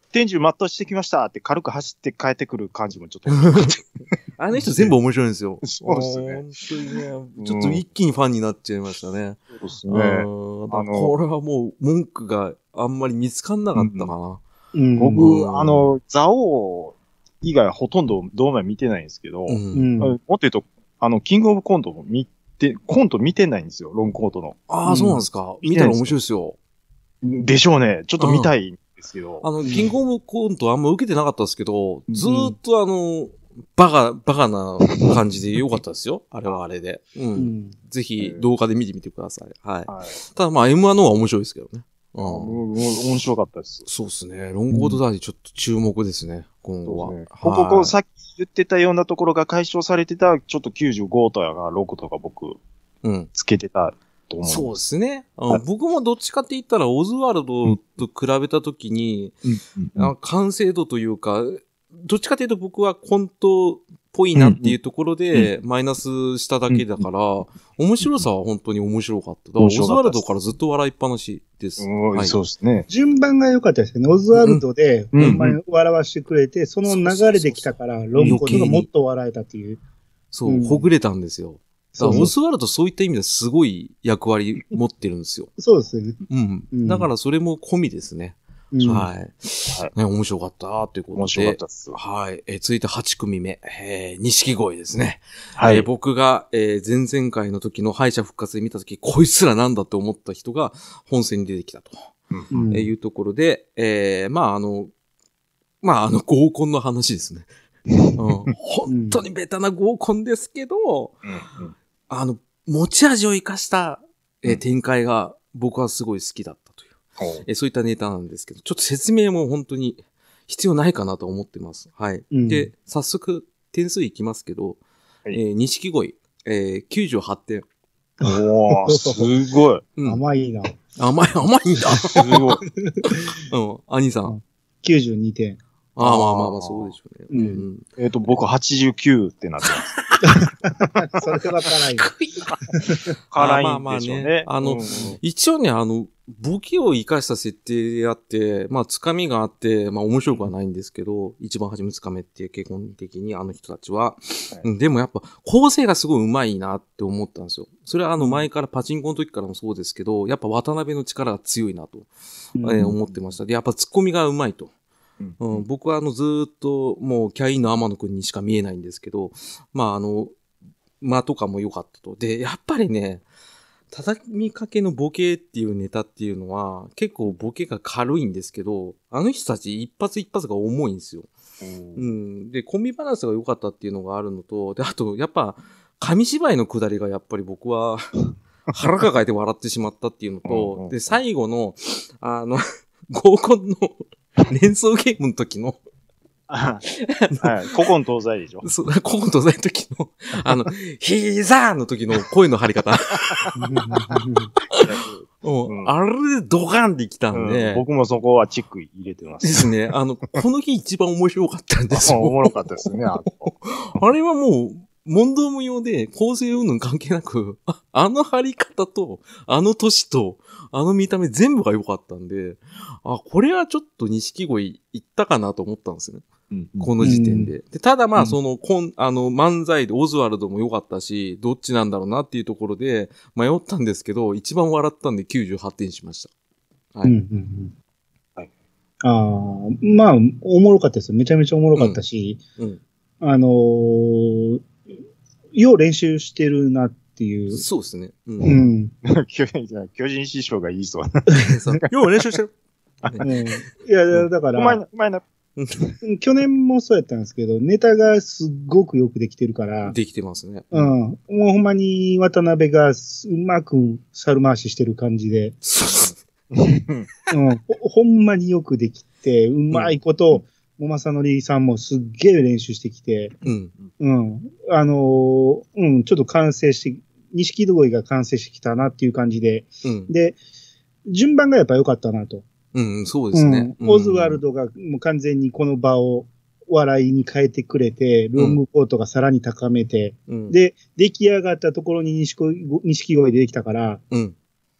天寿全うしてきましたって軽く走って帰ってくる感じもちょっと。 あの人全部面白いんですよ。 そうですね。 本当にね、ちょっと一気にファンになっちゃいましたね。 そうですね。 うん、あの、これはもう文句があんまり見つかんなかったかな。 うん、 僕、あの、ザオ以外はほとんどドームは見てないんですけど、 うん、 もっと言うと、あの、キングオブコントも見て、コント見てないんですよ、ロングコートの。 ああ、そうなんですか。見たら面白いですよ。 でしょうね。ちょっと見たいんですけど。 あの、キングオブコントあんま受けてなかったですけど、ずーっとあの、バカ、バカな感じで良かったですよ。あれはあれで。うん。うん、ぜひ動画で見てみてください。はい。はい、ただまあ エムワン の方が面白いですけどね。 うん。面白かったです。 そうですね。ロングコートダディちょっと注目ですね。今後は。 ね、ここ、こうさっき言ってたようなところが解消されてた、ちょっときゅうじゅうごとかろくとか僕、うん。つけてた。 そうですね、うん。僕もどっちかって言ったら、オズワルドと比べたときに、うん、完成度というか、どっちかっていうと僕はコントっぽいなっていうところで、マイナスしただけだから、面白さは本当に面白かった。だからオズワルドからずっと笑いっぱなしです。 はい、そうですね。 順番が良かったですよね。オズワルドで、ほんまに笑わしてくれて、その流れできたから、ロングコートがもっと笑えたっていう。 そう、ほぐれたんですよ。だからオズワルドそういった意味ではすごい役割持ってるんですよ。 そうですね。 うん。うん、だからそれも込みですね。うん、はい。はい、ね、面白かったということで。 面白かったです。 はい。えー、続いてはち組目。えー、錦鯉ですね。はい。えー、僕が、えー、前々回の時の敗者復活で見た時、こいつらなんだって思った人が本戦に出てきたと、うんえー、いうところで、えー、まああの、まああの合コンの話ですね。うん、本当にベタな合コンですけど、うんうん、あの、持ち味を生かした、えー、展開が僕はすごい好きだったという、うんえー、そういったネタなんですけど、ちょっと説明も本当に必要ないかなと思ってます。はい。うん、で、早速点数いきますけど、はい、えー、錦鯉、えー、きゅうじゅうはってん。 おー、すごい。 うん、甘いな。 甘い、甘いんだ。すごい。うん、兄さん。 きゅうじゅうにてん。 ああ、まあまあまあ、そうでしょうね。うんうん、 えっ、ー、と、僕はちじゅうきゅうってなってます。 それは辛い。 辛いんでしょうね。まあまあねあの、うん、一応ね、あの、ボケを生かした設定であって、まあ、つかみがあって、まあ、面白くはないんですけど、一番初めつかめっていう基本的にあの人たちは。はい、でもやっぱ、構成がすごい上手いなって思ったんですよ。それはあの、前からパチンコの時からもそうですけど、やっぱ渡辺の力が強いなと、うん、えー、思ってました。で、やっぱツッコミが上手いと。うん、僕はあのずーっともうキャインの天野くんにしか見えないんですけど、まああの、間とかも良かったと。で、やっぱりね、畳みかけのボケっていうネタっていうのは結構ボケが軽いんですけど、あの人たち一発一発が重いんですよ。うん、で、コンビバランスが良かったっていうのがあるのと、で、あとやっぱ紙芝居のくだりがやっぱり僕は腹抱えて笑ってしまったっていうのと、で、最後の、あの、合コンの連想ゲームの時のはい。古今東西でしょ。 そう、古今東西の時の、あの、ヒーザーの時の声の張り方。うん、あれでドカンってきたんで、 うん。僕もそこはチック入れてます。 ですね。あの、この日一番面白かったんですよ。 おもろかったですね。あ, あれはもう、問答無用で構成云々関係なく、あ, あの張り方と、あの年と、あの見た目全部が良かったんで、あ、これはちょっと錦鯉いったかなと思ったんですね。うんうん、この時点で。でただまあ、その、こん、あの、漫才でオズワルドも良かったし、どっちなんだろうなっていうところで迷ったんですけど、一番笑ったんできゅうじゅうはってんしました。はい。うんうんうんはい、ああ、まあ、おもろかったですよ。めちゃめちゃおもろかったし、うんうん、あのー、よう練習してるなっていう。 そうですね。 うん。うん、 巨人師匠がいいそう。 よう練習してる。 うん、いや、だから、 うまいな、うまいな。 去年もそうやったんですけど、ネタがすっごくよくできてるから。 できてますね。 うん。もうほんまに渡辺がうまく猿回ししてる感じで。うんほ。ほんまによくできて、うまいこと、もまさのりさんもすっげえ練習してきて、うん。うん。あのー、うん、ちょっと完成して、錦鯉が完成してきたなっていう感じで、うん、で、順番がやっぱ良かったなと。 うん、そうですね。 うん、オズワルドがもう完全にこの場を笑いに変えてくれて、ロングコートがさらに高めて、うん、で、出来上がったところに錦鯉出てきたから、うん、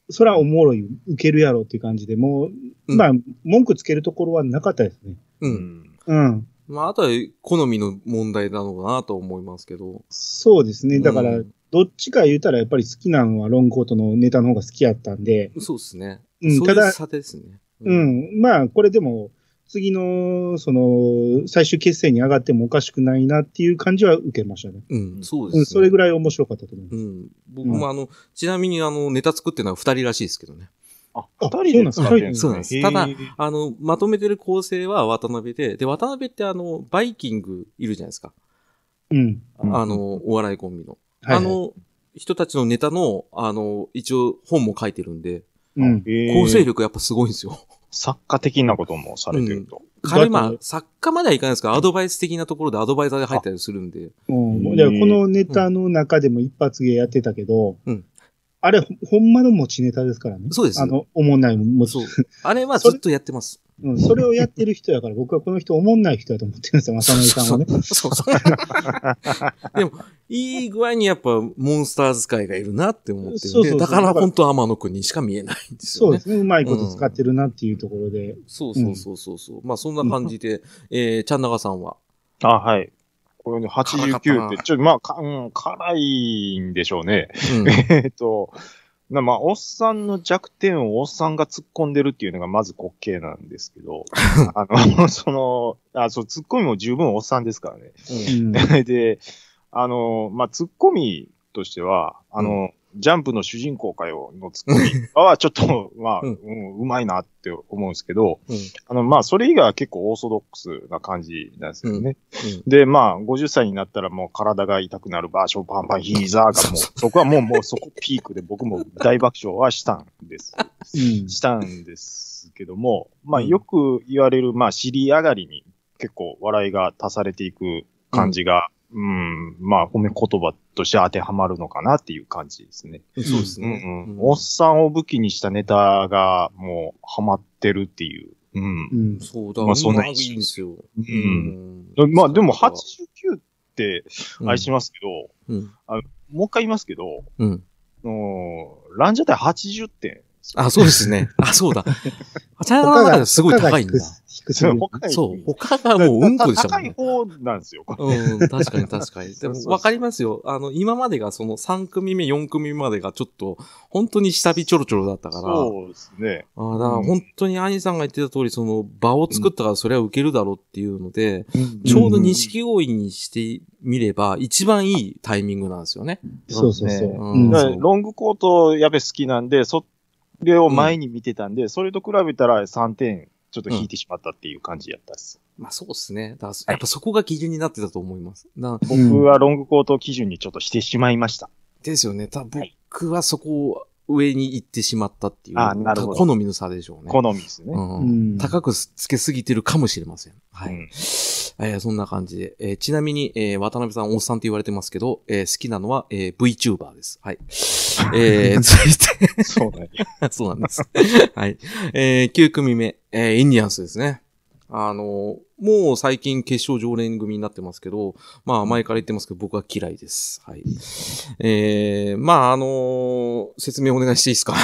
それはおもろい、受けるやろっていう感じで、もう、 うんまあ、文句つけるところはなかったですね。 う。 うんん。 うん。 まあ、あとは好みの問題なのかなと思いますけど。 そうですね。だから、 うんどっちか言うたらやっぱり好きなのはロングコートのネタの方が好きやったんで、 そうですね。 うんそういうただ差ですね。 う。ん。まあ、これでも、次の、その、最終決戦に上がってもおかしくないなっていう感じは受けましたね。 うん、そうですね。 うん、それぐらい面白かったと思います。 うん。僕もあの、ちなみにあの、ネタ作ってるのは二人らしいですけどね。 あ、 あ二人で使ってるんですね。 そうなんですへーただあの、まとめてる構成は渡辺で、で、渡辺ってあの、バイキングいるじゃないですか。 うん。 うんあの、お笑いコンビの。 はいはいあの、人たちのネタの、あの、一応本も書いてるんで、 うん。 へー構成力やっぱすごいんですよ。 作家的なこともされてると。 彼、まあだって、 作家まではいかないですけど、アドバイス的なところでアドバイザーで入ったりするんで。 うんへーでこのネタの中でも一発芸やってたけど、 うんあれほ、ほんまの持ちネタですからね。 そうですあの、おもんない持ちそう。あれはずっとやってます。 うん、それをやってる人やから、僕はこの人おもんない人やと思ってるんですよ、正則さんはね。 そうそう。でも、いい具合にやっぱモンスター使いがいるなって思ってるんで、 そうそうそうだから本当天野くんにしか見えないんですよね。 そうですね。うまいこと使ってるなっていうところで。 そうそうそうそうそう。まあそんな感じで、えー、ちゃんながさんは。 あ、はい。これね、はちじゅうきゅうって、ちょっとまあ、かうん、辛いんでしょうね。 うん。 えっと、なまあ、おっさんの弱点をおっさんが突っ込んでるっていうのがまず滑稽なんですけど、あの、その、あ、そう、突っ込みも十分おっさんですからね。 うん。 で、あの、まあ、突っ込みとしては、あの、ジャンプの主人公かよの突っ込みはちょっと、まあ、 ううんん、うまいなって思うんですけど、 うん。 あの、まあ、それ以外は結構オーソドックスな感じなんですよね。 うん。 で、まあ、ごじゅっさいになったらもう体が痛くなるバーションパンパンヒーザーがもう、そこはもう、もうそこピークで僕も大爆笑はしたんです。 うんしたんですけども、まあ、 うんよく言われる、まあ、尻上がりに結構笑いが足されていく感じが、うん、まあ、褒め言葉として当てはまるのかなっていう感じですね。 そうですね。 うんうんうんおっさんを武器にしたネタがもうハマってるっていう。うんう。ん。 そうだ、 まあそんなうまいんですよ。 うんうんまあ、でもはちじゅうきゅうって、あれしまますけど、 うん。 もう一回言いますけど、 うん。 のランジャタイはちじゅってん。 あ、そうですね。あ、そうだ。チャイナの中ですごい高いんだ。 低すぎる。 他がそう。他がもううんこでしたも高いんね。 方なんですよ。これうん、確かに確かに。でも、 そうそうそうわかりますよ。あの、今までがそのさん組目、よん組目までがちょっと、本当に下火ちょろちょろだったから。 そうですね。 ああ、だから本当に兄さんが言ってた通り、その場を作ったからそれは受けるだろうっていうので、ちょうど錦鯉にしてみれば一番いいタイミングなんですよね。 そうそうそう。 ねうんだからロングコートやべ好きなんで、それを前に見てたんで、それと比べたらさんてんちょっと引いてしまったっていう感じやったっす。 まあそうですね。だからやっぱそこが基準になってたと思います。だからうん僕はロングコート基準にちょっとしてしまいました。 ですよね。たはい僕はそこを上に行ってしまったっていう。 あなるほど好みの差でしょうね。 好みですね。 うんうん高くつけすぎてるかもしれません。はい。 うんえーそんな感じで。えーちなみに、えー渡辺さん、おっさんって言われてますけど、えー好きなのは、えー VTuber です。はい。えー、続いて、 そうね。 そうなんです。はい。えー、きゅう組目、えー、インディアンスですね。あの、もう最近決勝常連組になってますけど、まあ前から言ってますけど僕は嫌いです。はい。えー、まああの説明お願いしていいですか？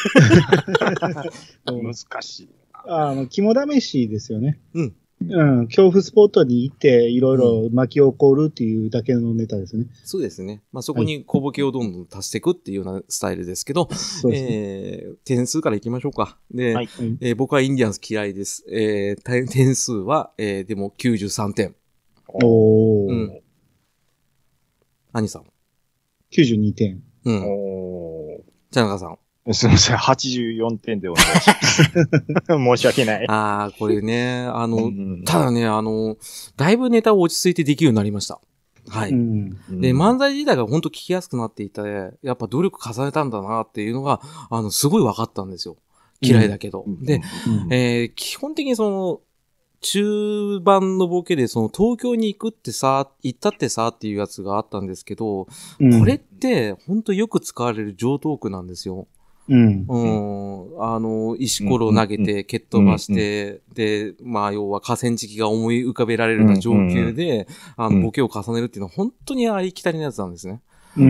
難しい。 あの、肝試しですよね。 うん。 うん。恐怖スポットに行って、いろいろ巻き起こるっていうだけのネタですね。 そうですね。まあそこに小ボケをどんどん足していくっていうようなスタイルですけど、 そうですね。 えー、点数からいきましょうか。で、 はいえー僕はインディアンス嫌いです。えー、点点数は、えー、でもきゅうじゅうさんてん。 おー、 うん兄さん。 きゅうじゅうにてん。 うん。 お田中さん。 ーすみません、はちじゅうよんてんでお願いします。申し訳ない。 ああ、これね、あの、 うんただね、あの、だいぶネタを落ち着いてできるようになりました。はい。 うん。 で、漫才自体が本当聞きやすくなっていて、やっぱ努力重ねたんだなっていうのが、あの、すごい分かったんですよ。嫌いだけど。 うんで、 うんえー基本的にその、中盤のボケで、その東京に行くってさ、行ったってさっていうやつがあったんですけど、 うんこれって本当よく使われる上トークなんですよ。 うん。 うん。あの、石ころを投げて、蹴っ飛ばして、で、まあ、要は河川敷が思い浮かべられるような状況で、あの、 うんボケを重ねるっていうのは本当にありきたりなやつなんですね。 うん。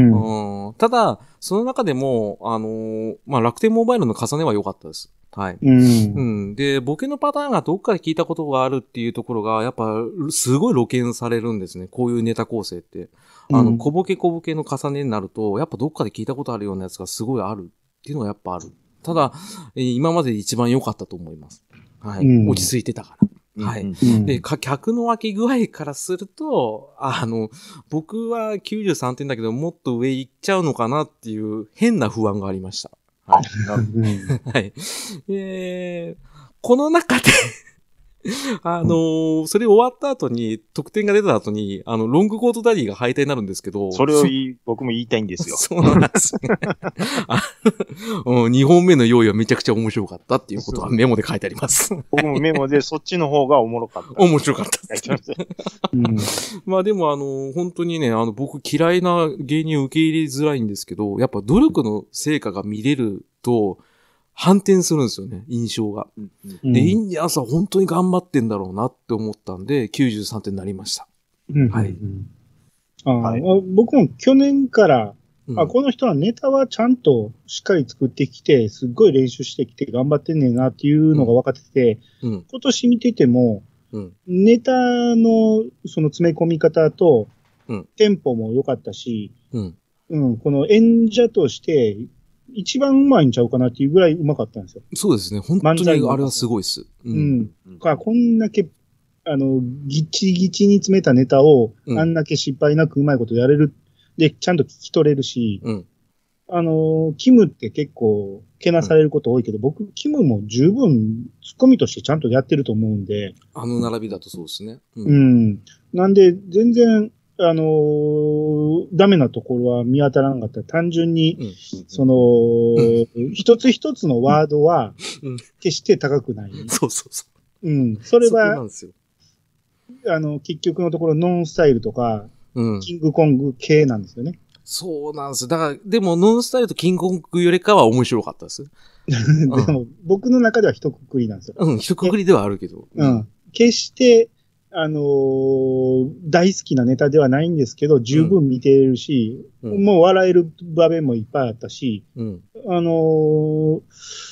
うん、ただ、その中でも、あのー、まあ、楽天モバイルの重ねは良かったです。はい。 うん。 うん。で、ボケのパターンがどっかで聞いたことがあるっていうところが、やっぱ、すごい露見されるんですね。こういうネタ構成って。あの、 うん、 小ボケ小ボケの重ねになると、やっぱどっかで聞いたことあるようなやつがすごいあるっていうのがやっぱある。ただ、えー今までで一番良かったと思います。はい。 うん、 落ち着いてたから。はい。 うんうん、 で、か、客の分け具合からすると、あの、僕はきゅうじゅうさんてんだけど、もっと上行っちゃうのかなっていう変な不安がありました。はい。 なるほど。 うん。 はい。えー、この中であのーそれ終わった後に、得点が出た後に、あの、ロングコートダディが敗退になるんですけど、 それを言い、僕も言いたいんですよ。 そうなんですね。あうん、にほんめの用意はめちゃくちゃ面白かったっていうことはメモで書いてあります。 僕もメモでそっちの方がおもろかった。 面白かった書いてました。 うんまあでもあの、本当にね、あの、僕嫌いな芸人を受け入れづらいんですけど、やっぱ努力の成果が見れると、反転するんですよね、印象が。 うんうんで、インディアンスは本当に頑張ってんだろうなって思ったんで、きゅうじゅうさんてんになりました。 うんはいうんあーはい僕も去年から、 うんあ、この人はネタはちゃんとしっかり作ってきて、すっごい練習してきて頑張ってんねんなっていうのが分かってて、 うん。 今年見てても、 うん。 ネタのその詰め込み方とうん、 テンポも良かったし、 うん。 うん、この演者として一番うまいんちゃうかなっていうぐらいうまかったんですよ。 そうですね。本当にあれはすごいです。う。 うんん。だからこんだけ、あの、ギチギチに詰めたネタを、 うんあんだけ失敗なくうまいことやれる。で、ちゃんと聞き取れるし、 うん。 あの、キムって結構、けなされること多いけど、僕、キムも十分、ツッコミとしてちゃんとやってると思うんで、 あの並びだとそうですね。うう。ん。なんで、全然、あのーダメなところは見当たらなかった。単純に、 うん。 その、一つ一つのワードはうん、 決して高くない。 そうそうそう。 うん。それそこなんは、 ですよ。 あの、結局のところ、ノンスタイルとか、 うん。 キングコング系なんですよね。 そうなんです。だから、でも、ノンスタイルとキングコングよりかは面白かったです。 でも、僕の中では一括りなんですよ。 うん、一括りではあるけど。 う。ん。決して、あのー大好きなネタではないんですけど、十分見てるし、 うんもう笑える場面もいっぱいあったし、 うん。 あのー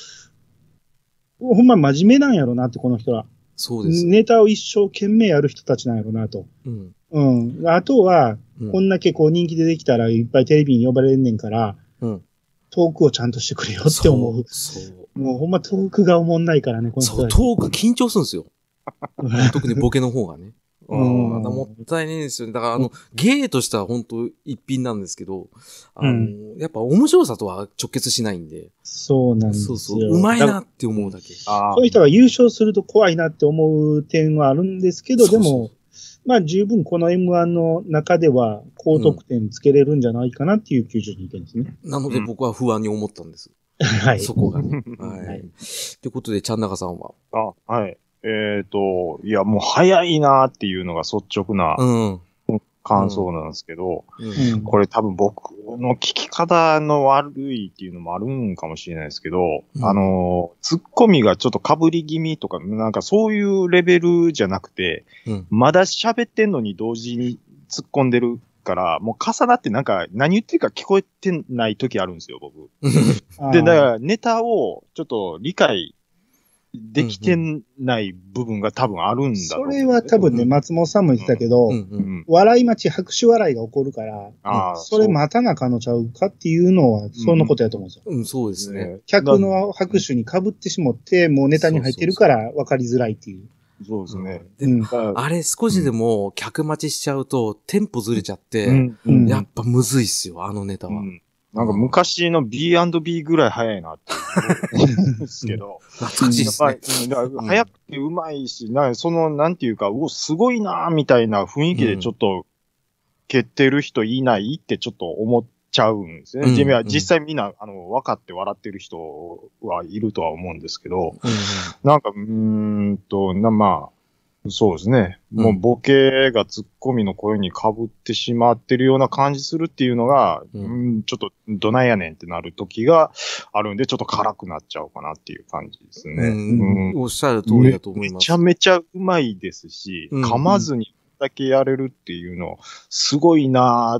ほんま真面目なんやろなって、この人は。 そうです。 ネタを一生懸命やる人たちなんやろなと。 うん。 うん。あとは、 うんこんだけこう人気出てきたらいっぱいテレビに呼ばれんねんから、 うん。 トークをちゃんとしてくれよって思う。 そう。そうもうほんまトークがおもんないからね、この人そう、 たち。 トーク緊張するんですよ。特にボケの方がね。 うんうん。だからもったいないんですよね。だからあの、芸としては本当一品なんですけど、あの、 うんやっぱ面白さとは直結しないんで。 そうなんですよ。 そうそう。うまいなって思うだけ。 あこの人が優勝すると怖いなって思う点はあるんですけど、 そうそうでも、まあ十分この エムワン の中では高得点つけれるんじゃないかなっていうきゅうじゅうにてんですね。 なので僕は不安に思ったんです。 はい。 そこがね。は。 はいいということで、ちゃんなかさんは。 あ、はい。えっ、と、いや、もう早いなっていうのが率直なうん。 感想なんですけど、 うんうんこれ多分僕の聞き方の悪いっていうのもあるんかもしれないですけど、 うんあの、ツッコミがちょっと被り気味とか、なんかそういうレベルじゃなくて、 うん。 まだ喋ってんのに同時に突っ込んでるから、もう重なってなんか何言ってるか聞こえてない時あるんですよ、僕。で、だからネタをちょっと理解できてない部分が多分あるんだそと思う。 れは多分ね、松本さんも言ってたけど、 うんう。 うんん。 笑い待ち、拍手笑いが起こるから、 ああ、 それ待たなかのちゃうかっていうのは、そんなことやと思うんですよ。 うん、そうでですね。 ね。 客の拍手に被ってしもって、もうネタに入ってるから分かりづらいっていう。 そうですね。 でうんだからあれ少しでも客待ちしちゃうと、テンポずれちゃって、 うんうんやっぱむずいっすよ、あのネタは。 うんなんか昔の ビーアンドビー ぐらい早いなって思うんですけど。 懐かしいっすやっね。 ぱりうんだから早くてうまいし、なんかその、なんていうか、うお、すごいなみたいな雰囲気でちょっと、蹴ってる人いないってちょっと思っちゃうんですよね。 うんジミは実際みんな、あの、分かって笑ってる人はいるとは思うんですけど、 うんなんか、うーんと、な、まあ、そうですね。もうボケがツッコミの声に被ってしまってるような感じするっていうのが、 ううんん、ちょっとどないやねんってなる時があるんで、ちょっと辛くなっちゃうかなっていう感じですね。 うんうんおっしゃる通りだと思いめます。 ちゃめちゃうまいですし、 うん噛まずにだけやれるっていうの、すごいなぁ。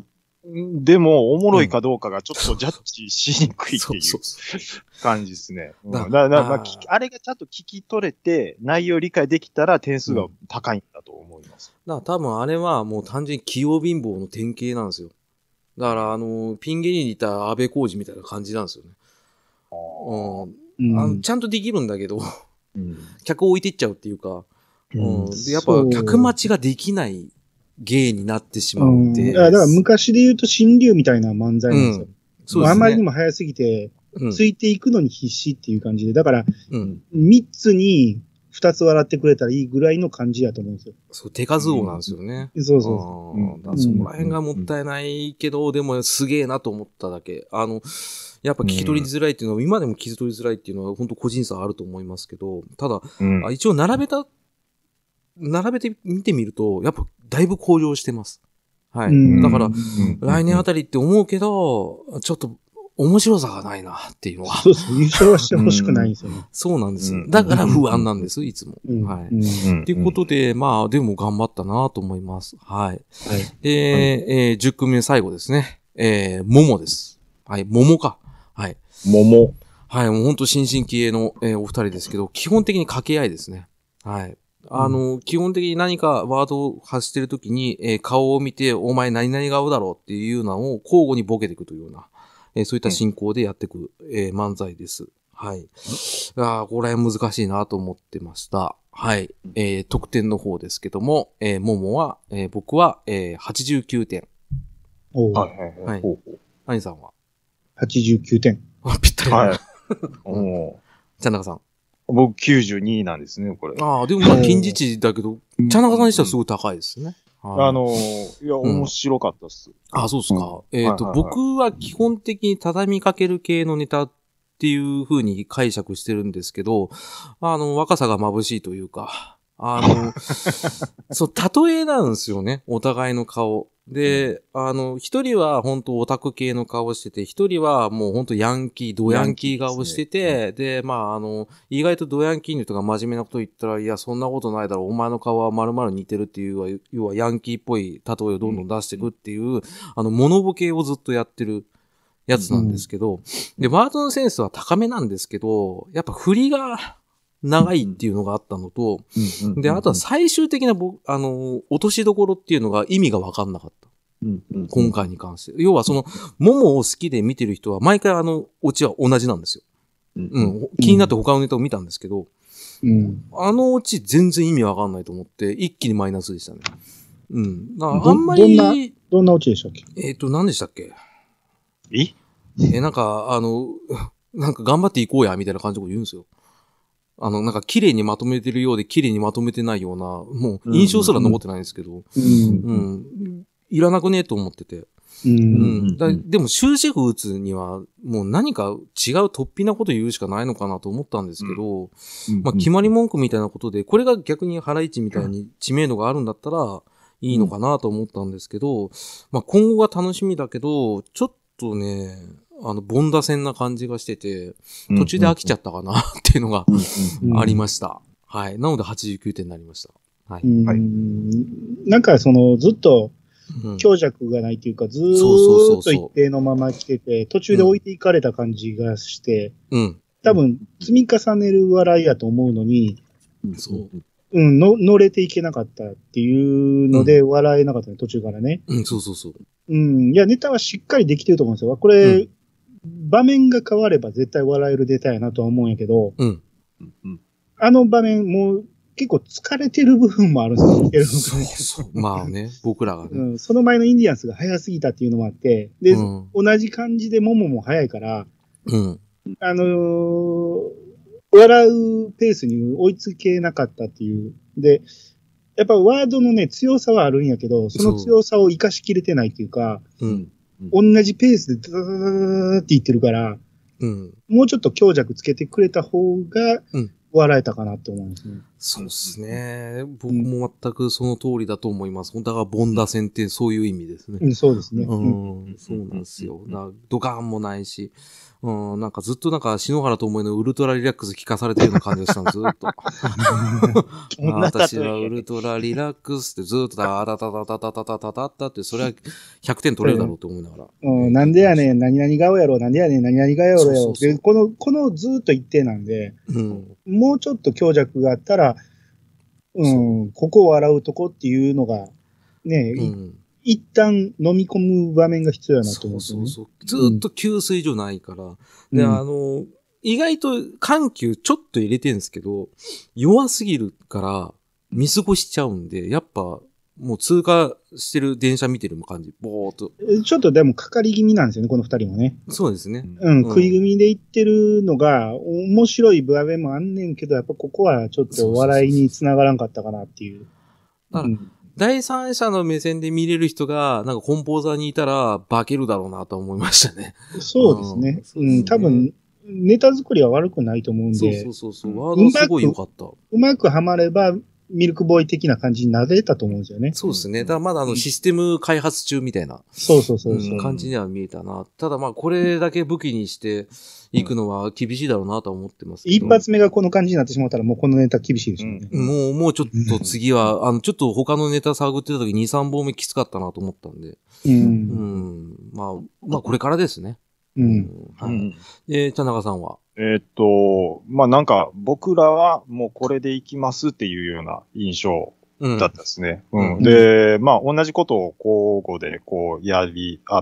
でも、おもろいかどうかがちょっとジャッジしにくいっていうそうそうそ感じですね。うんだだから、まああー聞きあれがちゃんと聞き取れて、内容理解できたら点数が高いんだと思います。 だから多分あれはもう単純に器用貧乏の典型なんですよ。だからあの、ピン芸人にいた安倍浩二みたいな感じなんですよね。うんうんあのちゃんとできるんだけど、 うん客を置いていっちゃうっていうか、 うんうんでやっぱそう客待ちができない芸になってしまううんで。 んだからだから昔で言うと新竜みたいな漫才なんですよ。 そうですね。 あまりにも早すぎて、 うんついていくのに必死っていう感じで、だからうん。 みっつにふたつ笑ってくれたらいいぐらいの感じだと思うんですよ。 そう、手数王なんですよね。 そうそうそう。 うんだからそこら辺がもったいないけど、でもすげえなと思っただけ。あの、やっぱ聞き取りづらいっていうのは、今でも聞き取りづらいっていうのは本当個人差あると思いますけど、ただ、 うんあ一応並べた、並べてみてみると、やっぱだいぶ向上してます。はい。 うんだから、 うん来年あたりって思うけど、ちょっと面白さがないなっていうのは。 そうそう、優勝はしてほしくないんですよね。 そうなんですうん。 だから不安なんです、いつも。 うんはい。 うんうんということで、まあ、でも頑張ったなと思います。はい。 はい。 で、えー、じゅっ組目最後ですね。えー、桃です。はい、桃か。はい。 桃。 はい、もうほんと新進気鋭の、えーお二人ですけど、基本的に掛け合いですね。はい。あの、基本的に何かワードを発してるときに、えー顔を見て、お前何々顔だろうっていうのを交互にボケていくというような、えーそういった進行でやっていく、えー漫才です。はい。ああ、これは難しいなと思ってました。はい。えー、得点の方ですけども、えー、ももは、えー僕は、えー、はちじゅうきゅうてん。 おうはいはいははいい。ほうほ兄さんははちじゅうきゅうてん。 あ、ぴったりだ。 うはい。おーちゃなかさん。 僕きゅうじゅうになんですね、これ。 ああ、でもまあ、近似値だけど、ちゃなかさんにしてはすごい高いですね。はいあのー、いや、 うん面白かったっす。 あ、そうですか。えっと、 はいはいはい僕は基本的に畳みかける系のネタっていう風に解釈してるんですけど、あの、若さが眩しいというか、あの、そう、例えなんですよね。お互いの顔。で、あの、一人は本当オタク系の顔してて、一人はもう本当ヤンキー、ドヤンキー顔してて、で,、まあ、あの、意外とドヤンキーの人が真面目なこと言ったら、いや、そんなことないだろう、お前の顔は丸々似てるっていう、要はヤンキーっぽい例えをどんどん出していくっていう、あの、モノボケをずっとやってるやつなんですけど、で、ワードのセンスは高めなんですけど、やっぱ振りが長いっていうのがあったのと、で、あとは最終的なぼ、あの、落としどころっていうのが意味がわかんなかった。今回に関して。要はその、モモを好きで見てる人は、毎回あの、オチは同じなんですよ。うん。気になって他のネタを見たんですけど、 うん。 あのオチ全然意味わかんないと思って、一気にマイナスでしたね。うん。だからどあんまどんなり、 どんなオチでしたっけ？ えっと、何でしたっけええ、なんか、あの、なんか頑張っていこうや、みたいな感じのこと言うんですよ。あの、なんか綺麗にまとめてるようで綺麗にまとめてないような、もう印象すら残ってないんですけど、 うん。 うん。いらなくねえと思ってて。 う。 うんん。だでも終止符打つには、もう何か違う突飛なこと言うしかないのかなと思ったんですけど、まあ決まり文句みたいなことで、これが逆にハライチみたいに知名度があるんだったらいいのかなと思ったんですけど、まあ今後が楽しみだけど、ちょっとね、あの、ボンダ戦な感じがしてて、途中で飽きちゃったかなっていうのがありました。はい。なのではちじゅうきゅうてんになりました。はい。 うんはいなんかその、ずっとうん強弱がないっていうか、ずそうそうそうそうーっと一定のまま来てて、途中で置いていかれた感じがして、 うん。 多分積み重ねる笑いやと思うのに、 そう。 うん、の乗れていけなかったっていうので笑えなかったね、途中からね。 うん、そうそうそう。 うん、いや、ネタはしっかりできてると思うんですよ。これ、 うん場面が変われば絶対笑えるネタやなとは思うんやけど、 うん。 あの場面もう結構疲れてる部分もあるんですよ。見てる部分そうそう。まあね、僕らがね。 うん、その前のインディアンスが早すぎたっていうのもあって、で、 うん。 同じ感じでモモも早いから、 うん。 あのー笑うペースに追いつけなかったっていう。で、やっぱワードのね、強さはあるんやけど、その強さを活かしきれてないっていうか、 うん。 同じペースでダダダダダって言ってるから、 うん。 もうちょっと強弱つけてくれた方がうん、 笑えたかなって思うんですね。 そうですね。僕も全くその通りだと思います。だから、ボンダ戦ってそういう意味ですね。 うん、そうですね。 うん、そうなんですよ。だドカーンもないし、うん、なんかずっとなんか篠原ともえのウルトラリラックス聞かされてるような感じがしたの、ずっと。私はウルトラリラックスってずっとタタタタタタタタタタタって、それはひゃくてん取れるだろうと思いながら。 うん、なんでやねん、何々顔やろ、なんでやねん、何々顔やろやろ。で、この、このずっと一定なんで、うん、もうちょっと強弱があったら、うん、ここを笑うとこっていうのが、ね、うん、一旦飲み込む場面が必要やなと思うんですよね。 そうそうそう。ずっと給水所ないから。うん、で、あの、意外と緩急ちょっと入れてるんですけど、弱すぎるから見過ごしちゃうんで、やっぱもう通過してる電車見てる感じ、ぼーっと。 ちょっとでもかかり気味なんですよね、この二人もね。 そうですね。 うん、食い組みで言ってるのが、面白い場面もあんねんけど、やっぱここはちょっと笑いにつながらんかったかなっていう。 だから、うん第三者の目線で見れる人が、なんかコンポーザーにいたら、化けるだろうなと思いましたね。 そうですね。うん、うん、多分、ネタ作りは悪くないと思うんで。 そうそうそう。ワードすごい良かった。 うまくはまれば、ミルクボーイ的な感じになれたと思うんですよね。 そうですね。だからまだあのシステム開発中みたいな。 そうそうそうそう、 うん、感じには見えたな。ただまあこれだけ武器にしていくのは厳しいだろうなとは思ってますけど。 一発目がこの感じになってしまったらもうこのネタ厳しいですよね。 うん、もう、もうちょっと次は、あの、ちょっと他のネタ探ってた時に、さんぼんめきつかったなと思ったんで。うん。うん。まあ、まあこれからですね。 うん。 はい。で、田中さんはえー、っと、まあなんか僕らはもうこれでいきますっていうような印象だったですね。うん。うん、で、まあ同じことを交互でこうやり合って、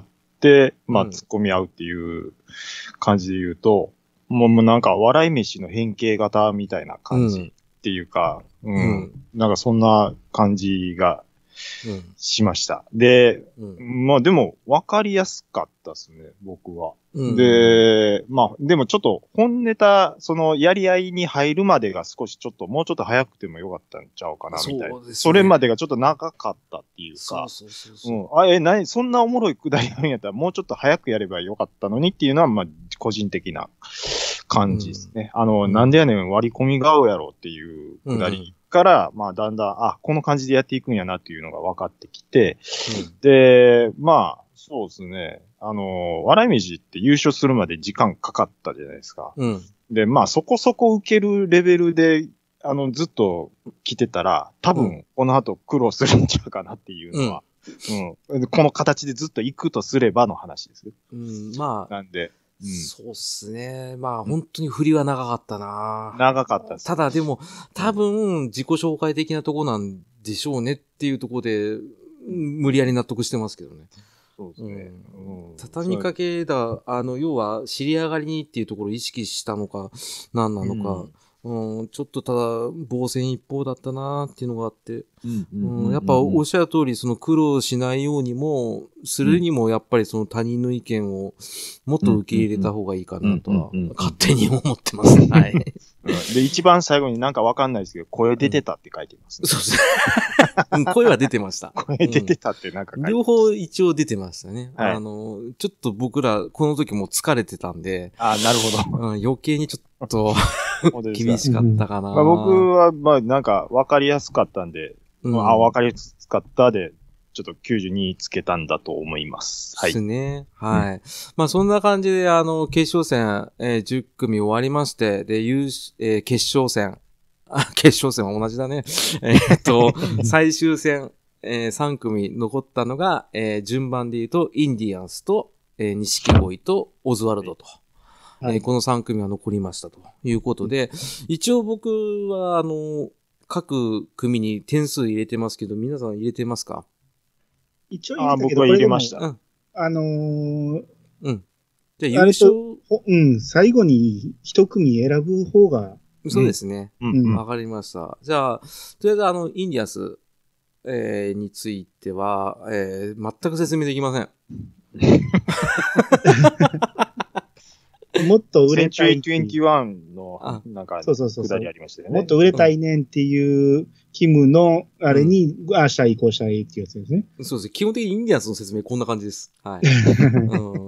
まあ突っ込み合うっていう感じで言うと、もうなんか笑い飯の変形型みたいな感じっていうか、うん。うん、なんかそんな感じがしました。うん、で、うん、まあでも分かりやすかったですね、僕は。うん、で、まあでもちょっと本ネタ、そのやり合いに入るまでが少しちょっともうちょっと早くてもよかったんちゃうかなみたいな。そ, ね、それまでがちょっと長かったっていうか。そうそうそうそう。うん。あ、え、なに、そんなおもろいくだりあるんやったらもうちょっと早くやればよかったのにっていうのは、まあ個人的な感じですね。うん、あの、うん、なんでやねん割り込み顔やろっていうくだりから、うん、まあだんだん、あ、この感じでやっていくんやなっていうのが分かってきて、うん、で、まあ、そうですね。あの、笑い飯って優勝するまで時間かかったじゃないですか。うん、で、まあそこそこ受けるレベルで、あの、ずっと来てたら、多分この後苦労するんちゃうかなっていうのは、うん、うん、この形でずっと行くとすればの話です。 うん、まあ。 なんで。 うん、そうっすね。まあ、本当に振りは長かったな。 長かったです。 ただでも、多分、自己紹介的なとこなんでしょうねっていうところで、無理やり納得してますけどね。 そうですね。 うん、畳みかけだ、あの、要は、尻上がりにっていうところを意識したのか、何なのか、うんうん、ちょっとただ、防戦一方だったなっていうのがあって、うん、やっぱおっしゃる通り、その苦労しないようにも、するにもやっぱりその他人の意見をもっと受け入れた方がいいかなとは、勝手に思ってます。はい。 で、一番最後になんかわかんないですけど、声出てたって書いてます、ね。 そうですね。声は出てました。 声出てたってなんか書いてます。 両方一応出てましたね。はい、あの、ちょっと僕ら、この時も疲れてたんで。 あ、なるほど。 うん、余計にちょっと厳しかったかな。 まあ、僕は、まあなんかわかりやすかったんで、うん、あ、わかりやすかったで、ちょっときゅうじゅうにつけたんだと思います。はい。 ですね。はい。うん、まあそんな感じで、あの、決勝戦、えー、じゅっくみ終わりまして、で、優、えー、決勝戦。あ、決勝戦は同じだね。えっと、最終戦、えー、さんくみ残ったのが、えー、順番で言うと、インディアンスと、えー、錦鯉とオズワルドと。はい、えー、このさんくみは残りましたということで、一応僕は、あの、各組に点数入れてますけど、皆さん入れてますか？ 一応入れたけど、 僕は入れました。うん、 あのー、 うん。じゃあ優勝、 うん、最後に一組選ぶ方が。 そうですね。 うん。 わかりました。じゃあ、とりあえずあの、インディアンス、えー、については、えー、全く説明できません。 もっと売れたい。 センチュリーにじゅういちの、なんか、 そうそうそう。 くだりありましたよね。 もっと売れたいねんっていう、キムの、あれに、うん、ああしたらいい、こうしたらいいっていうやつですね。 そうです。基本的にインディアンスの説明こんな感じです。はい。うん、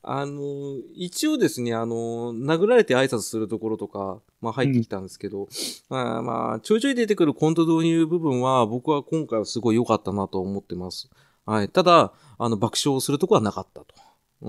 あの、一応ですね、あの、殴られて挨拶するところとか、まあ入ってきたんですけど、うん、まあまあ、ちょいちょい出てくるコント導入部分は、僕は今回はすごい良かったなと思ってます。はい。ただ、あの、爆笑するところはなかったと。うん、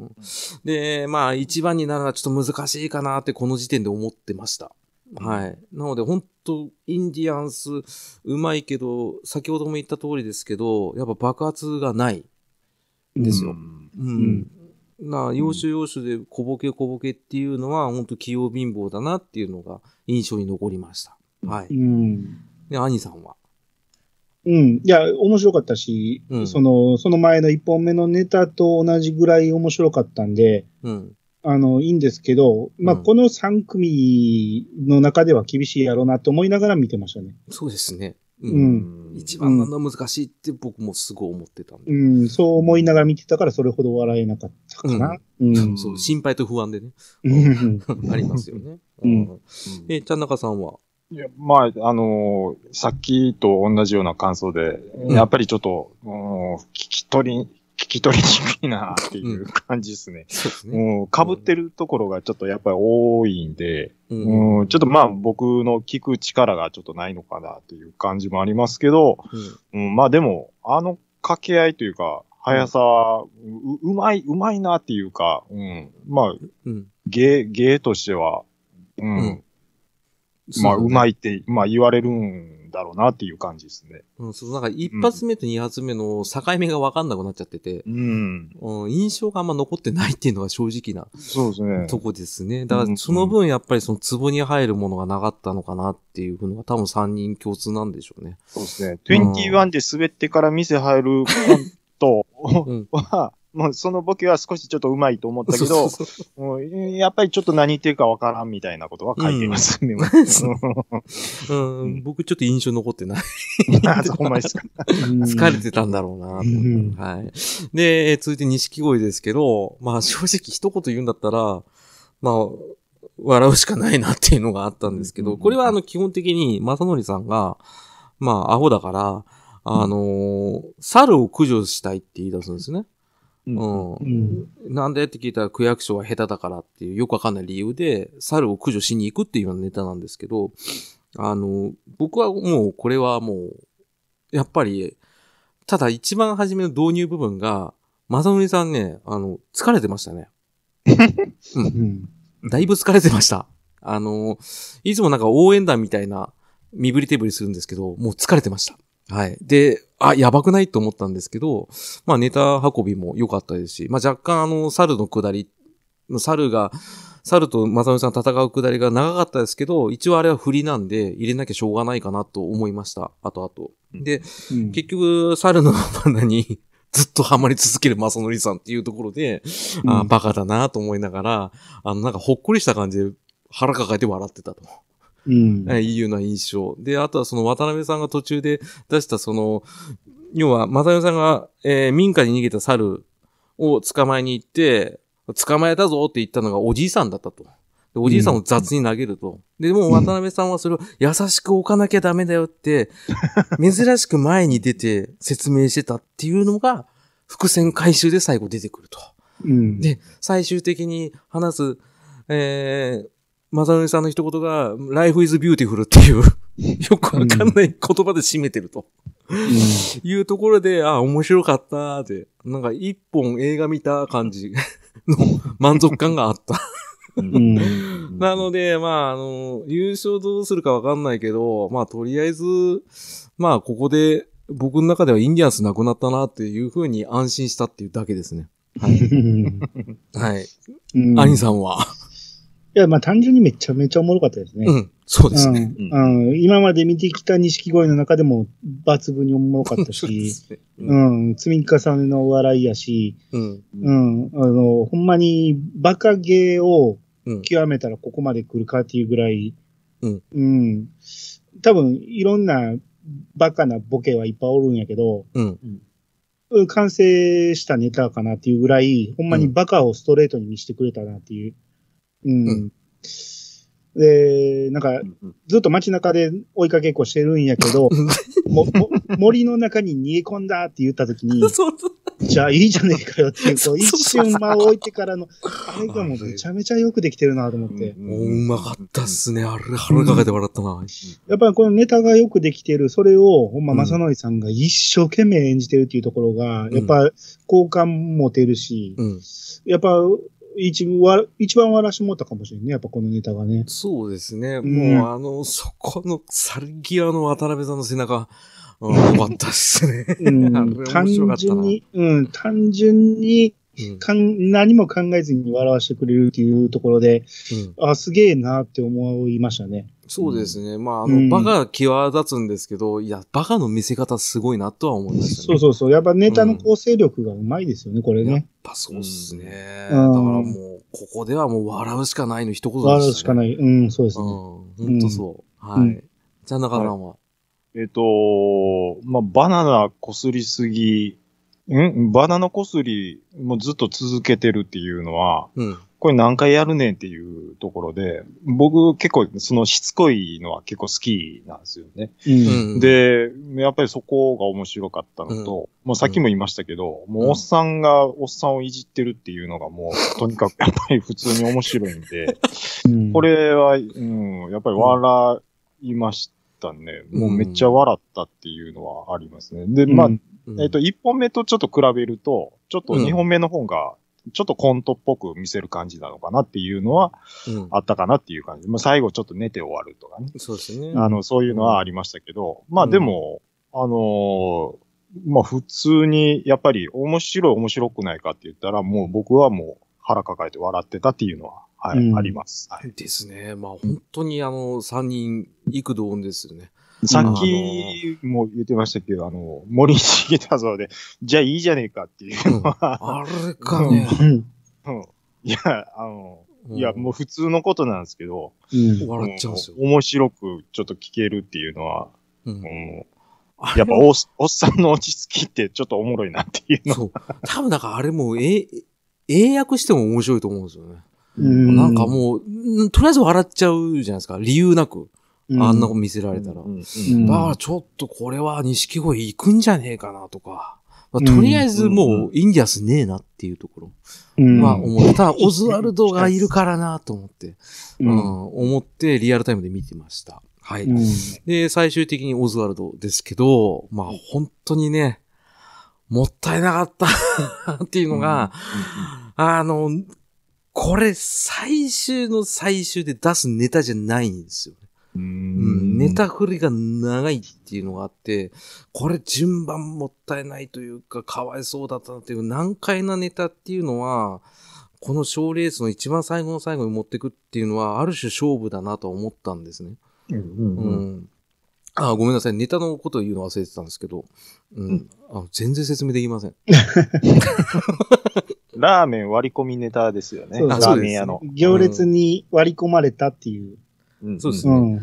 で、まあ、一番になるのはちょっと難しいかなってこの時点で思ってました。はい。なので、本当インディアンス、うまいけど、先ほども言った通りですけど、やっぱ爆発がないんですよ。うん。うんな要所要所で小ボケ小ボケっていうのは、本当器用貧乏だなっていうのが印象に残りました。はい。うん、で、兄さんはうん。いや、面白かったし、うん、その、その前の一本目のネタと同じぐらい面白かったんで、うん、あの、いいんですけど、まあ、うん、このさん組の中では厳しいやろうなと思いながら見てましたね。 そうですね。うん。うん、一番難しいって僕もすごい思ってたんで。 うん、そう思いながら見てたからそれほど笑えなかったかな。うん。うん、 そう、心配と不安でね。ありますよね。うん。え、ちゃんなかさんはいや、まあ、あのー、さっきと同じような感想で、うん、やっぱりちょっと、うん、聞き取り、聞き取りにくいなっていう感じですね。うん、そうですね。被ってるところがちょっとやっぱり多いんで、うんうん、ちょっとまあ僕の聞く力がちょっとないのかなっていう感じもありますけど、うんうん、まあでも、あの掛け合いというか、速さ、う、うまい、うまいなっていうか、うん、まあ、うん、芸、芸としては、うん、うんまあ、うまいって、まあ言われるんだろうなっていう感じですね。 うん、そう、なんか一発目と二発目の境目がわかんなくなっちゃってて、うん、うん、印象があんま残ってないっていうのが正直な、 そうですね。 とこですね。だからその分やっぱりその壺に入るものがなかったのかなっていうのが多分三人共通なんでしょうね。 そうですね。にじゅういちで滑ってから店入るコントは、もうそのボケは少しちょっと上手いと思ったけど、そうそうそうもうやっぱりちょっと何言ってるかわからんみたいなことは書いてますね。 うんうん、僕ちょっと印象残ってない。 あ、ほんまですか。 疲れてたんだろうな、はい。で、続いて錦鯉ですけど、まあ正直一言言うんだったら、まあ、笑うしかないなっていうのがあったんですけど、これはあの基本的に正則さんが、まあアホだから、あのー、猿を駆除したいって言い出すんですね。うんうん、なんでって聞いたら区役所は下手だからっていうよくわかんない理由で猿を駆除しに行くっていうようなネタなんですけど、あの、僕はもうこれはもう、やっぱり、ただ一番初めの導入部分が、正則さんね、あの、疲れてましたね。うん。だいぶ疲れてました。あの、いつもなんか応援団みたいな身振り手振りするんですけど、もう疲れてました。はい。で、あ、やばくないと思ったんですけど、まあネタ運びも良かったですし、まあ若干あの、猿の下り、猿が、猿と正則さん戦う下りが長かったですけど、一応あれは振りなんで入れなきゃしょうがないかなと思いました。あとあと。で、うん、結局、猿の罠にずっとハマり続ける正則さんっていうところで、うん、あバカだなと思いながら、あのなんかほっこりした感じで腹抱えて笑ってたと。うん、いいような印象。で、あとはその渡辺さんが途中で出したその、要は、正則さんが、えー、民家に逃げた猿を捕まえに行って、捕まえたぞって言ったのがおじいさんだったと。でおじいさんを雑に投げると。で、もう渡辺さんはそれを優しく置かなきゃダメだよって、珍しく前に出て説明してたっていうのが、伏線回収で最後出てくると。うん、で、最終的に話す、えー、正則さんの一言が、Life is beautiful っていう、よくわかんない言葉で締めてると。うん、いうところで、あ、面白かったって、なんか一本映画見た感じの満足感があった。うん、なので、まあ、あの、優勝どうするかわかんないけど、まあ、とりあえず、まあ、ここで、僕の中ではインディアンスなくなったなっていうふうに安心したっていうだけですね。はい。はい。アニさんは。 いや、まあ単純にめちゃめちゃおもろかったですね。 うん。そうですね。 うん。うん、今まで見てきた錦鯉の中でも抜群におもろかったし、ね、うん、うん。積み重ねの笑いやし、うん。うん。あの、ほんまにバカ芸を極めたらここまで来るかっていうぐらい、うん。うん。多分、いろんなバカなボケはいっぱいおるんやけど、うん。完成したネタかなっていうぐらい、ほんまにバカをストレートに見せてくれたなっていう。うん。うん、 で、なんか、ずっと街中で追いかけっこしてるんやけど、もも森の中に逃げ込んだって言った時に、 そうそうじゃあいいじゃねえかよっていう、こう一瞬間を置いてからの、あれがもうめちゃめちゃよくできてるなと思って。 もううまかったっすね。あれ、腹かけて笑ったな。 やっぱりこのネタがよくできてる、それを、ほんま、正則さんが一生懸命演じてるっていうところが、やっぱ、好感持てるし、うん、やっぱ、一番、一番笑してもったかもしれんね。やっぱこのネタがね。 そうですね。うん、もうあの、そこの、去り際の渡辺さんの背中、うん、よかったっすね。うん、 単純に、うん、単純に、かん、何も考えずに笑わせてくれるっていうところで、うん、あ、すげえなって思いましたね。 そうですね。まあ、あの、うん、バカが際立つんですけど、いや、バカの見せ方すごいなとは思いましたね。 そうそうそう。やっぱネタの構成力がうまいですよね、うん、これね。やっぱそうっすね。うん、だからもう、ここではもう笑うしかないの一言でしたね。 笑うしかない。うん、そうですね。うん、 ほんとそう。はい。じゃあ中田さんは、はい、 えっ、ー、と、まあ、バナナこすりすぎ、んバナナこすりもずっと続けてるっていうのは、うん、これ何回やるねんっていうところで、僕結構そのしつこいのは結構好きなんですよね。うん、で、やっぱりそこが面白かったのと、うん、もうさっきも言いましたけど、うん、もうおっさんがおっさんをいじってるっていうのがもうとにかくやっぱり普通に面白いんで、うん、これは、うん、やっぱり笑いましたね。もうめっちゃ笑ったっていうのはありますね。で、まあ、うんえっと、一本目とちょっと比べると、ちょっと二本目の方が、ちょっとコントっぽく見せる感じなのかなっていうのは、あったかなっていう感じ。まあ、最後ちょっと寝て終わるとかね。 そうですね。 あの、そういうのはありましたけど、まあでも、あのー、まあ普通に、やっぱり面白い面白くないかって言ったら、もう僕はもう腹抱えて笑ってたっていうのは、はい、うん、あります。はい。 ですね。まあ本当にあの、三人、幾度音ですよね。 さっきも言ってましたけど、あの、森重太蔵で、じゃあいいじゃねえかっていうのは、 うん、あれかね、 うん。いや、あの、うん、いや、もう普通のことなんですけど、 うん、笑っちゃうんですよ。 面白くちょっと聞けるっていうのは、うんうん、やっぱお、おっさんの落ち着きってちょっとおもろいなっていうの。 そう。多分なんかあれも、え、英訳しても面白いと思うんですよね。うん、なんかもう、とりあえず笑っちゃうじゃないですか。理由なく。あんな子見せられたら。うんうん、だからちょっとこれは錦鯉行くんじゃねえかなとか。まあ、とりあえずもうインディアスねえなっていうところ。うん、まあ思った。オズワルドがいるからなと思って、うん、思ってリアルタイムで見てました。はい。うん、で、最終的にオズワルドですけど、まあ本当にね、もったいなかったっていうのが、うんうん、あの、これ最終の最終で出すネタじゃないんですよ。うん、ネタ振りが長いっていうのがあって、これ順番もったいないというか、かわいそうだったなっていう難解なネタっていうのは、この賞レースの一番最後の最後に持ってくっていうのは、ある種勝負だなと思ったんですね。うんうんうんうん、あ、ごめんなさい。ネタのことを言うの忘れてたんですけど、うん、あ全然説明できません。 ラーメン割り込みネタですよね。そうそうラーメン屋の。 行列に割り込まれたっていう。 うん、そうですね、うんうん。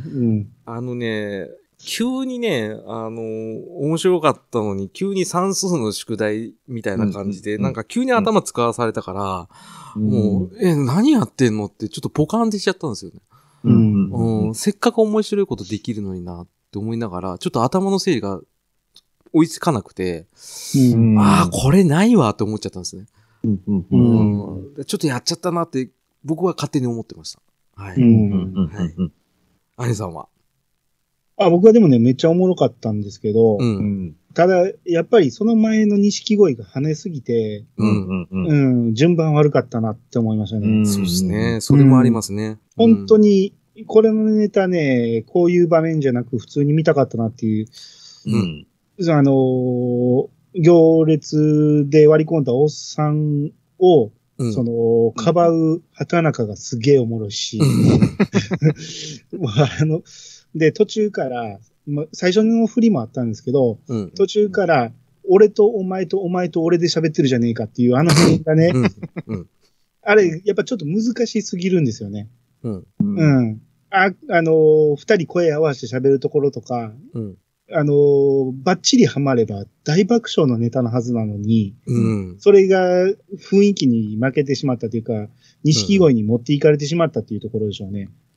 あのね、急にね、あの、面白かったのに、急に算数の宿題みたいな感じで、うん、なんか急に頭使わされたから、うん、もう、え、何やってんのってちょっとポカンってしちゃったんですよね。うんうん、せっかく面白いことできるのになって思いながら、ちょっと頭の整理が追いつかなくて、うん、ああ、これないわって思っちゃったんですね。うんうんうん、ちょっとやっちゃったなって僕は勝手に思ってました。はい。うんはい。アニさんはあ、僕はでもね、めっちゃおもろかったんですけど、うん、ただ、やっぱりその前の錦鯉が跳ねすぎて、うんうんうんうん、順番悪かったなって思いましたね。 うん、そうですね。それもありますね。 うん、本当に、これのネタね、こういう場面じゃなく普通に見たかったなっていう、うん、あのー、行列で割り込んだおっさんを、うん、その、かばう畑中がすげえおもろいし、あの、で、途中から、ま、最初の振りもあったんですけど、うん、途中から、俺とお前とお前と俺で喋ってるじゃねえかっていうあの辺がね、うんうん、あれ、やっぱちょっと難しすぎるんですよね。うん。うん。あ、あのー、二人声合わせて喋るところとか、うん、あのー、バッチリハマれば大爆笑のネタのはずなのに、うん、それが雰囲気に負けてしまったというか、錦鯉に持っていかれてしまったっていうところでしょうね。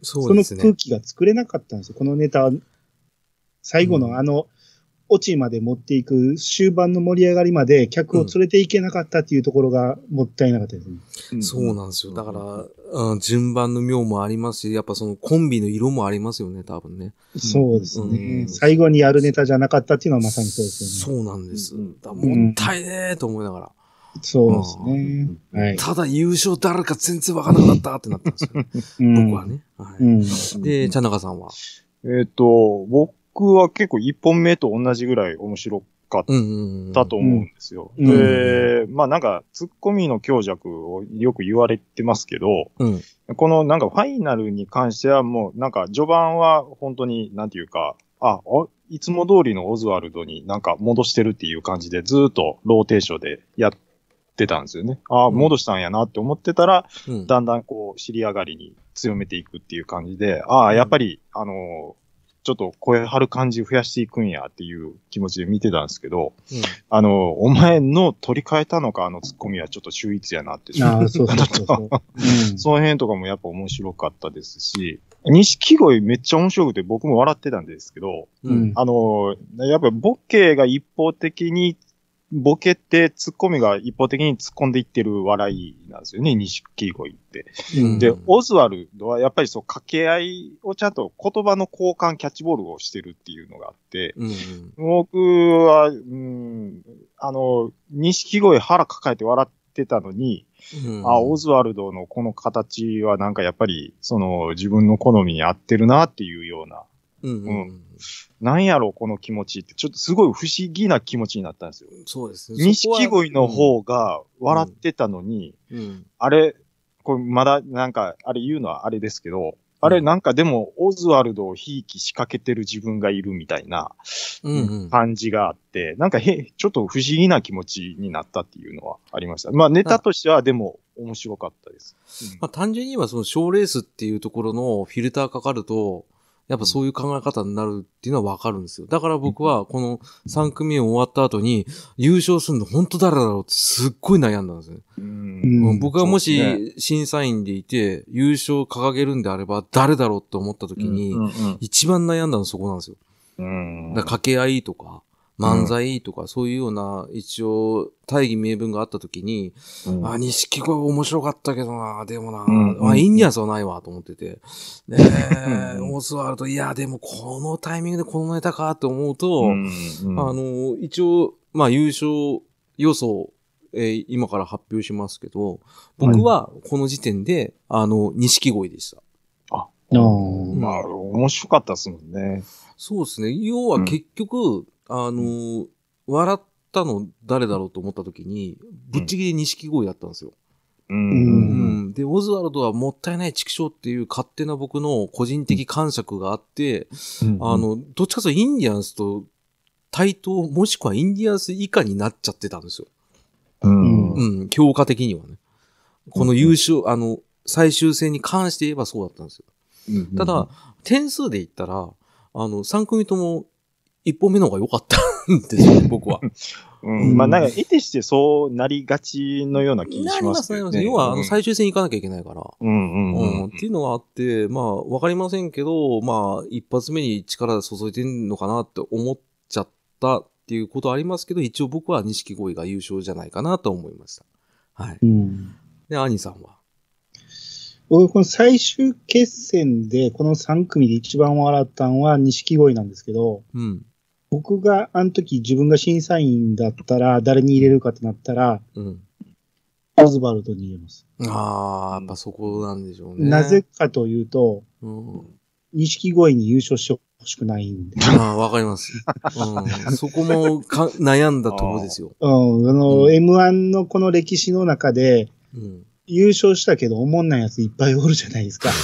そうですね。 その空気が作れなかったんですよ。このネタ、最後のあの、オチまで持っていく終盤の盛り上がりまで客を連れていけなかったっていうところがもったいなかったですね。 うん、そうなんですよ。だから、うん、順番の妙もありますし、やっぱそのコンビの色もありますよね、多分ね。 そうですね。うん、最後にやるネタじゃなかったっていうのはまさにそうですよね。そうなんです。だもったいねーと思いながら。 そうですね。 はい、ただ優勝誰か全然わからなかったってなったんですよ、ね。僕はね。はいうん、で、茶中さんはえっと、僕は結構一本目と同じぐらい面白かったと思うんですよ。うんうんうん、で、まあなんか、ツッコミの強弱をよく言われてますけど、うん、このなんかファイナルに関してはもうなんか序盤は本当になんていうか、あ、いつも通りのオズワルドになんか戻してるっていう感じでずっとローテーションでやってたんですよね。ああ、戻したんやなって思ってたら、うん、だんだんこう尻上がりに強めていくっていう感じで、ああ、やっぱり、あのー、ちょっと声張る感じ増やしていくんやっていう気持ちで見てたんですけど、うん、あの、お前の取り替えたのかあのツッコミはちょっと秀逸やなって。 ああ、そうそうそうそう。 うん、その辺とかもやっぱ面白かったですし、錦鯉めっちゃ面白くて僕も笑ってたんですけど、うん、あの、やっぱボケが一方的にボケってツッコミが一方的に突っ込んでいってる笑いなんですよね、錦鯉って。うん、で、オズワルドはやっぱりそう掛け合いをちゃんと言葉の交換キャッチボールをしてるっていうのがあって、うん、僕は、うん、あの、錦鯉腹抱えて笑ってたのに、うん、あ、オズワルドのこの形はなんかやっぱりその自分の好みに合ってるなっていうような、うんうんうん、なんやろこの気持ちってちょっとすごい不思議な気持ちになったんですよ。 そうですね。 錦鯉の方が笑ってたのに、うんうん、あれ、これまだなんかあれ言うのはあれですけど、あれなんかでもオズワルドをひいき仕掛けてる自分がいるみたいな感じがあって、うんうん、なんかへ、ちょっと不思議な気持ちになったっていうのはありました。まあネタとしてはでも面白かったです。 うん、まあ単純にはその賞レースっていうところのフィルターかかると、やっぱそういう考え方になるっていうのはわかるんですよ。だから僕はこのさん組終わった後に優勝するの本当誰だろうってすっごい悩んだんですね。うん僕がもし審査員でいて優勝掲げるんであれば誰だろうって思った時に一番悩んだのそこなんですよ。うんだから掛け合いとか漫才とかそういうような一応大義名分があった時に、うん、あ、錦鯉面白かったけどな、でもな、うん、あ、インディアンスはないわと思ってて、で、オズワルド、いや、でもこのタイミングでこのネタかって思うと、うんうん、あの、一応、まあ優勝予想、えー、今から発表しますけど、僕はこの時点で、あの、錦鯉でした。 あ、うん、まあ、面白かったですもんね。 そうですね。要は結局、うんあのー、うん、笑ったの誰だろうと思った時に、ぶっちぎり錦鯉だったんですよ。うん。うん、で、オズワルドはもったいない畜生っていう勝手な僕の個人的感触があって、うん、あの、どっちかというとインディアンスと対等、もしくはインディアンス以下になっちゃってたんですよ。うん。うん、評価的にはね。この優勝、うん、あの、最終戦に関して言えばそうだったんですよ。うん、ただ、点数で言ったら、あの、さん組とも、一本目の方が良かったんですよね、僕は。 うん、うん、まあなんか、得てしてそうなりがちのような気がしますね。なります、 ね。要は、あの、最終戦行かなきゃいけないから。うんうんうん、うん。っていうのがあって、まあ、わかりませんけど、まあ、一発目に力注いでんのかなって思っちゃったっていうことはありますけど、一応僕は錦鯉が優勝じゃないかなと思いました。はい。うん、で、兄さんは僕、この最終決戦で、このさん組で一番笑ったのは錦鯉なんですけど、うん。僕があの時自分が審査員だったら誰に入れるかってなったら、うん、オズワルドに入れます。 ああ、やっぱそこなんでしょうね。 なぜかというと、錦鯉、うん、に優勝してほしくないんで。 ああ、わかります。うん、そこもか悩んだところですよ。 うん、あの、うん、エムワン のこの歴史の中で、うん、優勝したけどおもんないやついっぱいおるじゃないですか。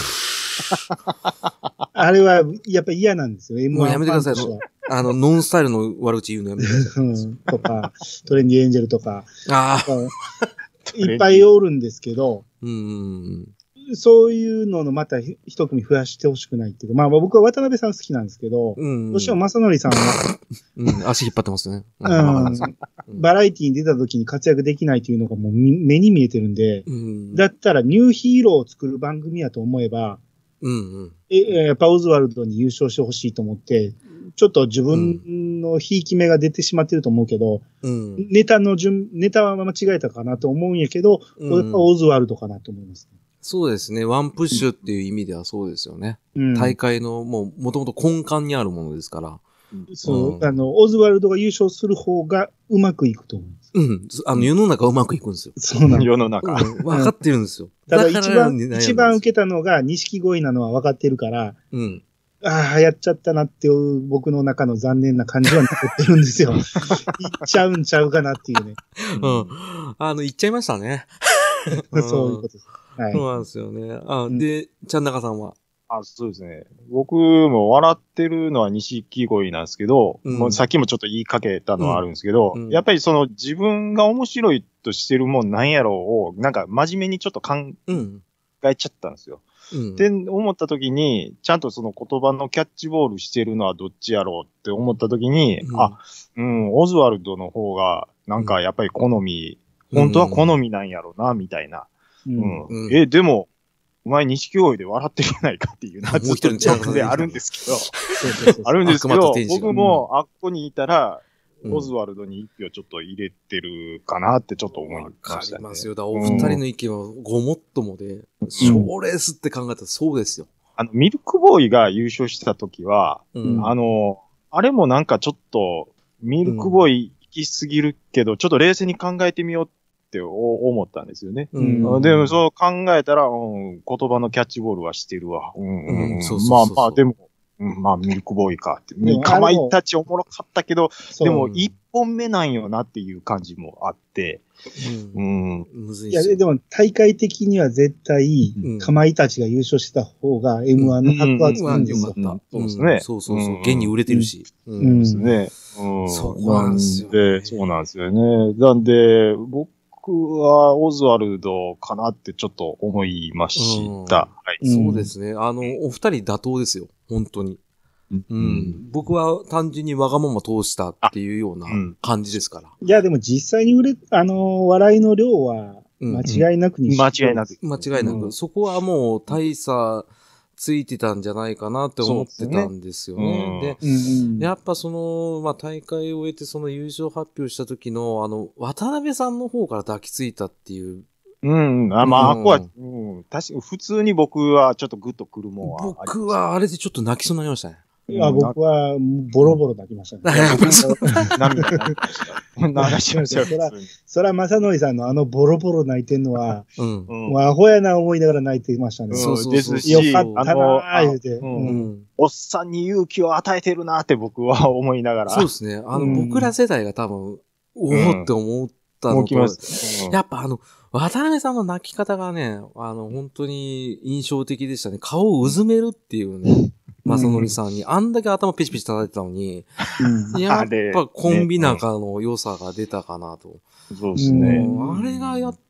あれはやっぱ嫌なんですよ。エムワンもうやめてください。あの、ノンスタイルの悪口言うのやめてください。うん、 とか、トレンディエンジェルとか。ああ。いっぱいおるんですけど、うん、そういうののまた一組増やしてほしくないっていうか、まあ僕は渡辺さん好きなんですけど、うん、どうしても正則さんは、 うん、足引っ張ってますね。 うん、バラエティに出た時に活躍できないというのがもう目に見えてるんで、うん、だったらニューヒーローを作る番組やと思えば、 うんうん。 え、やっぱオズワルドに優勝してほしいと思って、ちょっと自分のひいき目が出てしまってると思うけど、うん、ネタの順、ネタは間違えたかなと思うんやけど、うん、やっぱオズワルドかなと思います、ね。 そうですね。ワンプッシュっていう意味ではそうですよね。うん、大会のもう、もともと根幹にあるものですから。 そう、うん、あの、オズワルドが優勝する方がうまくいくと思うんです。 うん。あの、世の中うまくいくんですよ。 そうなん世の中。 うん、分かってるんですよ。 ただ一番、一番受けたのが錦鯉なのは分かってるから、うん。ああ、やっちゃったなっていう僕の中の残念な感じは残ってるんですよ。いっちゃうんちゃうかなっていうね。 うん。あの、言っちゃいましたね。 そういうことです。 はい。そうなんですよね。あ、で、ちゃんなかさんはあ、そうですね。僕も笑ってるのは錦鯉なんですけど、うん、もうさっきもちょっと言いかけたのはあるんですけど、うんうん、やっぱりその自分が面白いとしてるもんなんやろうを、なんか真面目にちょっと考えちゃったんですよ。うん、って思った時に、ちゃんとその言葉のキャッチボールしてるのはどっちやろうって思った時に、うん、あ、うん、オズワルドの方が、なんかやっぱり好み、うん、本当は好みなんやろうな、みたいな。うんうん、え、でも、お前、錦鯉で笑ってるじゃないかっていうのは、ずっとジョークであるんですけど、あるんですけど、僕もあっこにいたら、オズワルドに一票ちょっと入れてるかなってちょっと思いましたね。わかりますよ。だお二人の意見はごもっともで、賞、うん、レースって考えたらそうですよ。 あの、ミルクボーイが優勝した時は、うん、あの、あれもなんかちょっと、ミルクボーイ行き過ぎるけど、うん、ちょっと冷静に考えてみようって思ったんですよね。うん、でもそう考えたら、うん、言葉のキャッチボールはしてるわ。うんうんうん、まあまあでも、うん、まあミルクボーイかって。かまいたちおもろかったけど、でも一本目なんよなっていう感じもあって、 うん。むずい。いや、でも大会的には絶対、かまいたちが優勝した方が エムワン の箔はつくんですよ。 そうですね。 そうそうそう。現に売れてるし。 そうですね。 そうなんですよ。 そうなんですよね。なんで、僕、僕はオズワルドかなってちょっと思いました。はい、 そうですね。あの、お二人妥当ですよ。本当に。うん、うん、僕は単純にわがまま通したっていうような感じですから。 いや、でも実際に売れ、あの、笑いの量は間違いなくに、 うん、間違いなく。 間違いなく。うん、そこはもう大差ついてたんじゃないかなって思ってたんですよね。で、うん、やっぱその、まあ、大会を終えてその優勝発表した時の、あの、渡辺さんの方から抱きついたっていう。 うん、あ、まあ、あこは、うん、確かに普通に僕はちょっとグッとくるもんはありました。 僕はあれでちょっと泣きそうになりましたね。 いや、僕は、ボロボロ泣きましたね。 涙泣きました。こんな話をしそら、そら、正則さんのあのボロボロ泣いてんのは、うん。もうアホやな思いながら泣いてましたね。 そうそうですし、 よかったなー言うて、うん。おっさんに勇気を与えてるなって僕は思いながら。 そうですね。あの、僕ら世代が多分、おーって思ったのと、やっぱあの、渡辺さんの泣き方がね、あの、本当に印象的でしたね。顔をうずめるっていうね。正則さんに、あんだけ頭ペチペチ叩いてたのに、うん、やっぱコンビ仲の良さが出たかなと。 そうですね。 あれがやって、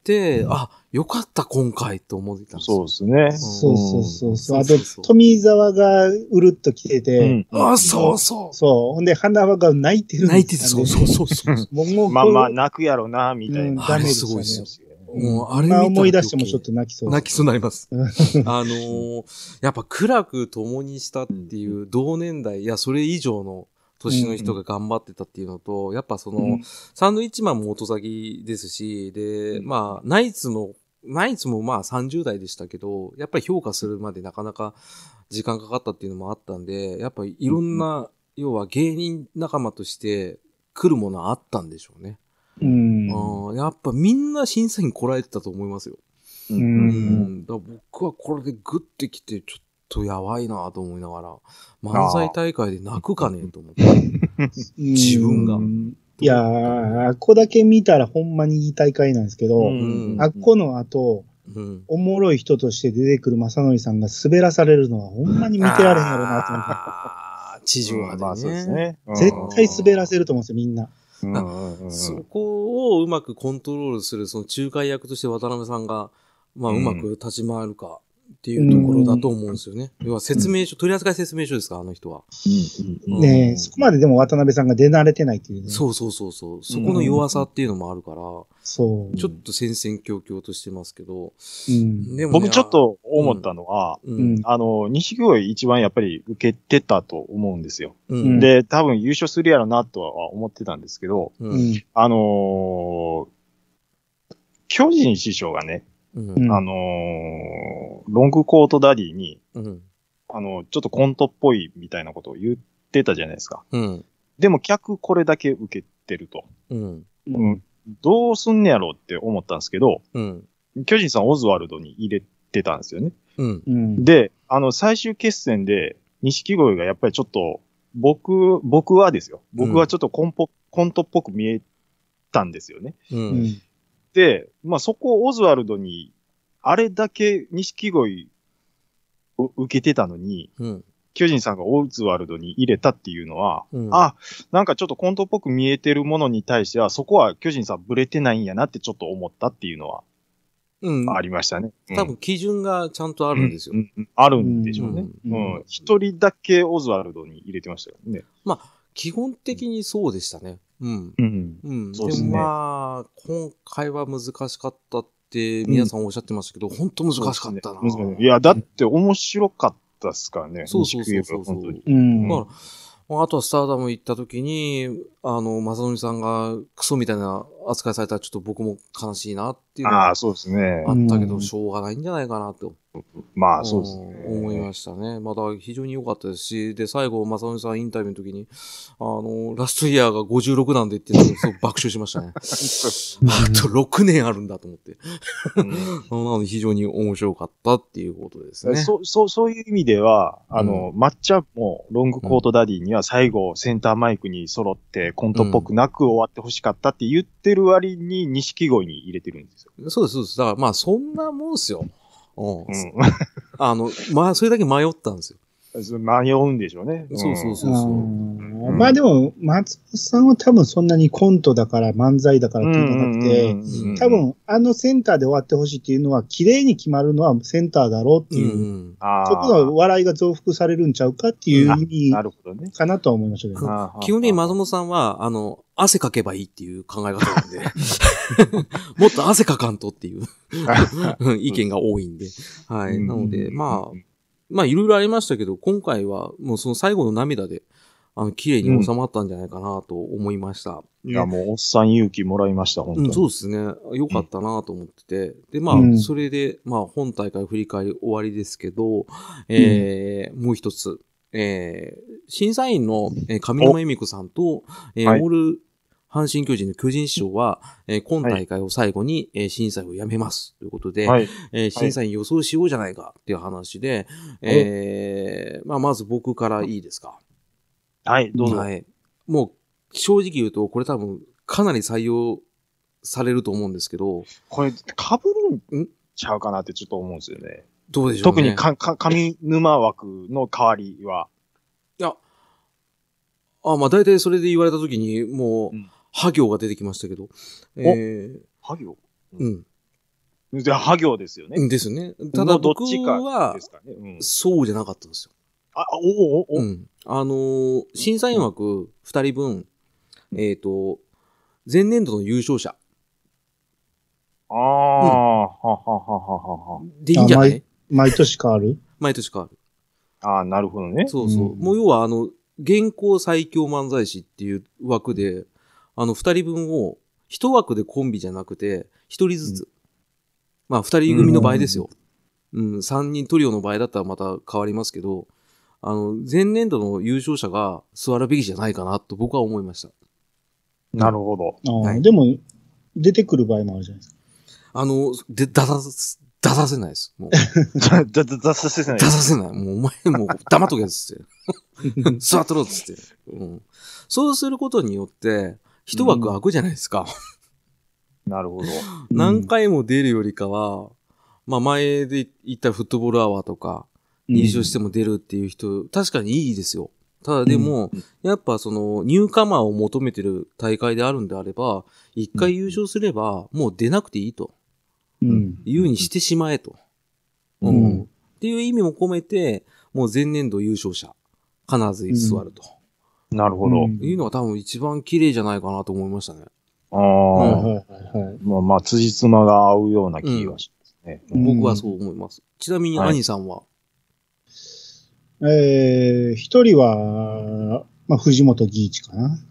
あ、よかった今回と思ってたんですよ。そうですね。うん、 そうそうそう。あと、富澤がうるっと来てて、 うん、あ、そうそう。 そう。ほんで、花輪が泣いてるんですよ、ね。 泣いてて、そうそうそうそう。 もうまあまあ、泣くやろな、みたいな。うん、 ダメですごいですよ。 もう、あれ見た思い出してもちょっと泣きそう。 泣きそうになります。あのー、やっぱ苦楽共にしたっていう同年代、いや、それ以上の年の人が頑張ってたっていうのと、うん、やっぱその、うん、サンドイッチマンも音先ですし、で、まあ、ナイツの、ナイツもまあさんじゅう代でしたけど、やっぱり評価するまでなかなか時間かかったっていうのもあったんで、やっぱりいろんな、うん、要は芸人仲間として来るものはあったんでしょうね。うん、あやっぱみんな審査員こらえてたと思いますよ。うん。うん、だ僕はこれでグッてきてちょっとやばいなと思いながら、漫才大会で泣くかねと思って。自分が。 いやー、あっこだけ見たらほんまにいい大会なんですけど、うん、あっこの後、うん、おもろい人として出てくる正則さんが滑らされるのはほんまに見てられへんやろなと思って。 ああ、地上波でね、まあそうですね。絶対滑らせると思うんですよ、みんな。 うんうん、そこをうまくコントロールする、その仲介役として渡辺さんが、まあ、うまく立ち回るか。 っていうところだと思うんですよね。要は説明書、取扱説明書ですか、あの人は。 うんうんねえ、そこまででも渡辺さんが出慣れてないっていうね。 そうそうそうそう。そこの弱さっていうのもあるから、 そう。 ちょっと戦々恐々としてますけど。 うん。 でもね僕ちょっと思ったのは、 ううんん。 あの、錦鯉一番やっぱり受けてたと思うんですよ。 ううんん。 で、多分優勝するやろなとは思ってたんですけど、 う。 うんん。 あのー巨人師匠がね、 うん。 うんあのーロングコートダディに、 うん。 あの、ちょっとコントっぽいみたいなことを言ってたじゃないですか。 うん。 でも客これだけ受けてると。 うん。 うん。どうすんねやろうって思ったんですけど、 うん。 巨人さんオズワルドに入れてたんですよね。 うん。 うん。 で、あの、最終決戦で、錦鯉がやっぱりちょっと、僕、僕はですよ。僕はちょっとコンポ、コントっぽく見えたんですよね。 う。 うんん。 で、まあ、そこをオズワルドに、あれだけ錦鯉を受けてたのに、 うん。 巨人さんがオズワルドに入れたっていうのは、 うん。 あ、なんかちょっとコントっぽく見えてるものに対しては、そこは巨人さんブレてないんやなってちょっと思ったっていうのはうん。 ありましたね。うん多分基準がちゃんとあるんですよう。んうんあるんでしょうね。 うんうん。一、人だけオズワルドに入れてましたよね。 まあ、基本的にそうでしたね。うん。 うん。 うん。 そうですねでもまあ、今回は難しかったって皆さんおっしゃってましたけど、本当難しかったな。 そうですねいや、だって面白かったっすからね。 そうそうそうそう錦鯉は本当に。 うん。 だからまああとはスターダム行った時に、あの、正則さんがクソみたいな扱いされたらちょっと僕も悲しいなっていうのはああ、そうですねあ。ったけど、 うんしょうがないんじゃないかなと。 まあ、そうですね。 ん思いましたね。まだ非常に良かったですし、で、最後、正則さんインタビューの時に、あの、ラストイヤーがごじゅうろくなんでっていうのをすごく爆笑しましたね。あとろくねんあるんだと思って。 うんなので非常に面白かったっていうことですね。 そう、そう、そういう意味では、あの、抹茶もロングコートダディには最後センターマイクに揃ってコントっぽくなく終わってほしかったって言ってる割に錦鯉に入れてるんですよ。 そうです、そうです。だからまあそんなもんですよ。うん。 うあの、まあそれだけ迷ったんですよ。 ん。迷うんでしょうね。 そうそうそううんまあでも、松本さんは多分そんなにコントだから漫才だからっていうのがなくて、 うん多、分あのセンターで終わってほしいっていうのは、綺麗に決まるのはセンターだろうっていう、 うん。 あそこの笑いが増幅されるんちゃうかっていう意味なるほどね。 かなとは思いましたけどね。 あー基本的に松本さんは、あの、汗かけばいいっていう考え方なんで、もっと汗かかんとっていううん意見が多いんで。はい。なので、まあ、まあいろいろありましたけど、今回はもうその最後の涙で、あの、綺麗に収まったんじゃないかなと思いました。 いや、もう、おっさん勇気もらいました、本当に。 うん、そうですね。よかったなと思ってて。で、まあ、 うんそれで、まあ、本大会振り返り終わりですけど、えーもう一つ、えー審査員の、えー上沼恵美子さんと、えーはいオール阪神巨人の巨人師匠は、えー今大会を最後に、えー審査をやめます。ということで、 はい。 えー審査員予想しようじゃないかっていう話で、えーまあ、まず僕からいいですか。 はい、どうぞ。 はい。もう、正直言うと、これ多分、かなり採用されると思うんですけど、 これ、被るんちゃうかなってちょっと思うんですよね。 どうでしょうね。 特にか、か、上沼枠の代わりは。 いや、あ、まあ大体それで言われたときに、もう、 うんは行が出てきましたけど、えー、 は行うん。 で、は行ですよね。 ですね。ただのどっ僕ちかはで、すかね。うん。 そうじゃなかったんですよ。 あ、おおおお、 うん。あのー審査員枠二人分、えっ、と、前年度の優勝者ああ、はははははは。 でいいんじゃない毎年変わる毎年変わる。 ああ、なるほどね。 そうそう。 うんもう要はあの、現行最強漫才師っていう枠で、あの二人分を一枠でコンビじゃなくて、一人ずつ。まあ二人組の場合ですよ。うん、三人トリオの場合だったらまた変わりますけど、あの、前年度の優勝者が座るべきじゃないかなと僕は思いました。 なるほど。 あーはいでも、出てくる場合もあるじゃないですか。 あの、で、出さす、出させないです。もう、 だ、だ、だ、ださせない出。させない。もうお前もう黙っとけっつって。座っとろっつって。うん。そうすることによって、一枠空くじゃないですか。 なるほど。 何回も出るよりかは、まあ前で言ったフットボールアワーとか、優勝しても出るっていう人、確かにいいですよ。ただでも、 うんやっぱその、ニューカマーを求めてる大会であるんであれば、一回優勝すれば、もう出なくていいとうん。 いうにしてしまえと。 うんうんっていう意味も込めて、もう前年度優勝者、必ず座ると。 うん、なるほど。 いうのが多分一番綺麗じゃないかなと思いましたね。 ああ、はいはいはい。まあまあ、辻褄が合うような気がしますね。 うん、僕はそう思います。ちなみに、兄さんは、 はい、えー、一人は、まあ、藤本義一かな。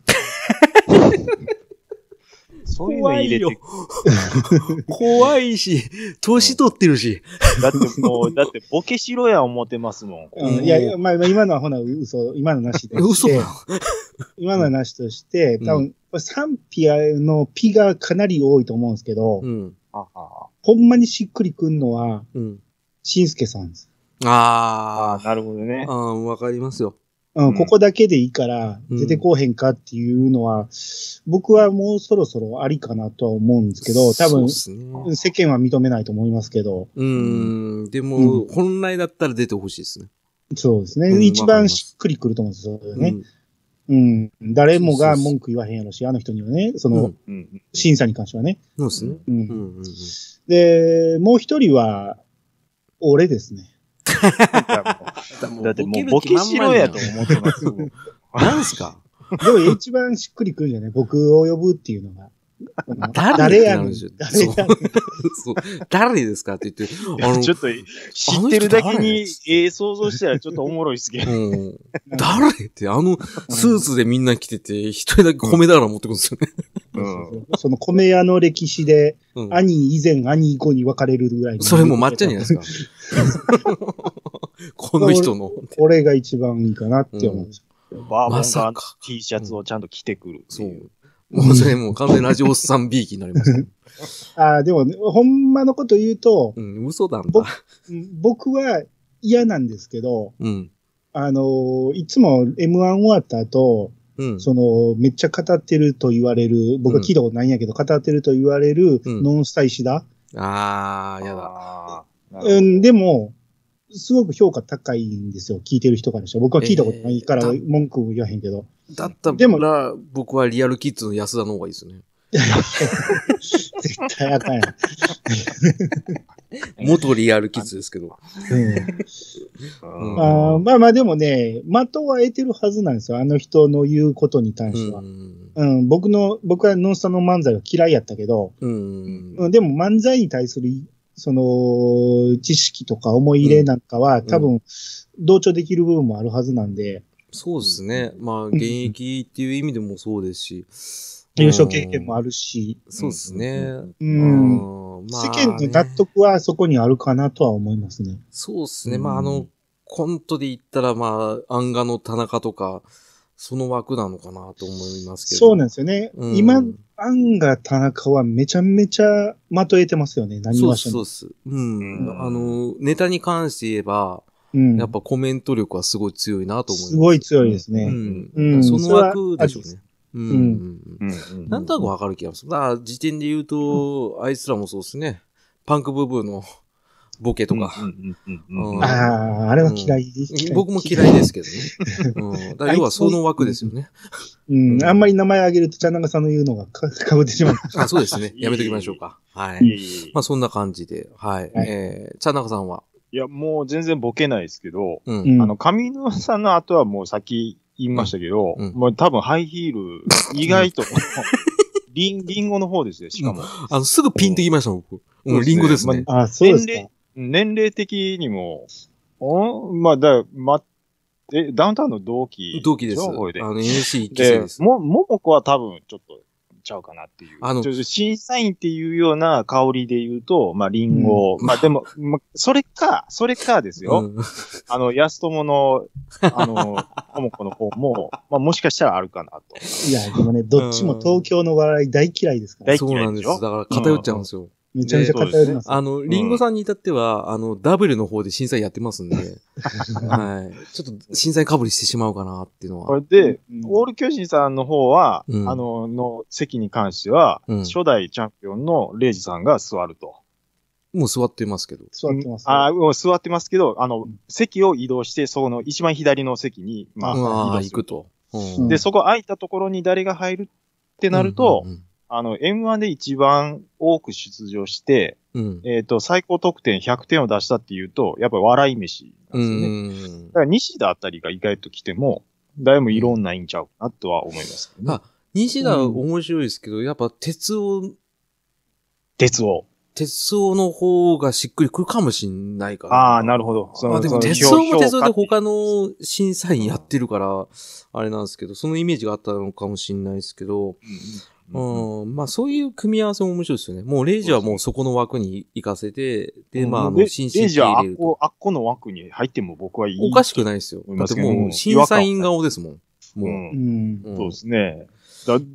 そういうの入れて。 怖いし、年取ってるし。 だってもう、だってボケしろや思ってますもん。 うん、いやいや、まあ今のはほな嘘、今のなしでして。今のはなしとして、多分、うん、賛否のピがかなり多いと思うんですけど、うん、ほんまにしっくりくんのは、うん、しんすけさんです。 ああ、なるほどね。 ああ、わかりますよ。 うん、ここだけでいいから出てこうへんかっていうのは、うん、僕はもうそろそろありかなとは思うんですけど、多分、ね、世間は認めないと思いますけど。 うん、でも、うん、本来だったら出てほしいですね。 そうですね。うん、一番しっくりくると思うんですよね。うん、うん。誰もが文句言わへんやろし、あの人にはね、その、うん、審査に関してはね。 そうですね。うん。うんうんうん、 で、もう一人は、俺ですね。 だってもうボケしろやと思ってますよ。 なんすか？ でも一番しっくりくるんじゃない？僕を呼ぶっていうのが。 誰やねん。誰やねん。誰ですかって言って。 あのちょっと知ってるだけにええ想像したらちょっとおもろいっすけど。うん、 誰ってあのスーツでみんな着てて一人だけ米俵持ってくるんですよね。 うん、その米屋の歴史で、うん、兄以前兄以後に分かれるぐらい。 それも抹茶じゃないですか。この人の。 俺が一番いいかなって思うんですよ。うん、バーボンが T シャツをちゃんと着てくる。 そう。もうそれもう完全にラジオスさん B 期になります、ね。 ああ、でも、ね、ほんまのこと言うと、 うん、嘘なんだ。 僕は嫌なんですけど、うん、あのー、いつも エムワン 終わった後、うん、その、めっちゃ語ってると言われる、僕は聞いたことないんやけど、うん、語ってると言われる、ノンスタ石田。 ああ、やだ。 うん、でも、すごく評価高いんですよ。聞いてる人からしたら。僕は聞いたことないから文句言わへんけど。 えー、だったら、でも僕はリアルキッズの安田の方がいいですね。 絶対あかんやん。 元リアルキッズですけど。 うん、あまあまあでもね、的は得てるはずなんですよ。あの人の言うことに関しては。うん、うん、僕の、僕はノンスタの漫才が嫌いやったけど、うんうん、でも漫才に対するその、知識とか思い入れなんかは、うん、多分、同調できる部分もあるはずなんで。 そうですね。まあ、現役っていう意味でもそうですし。 優勝経験もあるし。 そうですね。 うん。まあ、世間の納得はそこにあるかなとは思いますね。 そうですね。まあ、あの、コントで言ったら、まあ、アンガの田中とか、その枠なのかなと思いますけど。 そうなんですよね。うん、今、アンガ田中はめちゃめちゃまとえてますよね。何はしても。 そうです。うん。うん、あの、ネタに関して言えば、うん、やっぱコメント力はすごい強いなと思います。 すごい強いですね。うん。うん、その枠でしょうね。うん。うん。なんとなくわかる気がする。だから時点で言うと、うん、あいつらもそうですね。パンクブーブーのボケとか。 ああ、あれは嫌い、 うん、僕も嫌いですけどね。うん。だから要はその枠ですよね。 うん。うん、あんまり名前挙げると、茶長さんの言うのがか、かぶってしまう。 あ、そうですね。やめときましょうか。はい。まあそんな感じで。はい。はい、えー、茶長さんは。 いや、もう全然ボケないですけど、うん、あの、上野さんの後はもう先言いましたけど、うん、もう多分ハイヒール、意外と、リン、リンゴの方ですよ、しかも。 あの、すぐピンってきました、僕。うん、リンゴですね。 まあ、そうですか。 年齢、年齢的にも、おまあ、だ、ま、え、ダウンタウンの同期。 同期です。あの、エヌシーいっき生です。 も、ももこは多分ちょっとちゃうかなっていう。あの、ちょっと審査員っていうような香りで言うと、まあ、リンゴ。うん、まあ、でも、まあ、それか、それかですよ。うん、あの、安友の、あの、ももこの方も、まあ、もしかしたらあるかなと。 いや、でもね、どっちも東京の笑い大嫌いですから。 大嫌い。そうなんです。 だから偏っちゃうんですよ。うんめちゃめちゃ偏ります。 あの、リンゴさんに至っては、あの、ダブルの方で審査やってますんで、はい。ちょっと審査員かぶりしてしまうかなっていうのは。 これで、うん、オール巨人さんの方は、うん、あの、の席に関しては、うん、初代チャンピオンのレイジさんが座ると。 もう座ってますけど。 座ってます、 ね。ああ、もう座ってますけど、あの、席を移動して、その一番左の席に、まあ、 移動する。行くと。 うん、で、そこ空いたところに誰が入るってなると、うんうんうんあの、エムワン で一番多く出場して、 うん。 えっ、と、最高得点ひゃくてんを出したっていうと、やっぱり笑い飯なんですよね。 うん。 だから西田あたりが意外と来ても、だいぶいろんないんちゃうかなとは思いますけどね。 あ、西田面白いですけど、やっぱ鉄夫、 鉄を。 鉄夫の方がしっくりくるかもしんないから。 ああ、なるほど。そのあ、でもその鉄夫も鉄夫で評価他の審査員やってるから、あれなんですけど、そのイメージがあったのかもしんないですけど、 うんうんうんうん、まあそういう組み合わせも面白いですよね。もうレイジはもうそこの枠に行かせて、で、まああの、 レ新進レイジはあ気入れると。 っこ、あっこの枠に入っても僕はいい。 おかしくないですよ。だってもう審査員顔ですもん。もう。 うんうん。 うんそうですね。だうん、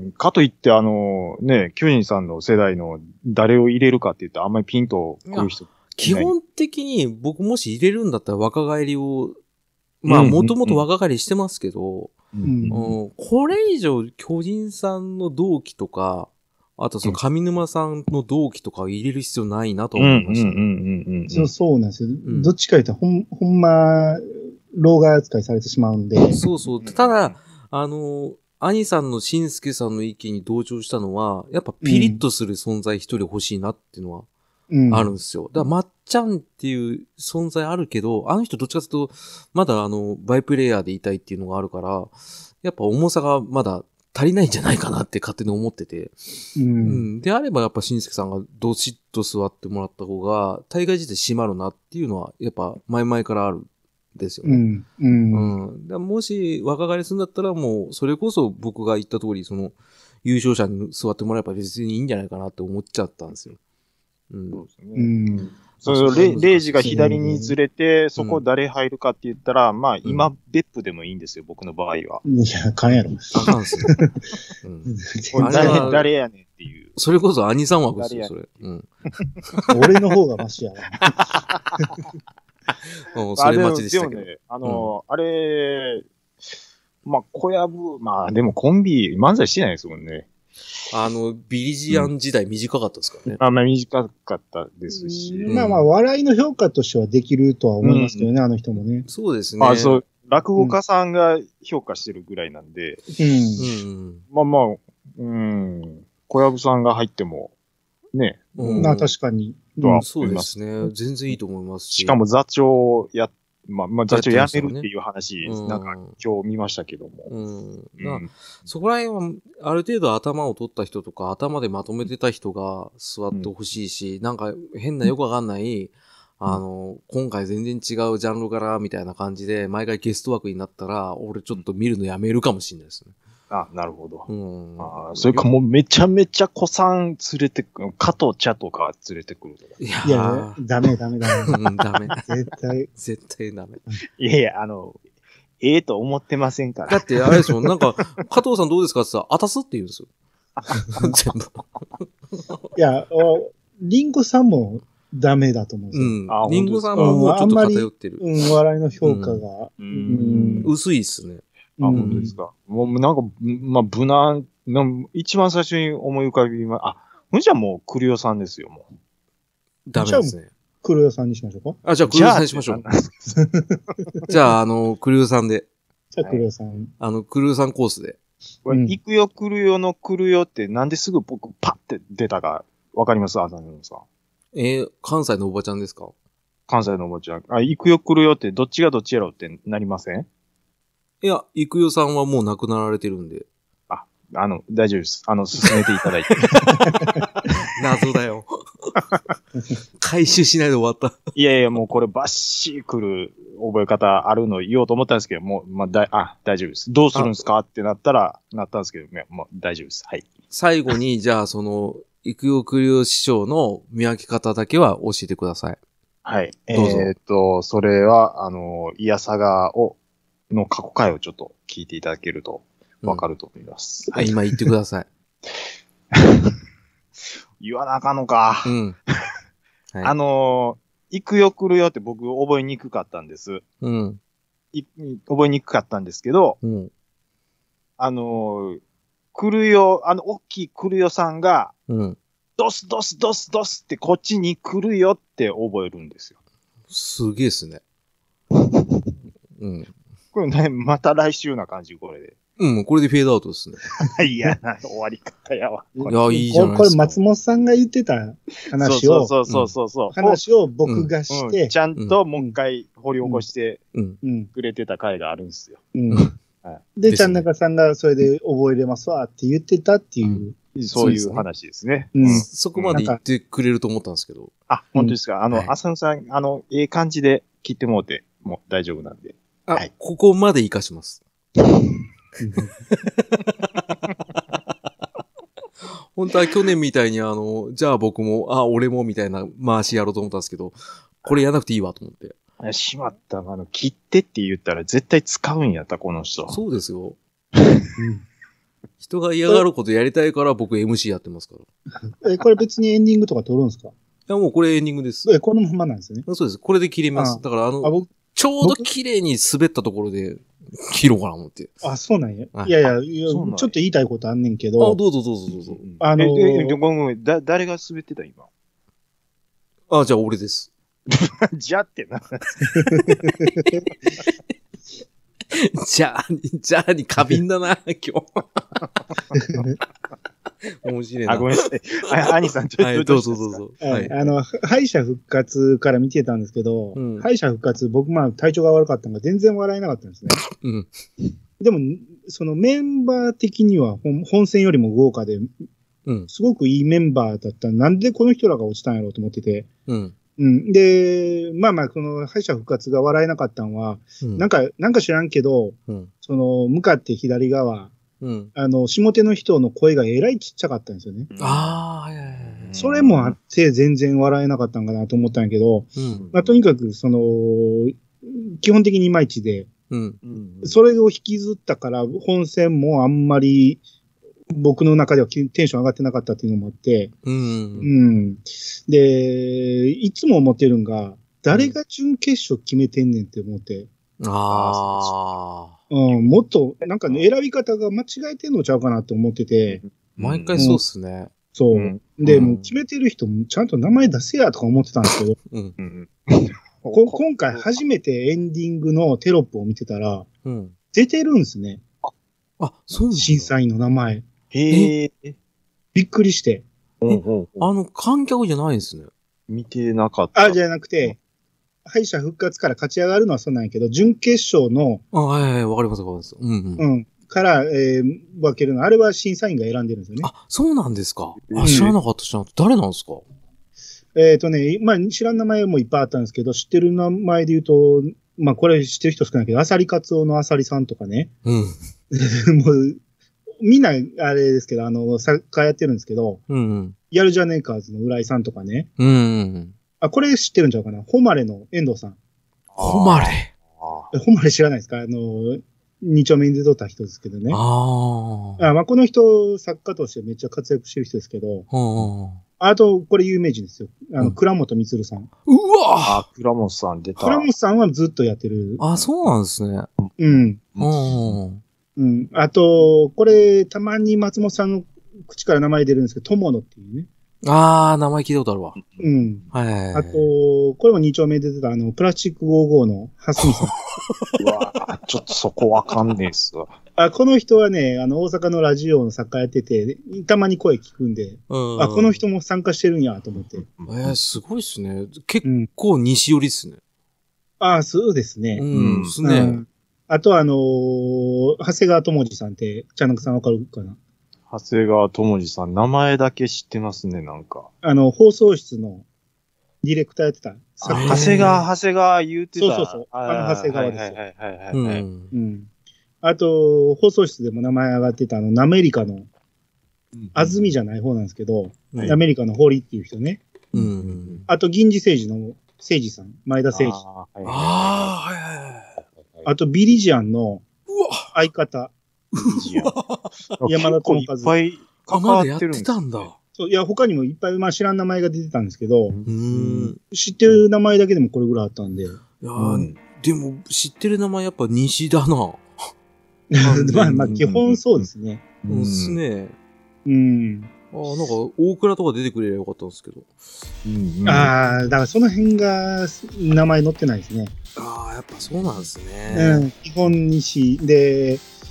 かといって、あの、ね、巨人さんの世代の誰を入れるかって言ったらあんまりピンとくる人いない。 基本的に僕もし入れるんだったら若返りを、まあうんもともと若返りしてますけど、 うんうん、これ以上巨人さんの同期とか、あとその上沼さんの同期とかを入れる必要ないなと思いましたね。 うんうんうんうんそうそうなんですよ。 んどっちか言ったらほん、ほんま、老害扱いされてしまうんで。 そうそう。ただ、あの、兄さんの新助さんの意見に同調したのは、やっぱピリッとする存在一人欲しいなっていうのはうん。 あるんですよ。だから、まっちゃんっていう存在あるけど、あの人どっちかというと、まだあの、バイプレイヤーでいたいっていうのがあるから、やっぱ重さがまだ足りないんじゃないかなって勝手に思ってて。 う。 うんん。であればやっぱ新助さんがどしっと座ってもらった方が、大概自体締まるなっていうのは、やっぱ前々からあるんですよね。 うん。うん。 うん。だからもし若返りするんだったらもう、それこそ僕が言った通り、その、優勝者に座ってもらえば別にいいんじゃないかなって思っちゃったんですよ。うん。 そうですね。 うん。 そのレレイジが左にずれて、そこ誰入るかって言ったら、まあ今、別府でもいいんですよ、僕の場合は。 いや、かんやろ。 あかんっすよ。うん。 これあれは誰、誰やねんっていう。 それこそ兄さん枠ですよ、それ。うん。 俺の方がマシやわ。 うん、それ待ちでしたけど。 あでもでもね、あの、あれ、まあ、小籔、まあ、でもコンビ、漫才してないですもんね。 あの、ビリジアン時代短かったですからね。 あんまあ短かったですし。 んまあまあ、笑いの評価としてはできるとは思いますけどね、あの人もね。 そうですね。 あ、そう、落語家さんが評価してるぐらいなんで、 うん。 うん。 まあまあ、うん、小籔さんが入っても、ね、 うんまあ確かに。 とはそうですね。全然いいと思いますし。 しかも座長や、まあ、まあ座長辞めるっていう話、 うんなんか今日見ましたけども。 うん。 うなんそこら辺は、ある程度頭を取った人とか、頭でまとめてた人が座ってほしいし、なんか変なよくわかんない、あの、今回全然違うジャンルからみたいな感じで、毎回ゲスト枠になったら、俺ちょっと見るのやめるかもしれないですね。 あ、なるほど。 うん。 あそれかもうめちゃめちゃ子さん連れてくる、加藤茶とか連れてくるとか。 いやいやー、 ダメダメダメ。 うん、ダメ。 絶対。 絶対ダメ。 いやいや、あの、ええと思ってませんから。 だって、あれですもん、なんか、加藤さんどうですかって言ったら、あたすって言うんですよ。全部。 いや、おリンゴさんもダメだと思うんですよ。 うんあ。 リンゴさんももうちょっと偏ってる。 うん、笑いの評価が。 う。 うんん。 薄いっすね。 あ、本当ですか。もうなんか、まあ、無難、なん一番最初に思い浮かびま、あ、ほんじゃもう、栗尾さんですよ、もう。 ダメですね。 黒屋さんにしましょうか。 あ、じゃあ、クルーさんにしましょう。じゃあ、あの、クルーさんで。 じゃあ黒屋さん。 あの、クルーさんコースで。 これ、 うん行くよ来るよの来るよってなんですぐ僕パッて出たかわかりますあさのさん。 えー関西のおばちゃんですか？ 関西のおばちゃん。あ、行くよ来るよってどっちがどっちやろうってなりませんいや、いくよさんはもう亡くなられてるんで。 あの、大丈夫です。あの、進めていただいて。 謎だよ。回収しないで終わった。 いやいや、もうこれバッシー来る覚え方あるの言おうと思ったんですけど、もう、まあ、だい、あ、大丈夫です。どうするんですかってなったら、なったんですけど、いやもう大丈夫です。はい。 最後に、じゃあ、その、いくよくるよ師匠の見分け方だけは教えてください。 はい。 どうぞえーっと、それは、あの、イヤサガを、の過去回をちょっと聞いていただけるとわかると思います。 はい。今言ってください。 言わなあかんのか。 うん。はい、 あのー、行くよ来るよって僕覚えにくかったんです。 うん。 い覚えにくかったんですけど、 うん。 あのー、来るよ、あの、大きい来るよさんが、 うん。 ドスドスドスドスってこっちに来るよって覚えるんですよ。 すげえっすね。うん。 これね、また来週な感じ、これで。 うん、これでフェードアウトですね。 いやな、終わり方やわ。 いや、いいじゃないですか。 これ松本さんが言ってた話を、 そうそうそうそう。 話を僕がして、 うん、ちゃんともう一回掘り起こしてくれてた回があるんですよ。 うんうんはい、で、ちゃんなかさんがそれで覚えれますわって言ってたっていう。 うん、そういう話ですね。 うん、そこまで言ってくれると思ったんですけど。 あ、本当ですか。あの、浅野さん、あの、ええ感じで切ってもうて、もう大丈夫なんで。 あ、はい、ここまで活かします。本当は去年みたいにあの、じゃあ僕も、あ、俺もみたいな回しやろうと思ったんですけど、これやらなくていいわと思って。 しまった。あの、切ってって言ったら絶対使うんやった、この人。 そうですよ。人が嫌がることやりたいから僕 エムシー やってますから。え、これ別にエンディングとか撮るんですか？いや、もうこれエンディングです。 え、このままなんですね。 そうです。これで切ります。だからあの、あちょうど綺麗に滑ったところで切ろうかな思って。 あ、そうなんや。いやいや、いやちょっと言いたいことあんねんけど。 あ、どうぞどうぞどうぞ。 あのー、え、え、ごめんごめん。だ、誰が滑ってた今。 あ、じゃあ俺です。 じゃってな。 じゃあ、じゃあに過敏だな、今日。面白いな。 あ、ごめんなさい。あ、兄さん、ちょっと。 はい、どうぞどうぞ。 はい。あの、敗者復活から見てたんですけど、うん、敗者復活、僕まあ体調が悪かったのが全然笑えなかったんですね。うん。でも、そのメンバー的には本本戦よりも豪華で、うん。すごくいいメンバーだった。なんでこの人らが落ちたんやろうと思ってて。うん。うん。で、まあまあ、この敗者復活が笑えなかったのは、うん、なんか、なんか知らんけど、うん、その、向かって左側、うん、あの、下手の人の声がえらいちっちゃかったんですよね。ああ、はいはいはい。それもあって全然笑えなかったんかなと思ったんやけど、うん、まあ、とにかく、その、基本的にいまいちで、うん、それを引きずったから、本戦もあんまり、僕の中ではテンション上がってなかったっていうのもあって、うん。うん。で、いつも思ってるんが、誰が準決勝決めてんねんって思って。ああ。うん、もっと、なんかね、選び方が間違えてんのちゃうかなと思ってて。 毎回そうっすね。うん、 そう。うん、で、もう決めてる人もちゃんと名前出せやとか思ってたんですけど、うんうん、こ今回初めてエンディングのテロップを見てたら、うん、出てるんですね。 あ、あ、そうなんだ。 審査員の名前。 へえ。 びっくりして。 え、あの、観客じゃないんですね。 見てなかった。 あ、じゃなくて、敗者復活から勝ち上がるのはそうなんやけど、準決勝の、 あ、はいはい、わかりますわかります。うんうん。 うん。から、えー、分けるの。あれは審査員が選んでるんですよね。 あ、そうなんですか。あ、知らなかった、知らなかった。誰なんですか？ えっとね、まあ、知らん名前もいっぱいあったんですけど、知ってる名前で言うと、まあ、これ知ってる人少ないけど、アサリカツオのアサリさんとかね。うん。もう、みんな、あれですけど、あの、サッカーやってるんですけど、うんうん、やるじゃねえかーズの浦井さんとかね。うん、うん。あ、これ知ってるんちゃうかな。ホマレの遠藤さん。 ホマレホマレ知らないですか？あの、二丁目に出とった人ですけどね。ああ。まあ、この人、作家としてめっちゃ活躍してる人ですけど、あと、これ有名人ですよ。あの、うん、倉本光さん。 うわあ、倉本さん出た。 倉本さんはずっとやってる。 あ、そうなんですね。 うん。うん。うん。あと、これ、たまに松本さんの口から名前出るんですけど、友野っていうね。 あー、名前聞いたことあるわ。 うん。はい。あと、これも二丁目で出てた、あの、プラスチックごじゅうごのハスミさん。 うわちょっとそこわかんねえっすわ。 あ、この人はね、あの、大阪のラジオの作家やってて、たまに声聞くんで、うん、あ、この人も参加してるんや、と思って。 えー、すごいっすね。結構西寄りっすね。うん、 あ、そうですね。 うん、ですね。うん、 あとあのー、長谷川智次さんって、ちゃんなくさんわかるかな？ 長谷川智次さん、名前だけ知ってますね、なんか。 あの、放送室のディレクターやってた。 長谷川、長谷川言うてた。 そうそうそう。あの長谷川ですよ。 はいはいはいはい、はい。うん。 あと、放送室でも名前上がってた、あの、アメリカの、安住じゃない方なんですけど、うん、アメリカの堀っていう人ね。うん。あと、銀次政治の政治さん、前田政治。ああ、はいはいはい。あと、ビリジアンの相方。ビリジアン。山田智和。 いっぱい関わってるんです、ね、 たんだ。 そういや、他にもいっぱい、まあ、知らん名前が出てたんですけど、うん知ってる名前だけでもこれぐらいあったんで。いや、 うん、でも、知ってる名前やっぱ西だな。 まあまあ、基本そうですね。 そうですね。 うん。 ああ、なんか、大倉とか出てくれればよかったんですけど。 うんうん、ああ、だからその辺が、名前載ってないですね。 ああ、やっぱそうなんですね。 うん、基本西で、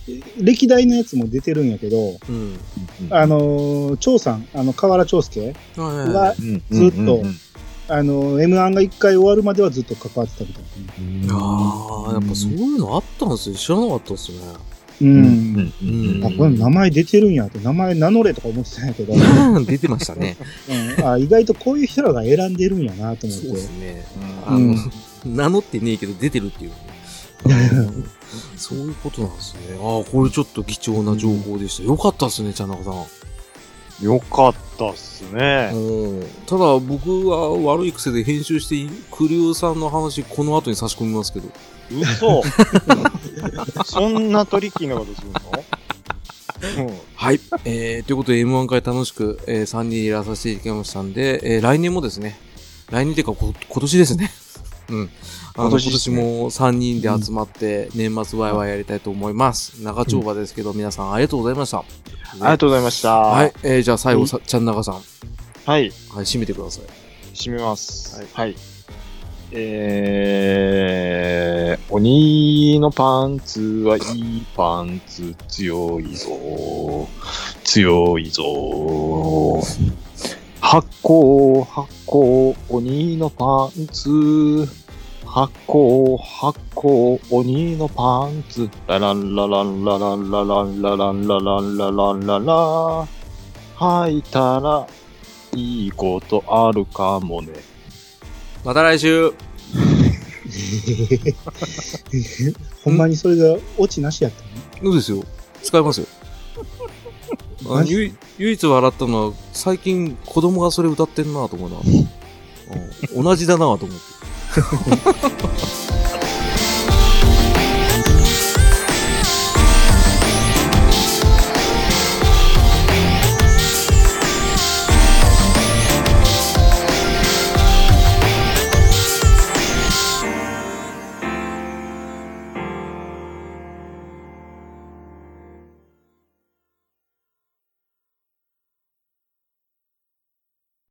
歴代のやつも出てるんやけど、 うん。 あの、長さん、あの、河原長介がずっと、あの、エムワン が一回終わるまではずっと関わってたみたいですね。 ああ、やっぱそういうのあったんですよ。知らなかったですね。 うん。うん。あ、これ名前出てるんやって、名前名乗れとか思ってたんやけど。 出てましたね。 うん。あ、意外とこういう人らが選んでるんやなと思って。 そうですね。あの、名乗ってねえけど出てるっていう。そういうことなんですね。ああ、これちょっと貴重な情報でした。よかったですね、ちゃんなかさん。 よかったっすね。 うん。ただ、僕は悪い癖で編集して、クリューさんの話、この後に差し込みますけど。 嘘そんなトリッキーなことするの、うん、 はい。えー、ということで エムワン 回楽しく、えー、さんにんやらさせていただきましたんで、えー、来年もですね、来年っていうかこ、今年ですね。うん。あの今年、ね、今年もさんにんで集まって、年末ワイワイやりたいと思います。長丁場ですけど、うん、皆さんありがとうございました。 ありがとうございました。 はい。えー、じゃあ最後、さちゃんなかさん。 はい。 はい、締めてください。 締めます。はい。はい、えー、鬼のパンツはいいパンツ、強いぞ。強いぞ。発酵、発酵、鬼のパンツ。発酵、発酵、鬼のパンツ。ラランラランラランラランラランラランラランララ。履いたらいいことあるかもね。 また来週。 ほんまにそれがオチなしやったの？そうですよ。使えますよ。あ唯唯一笑ったのは、最近子供がそれ歌ってんなと思うな。同じだなと思って。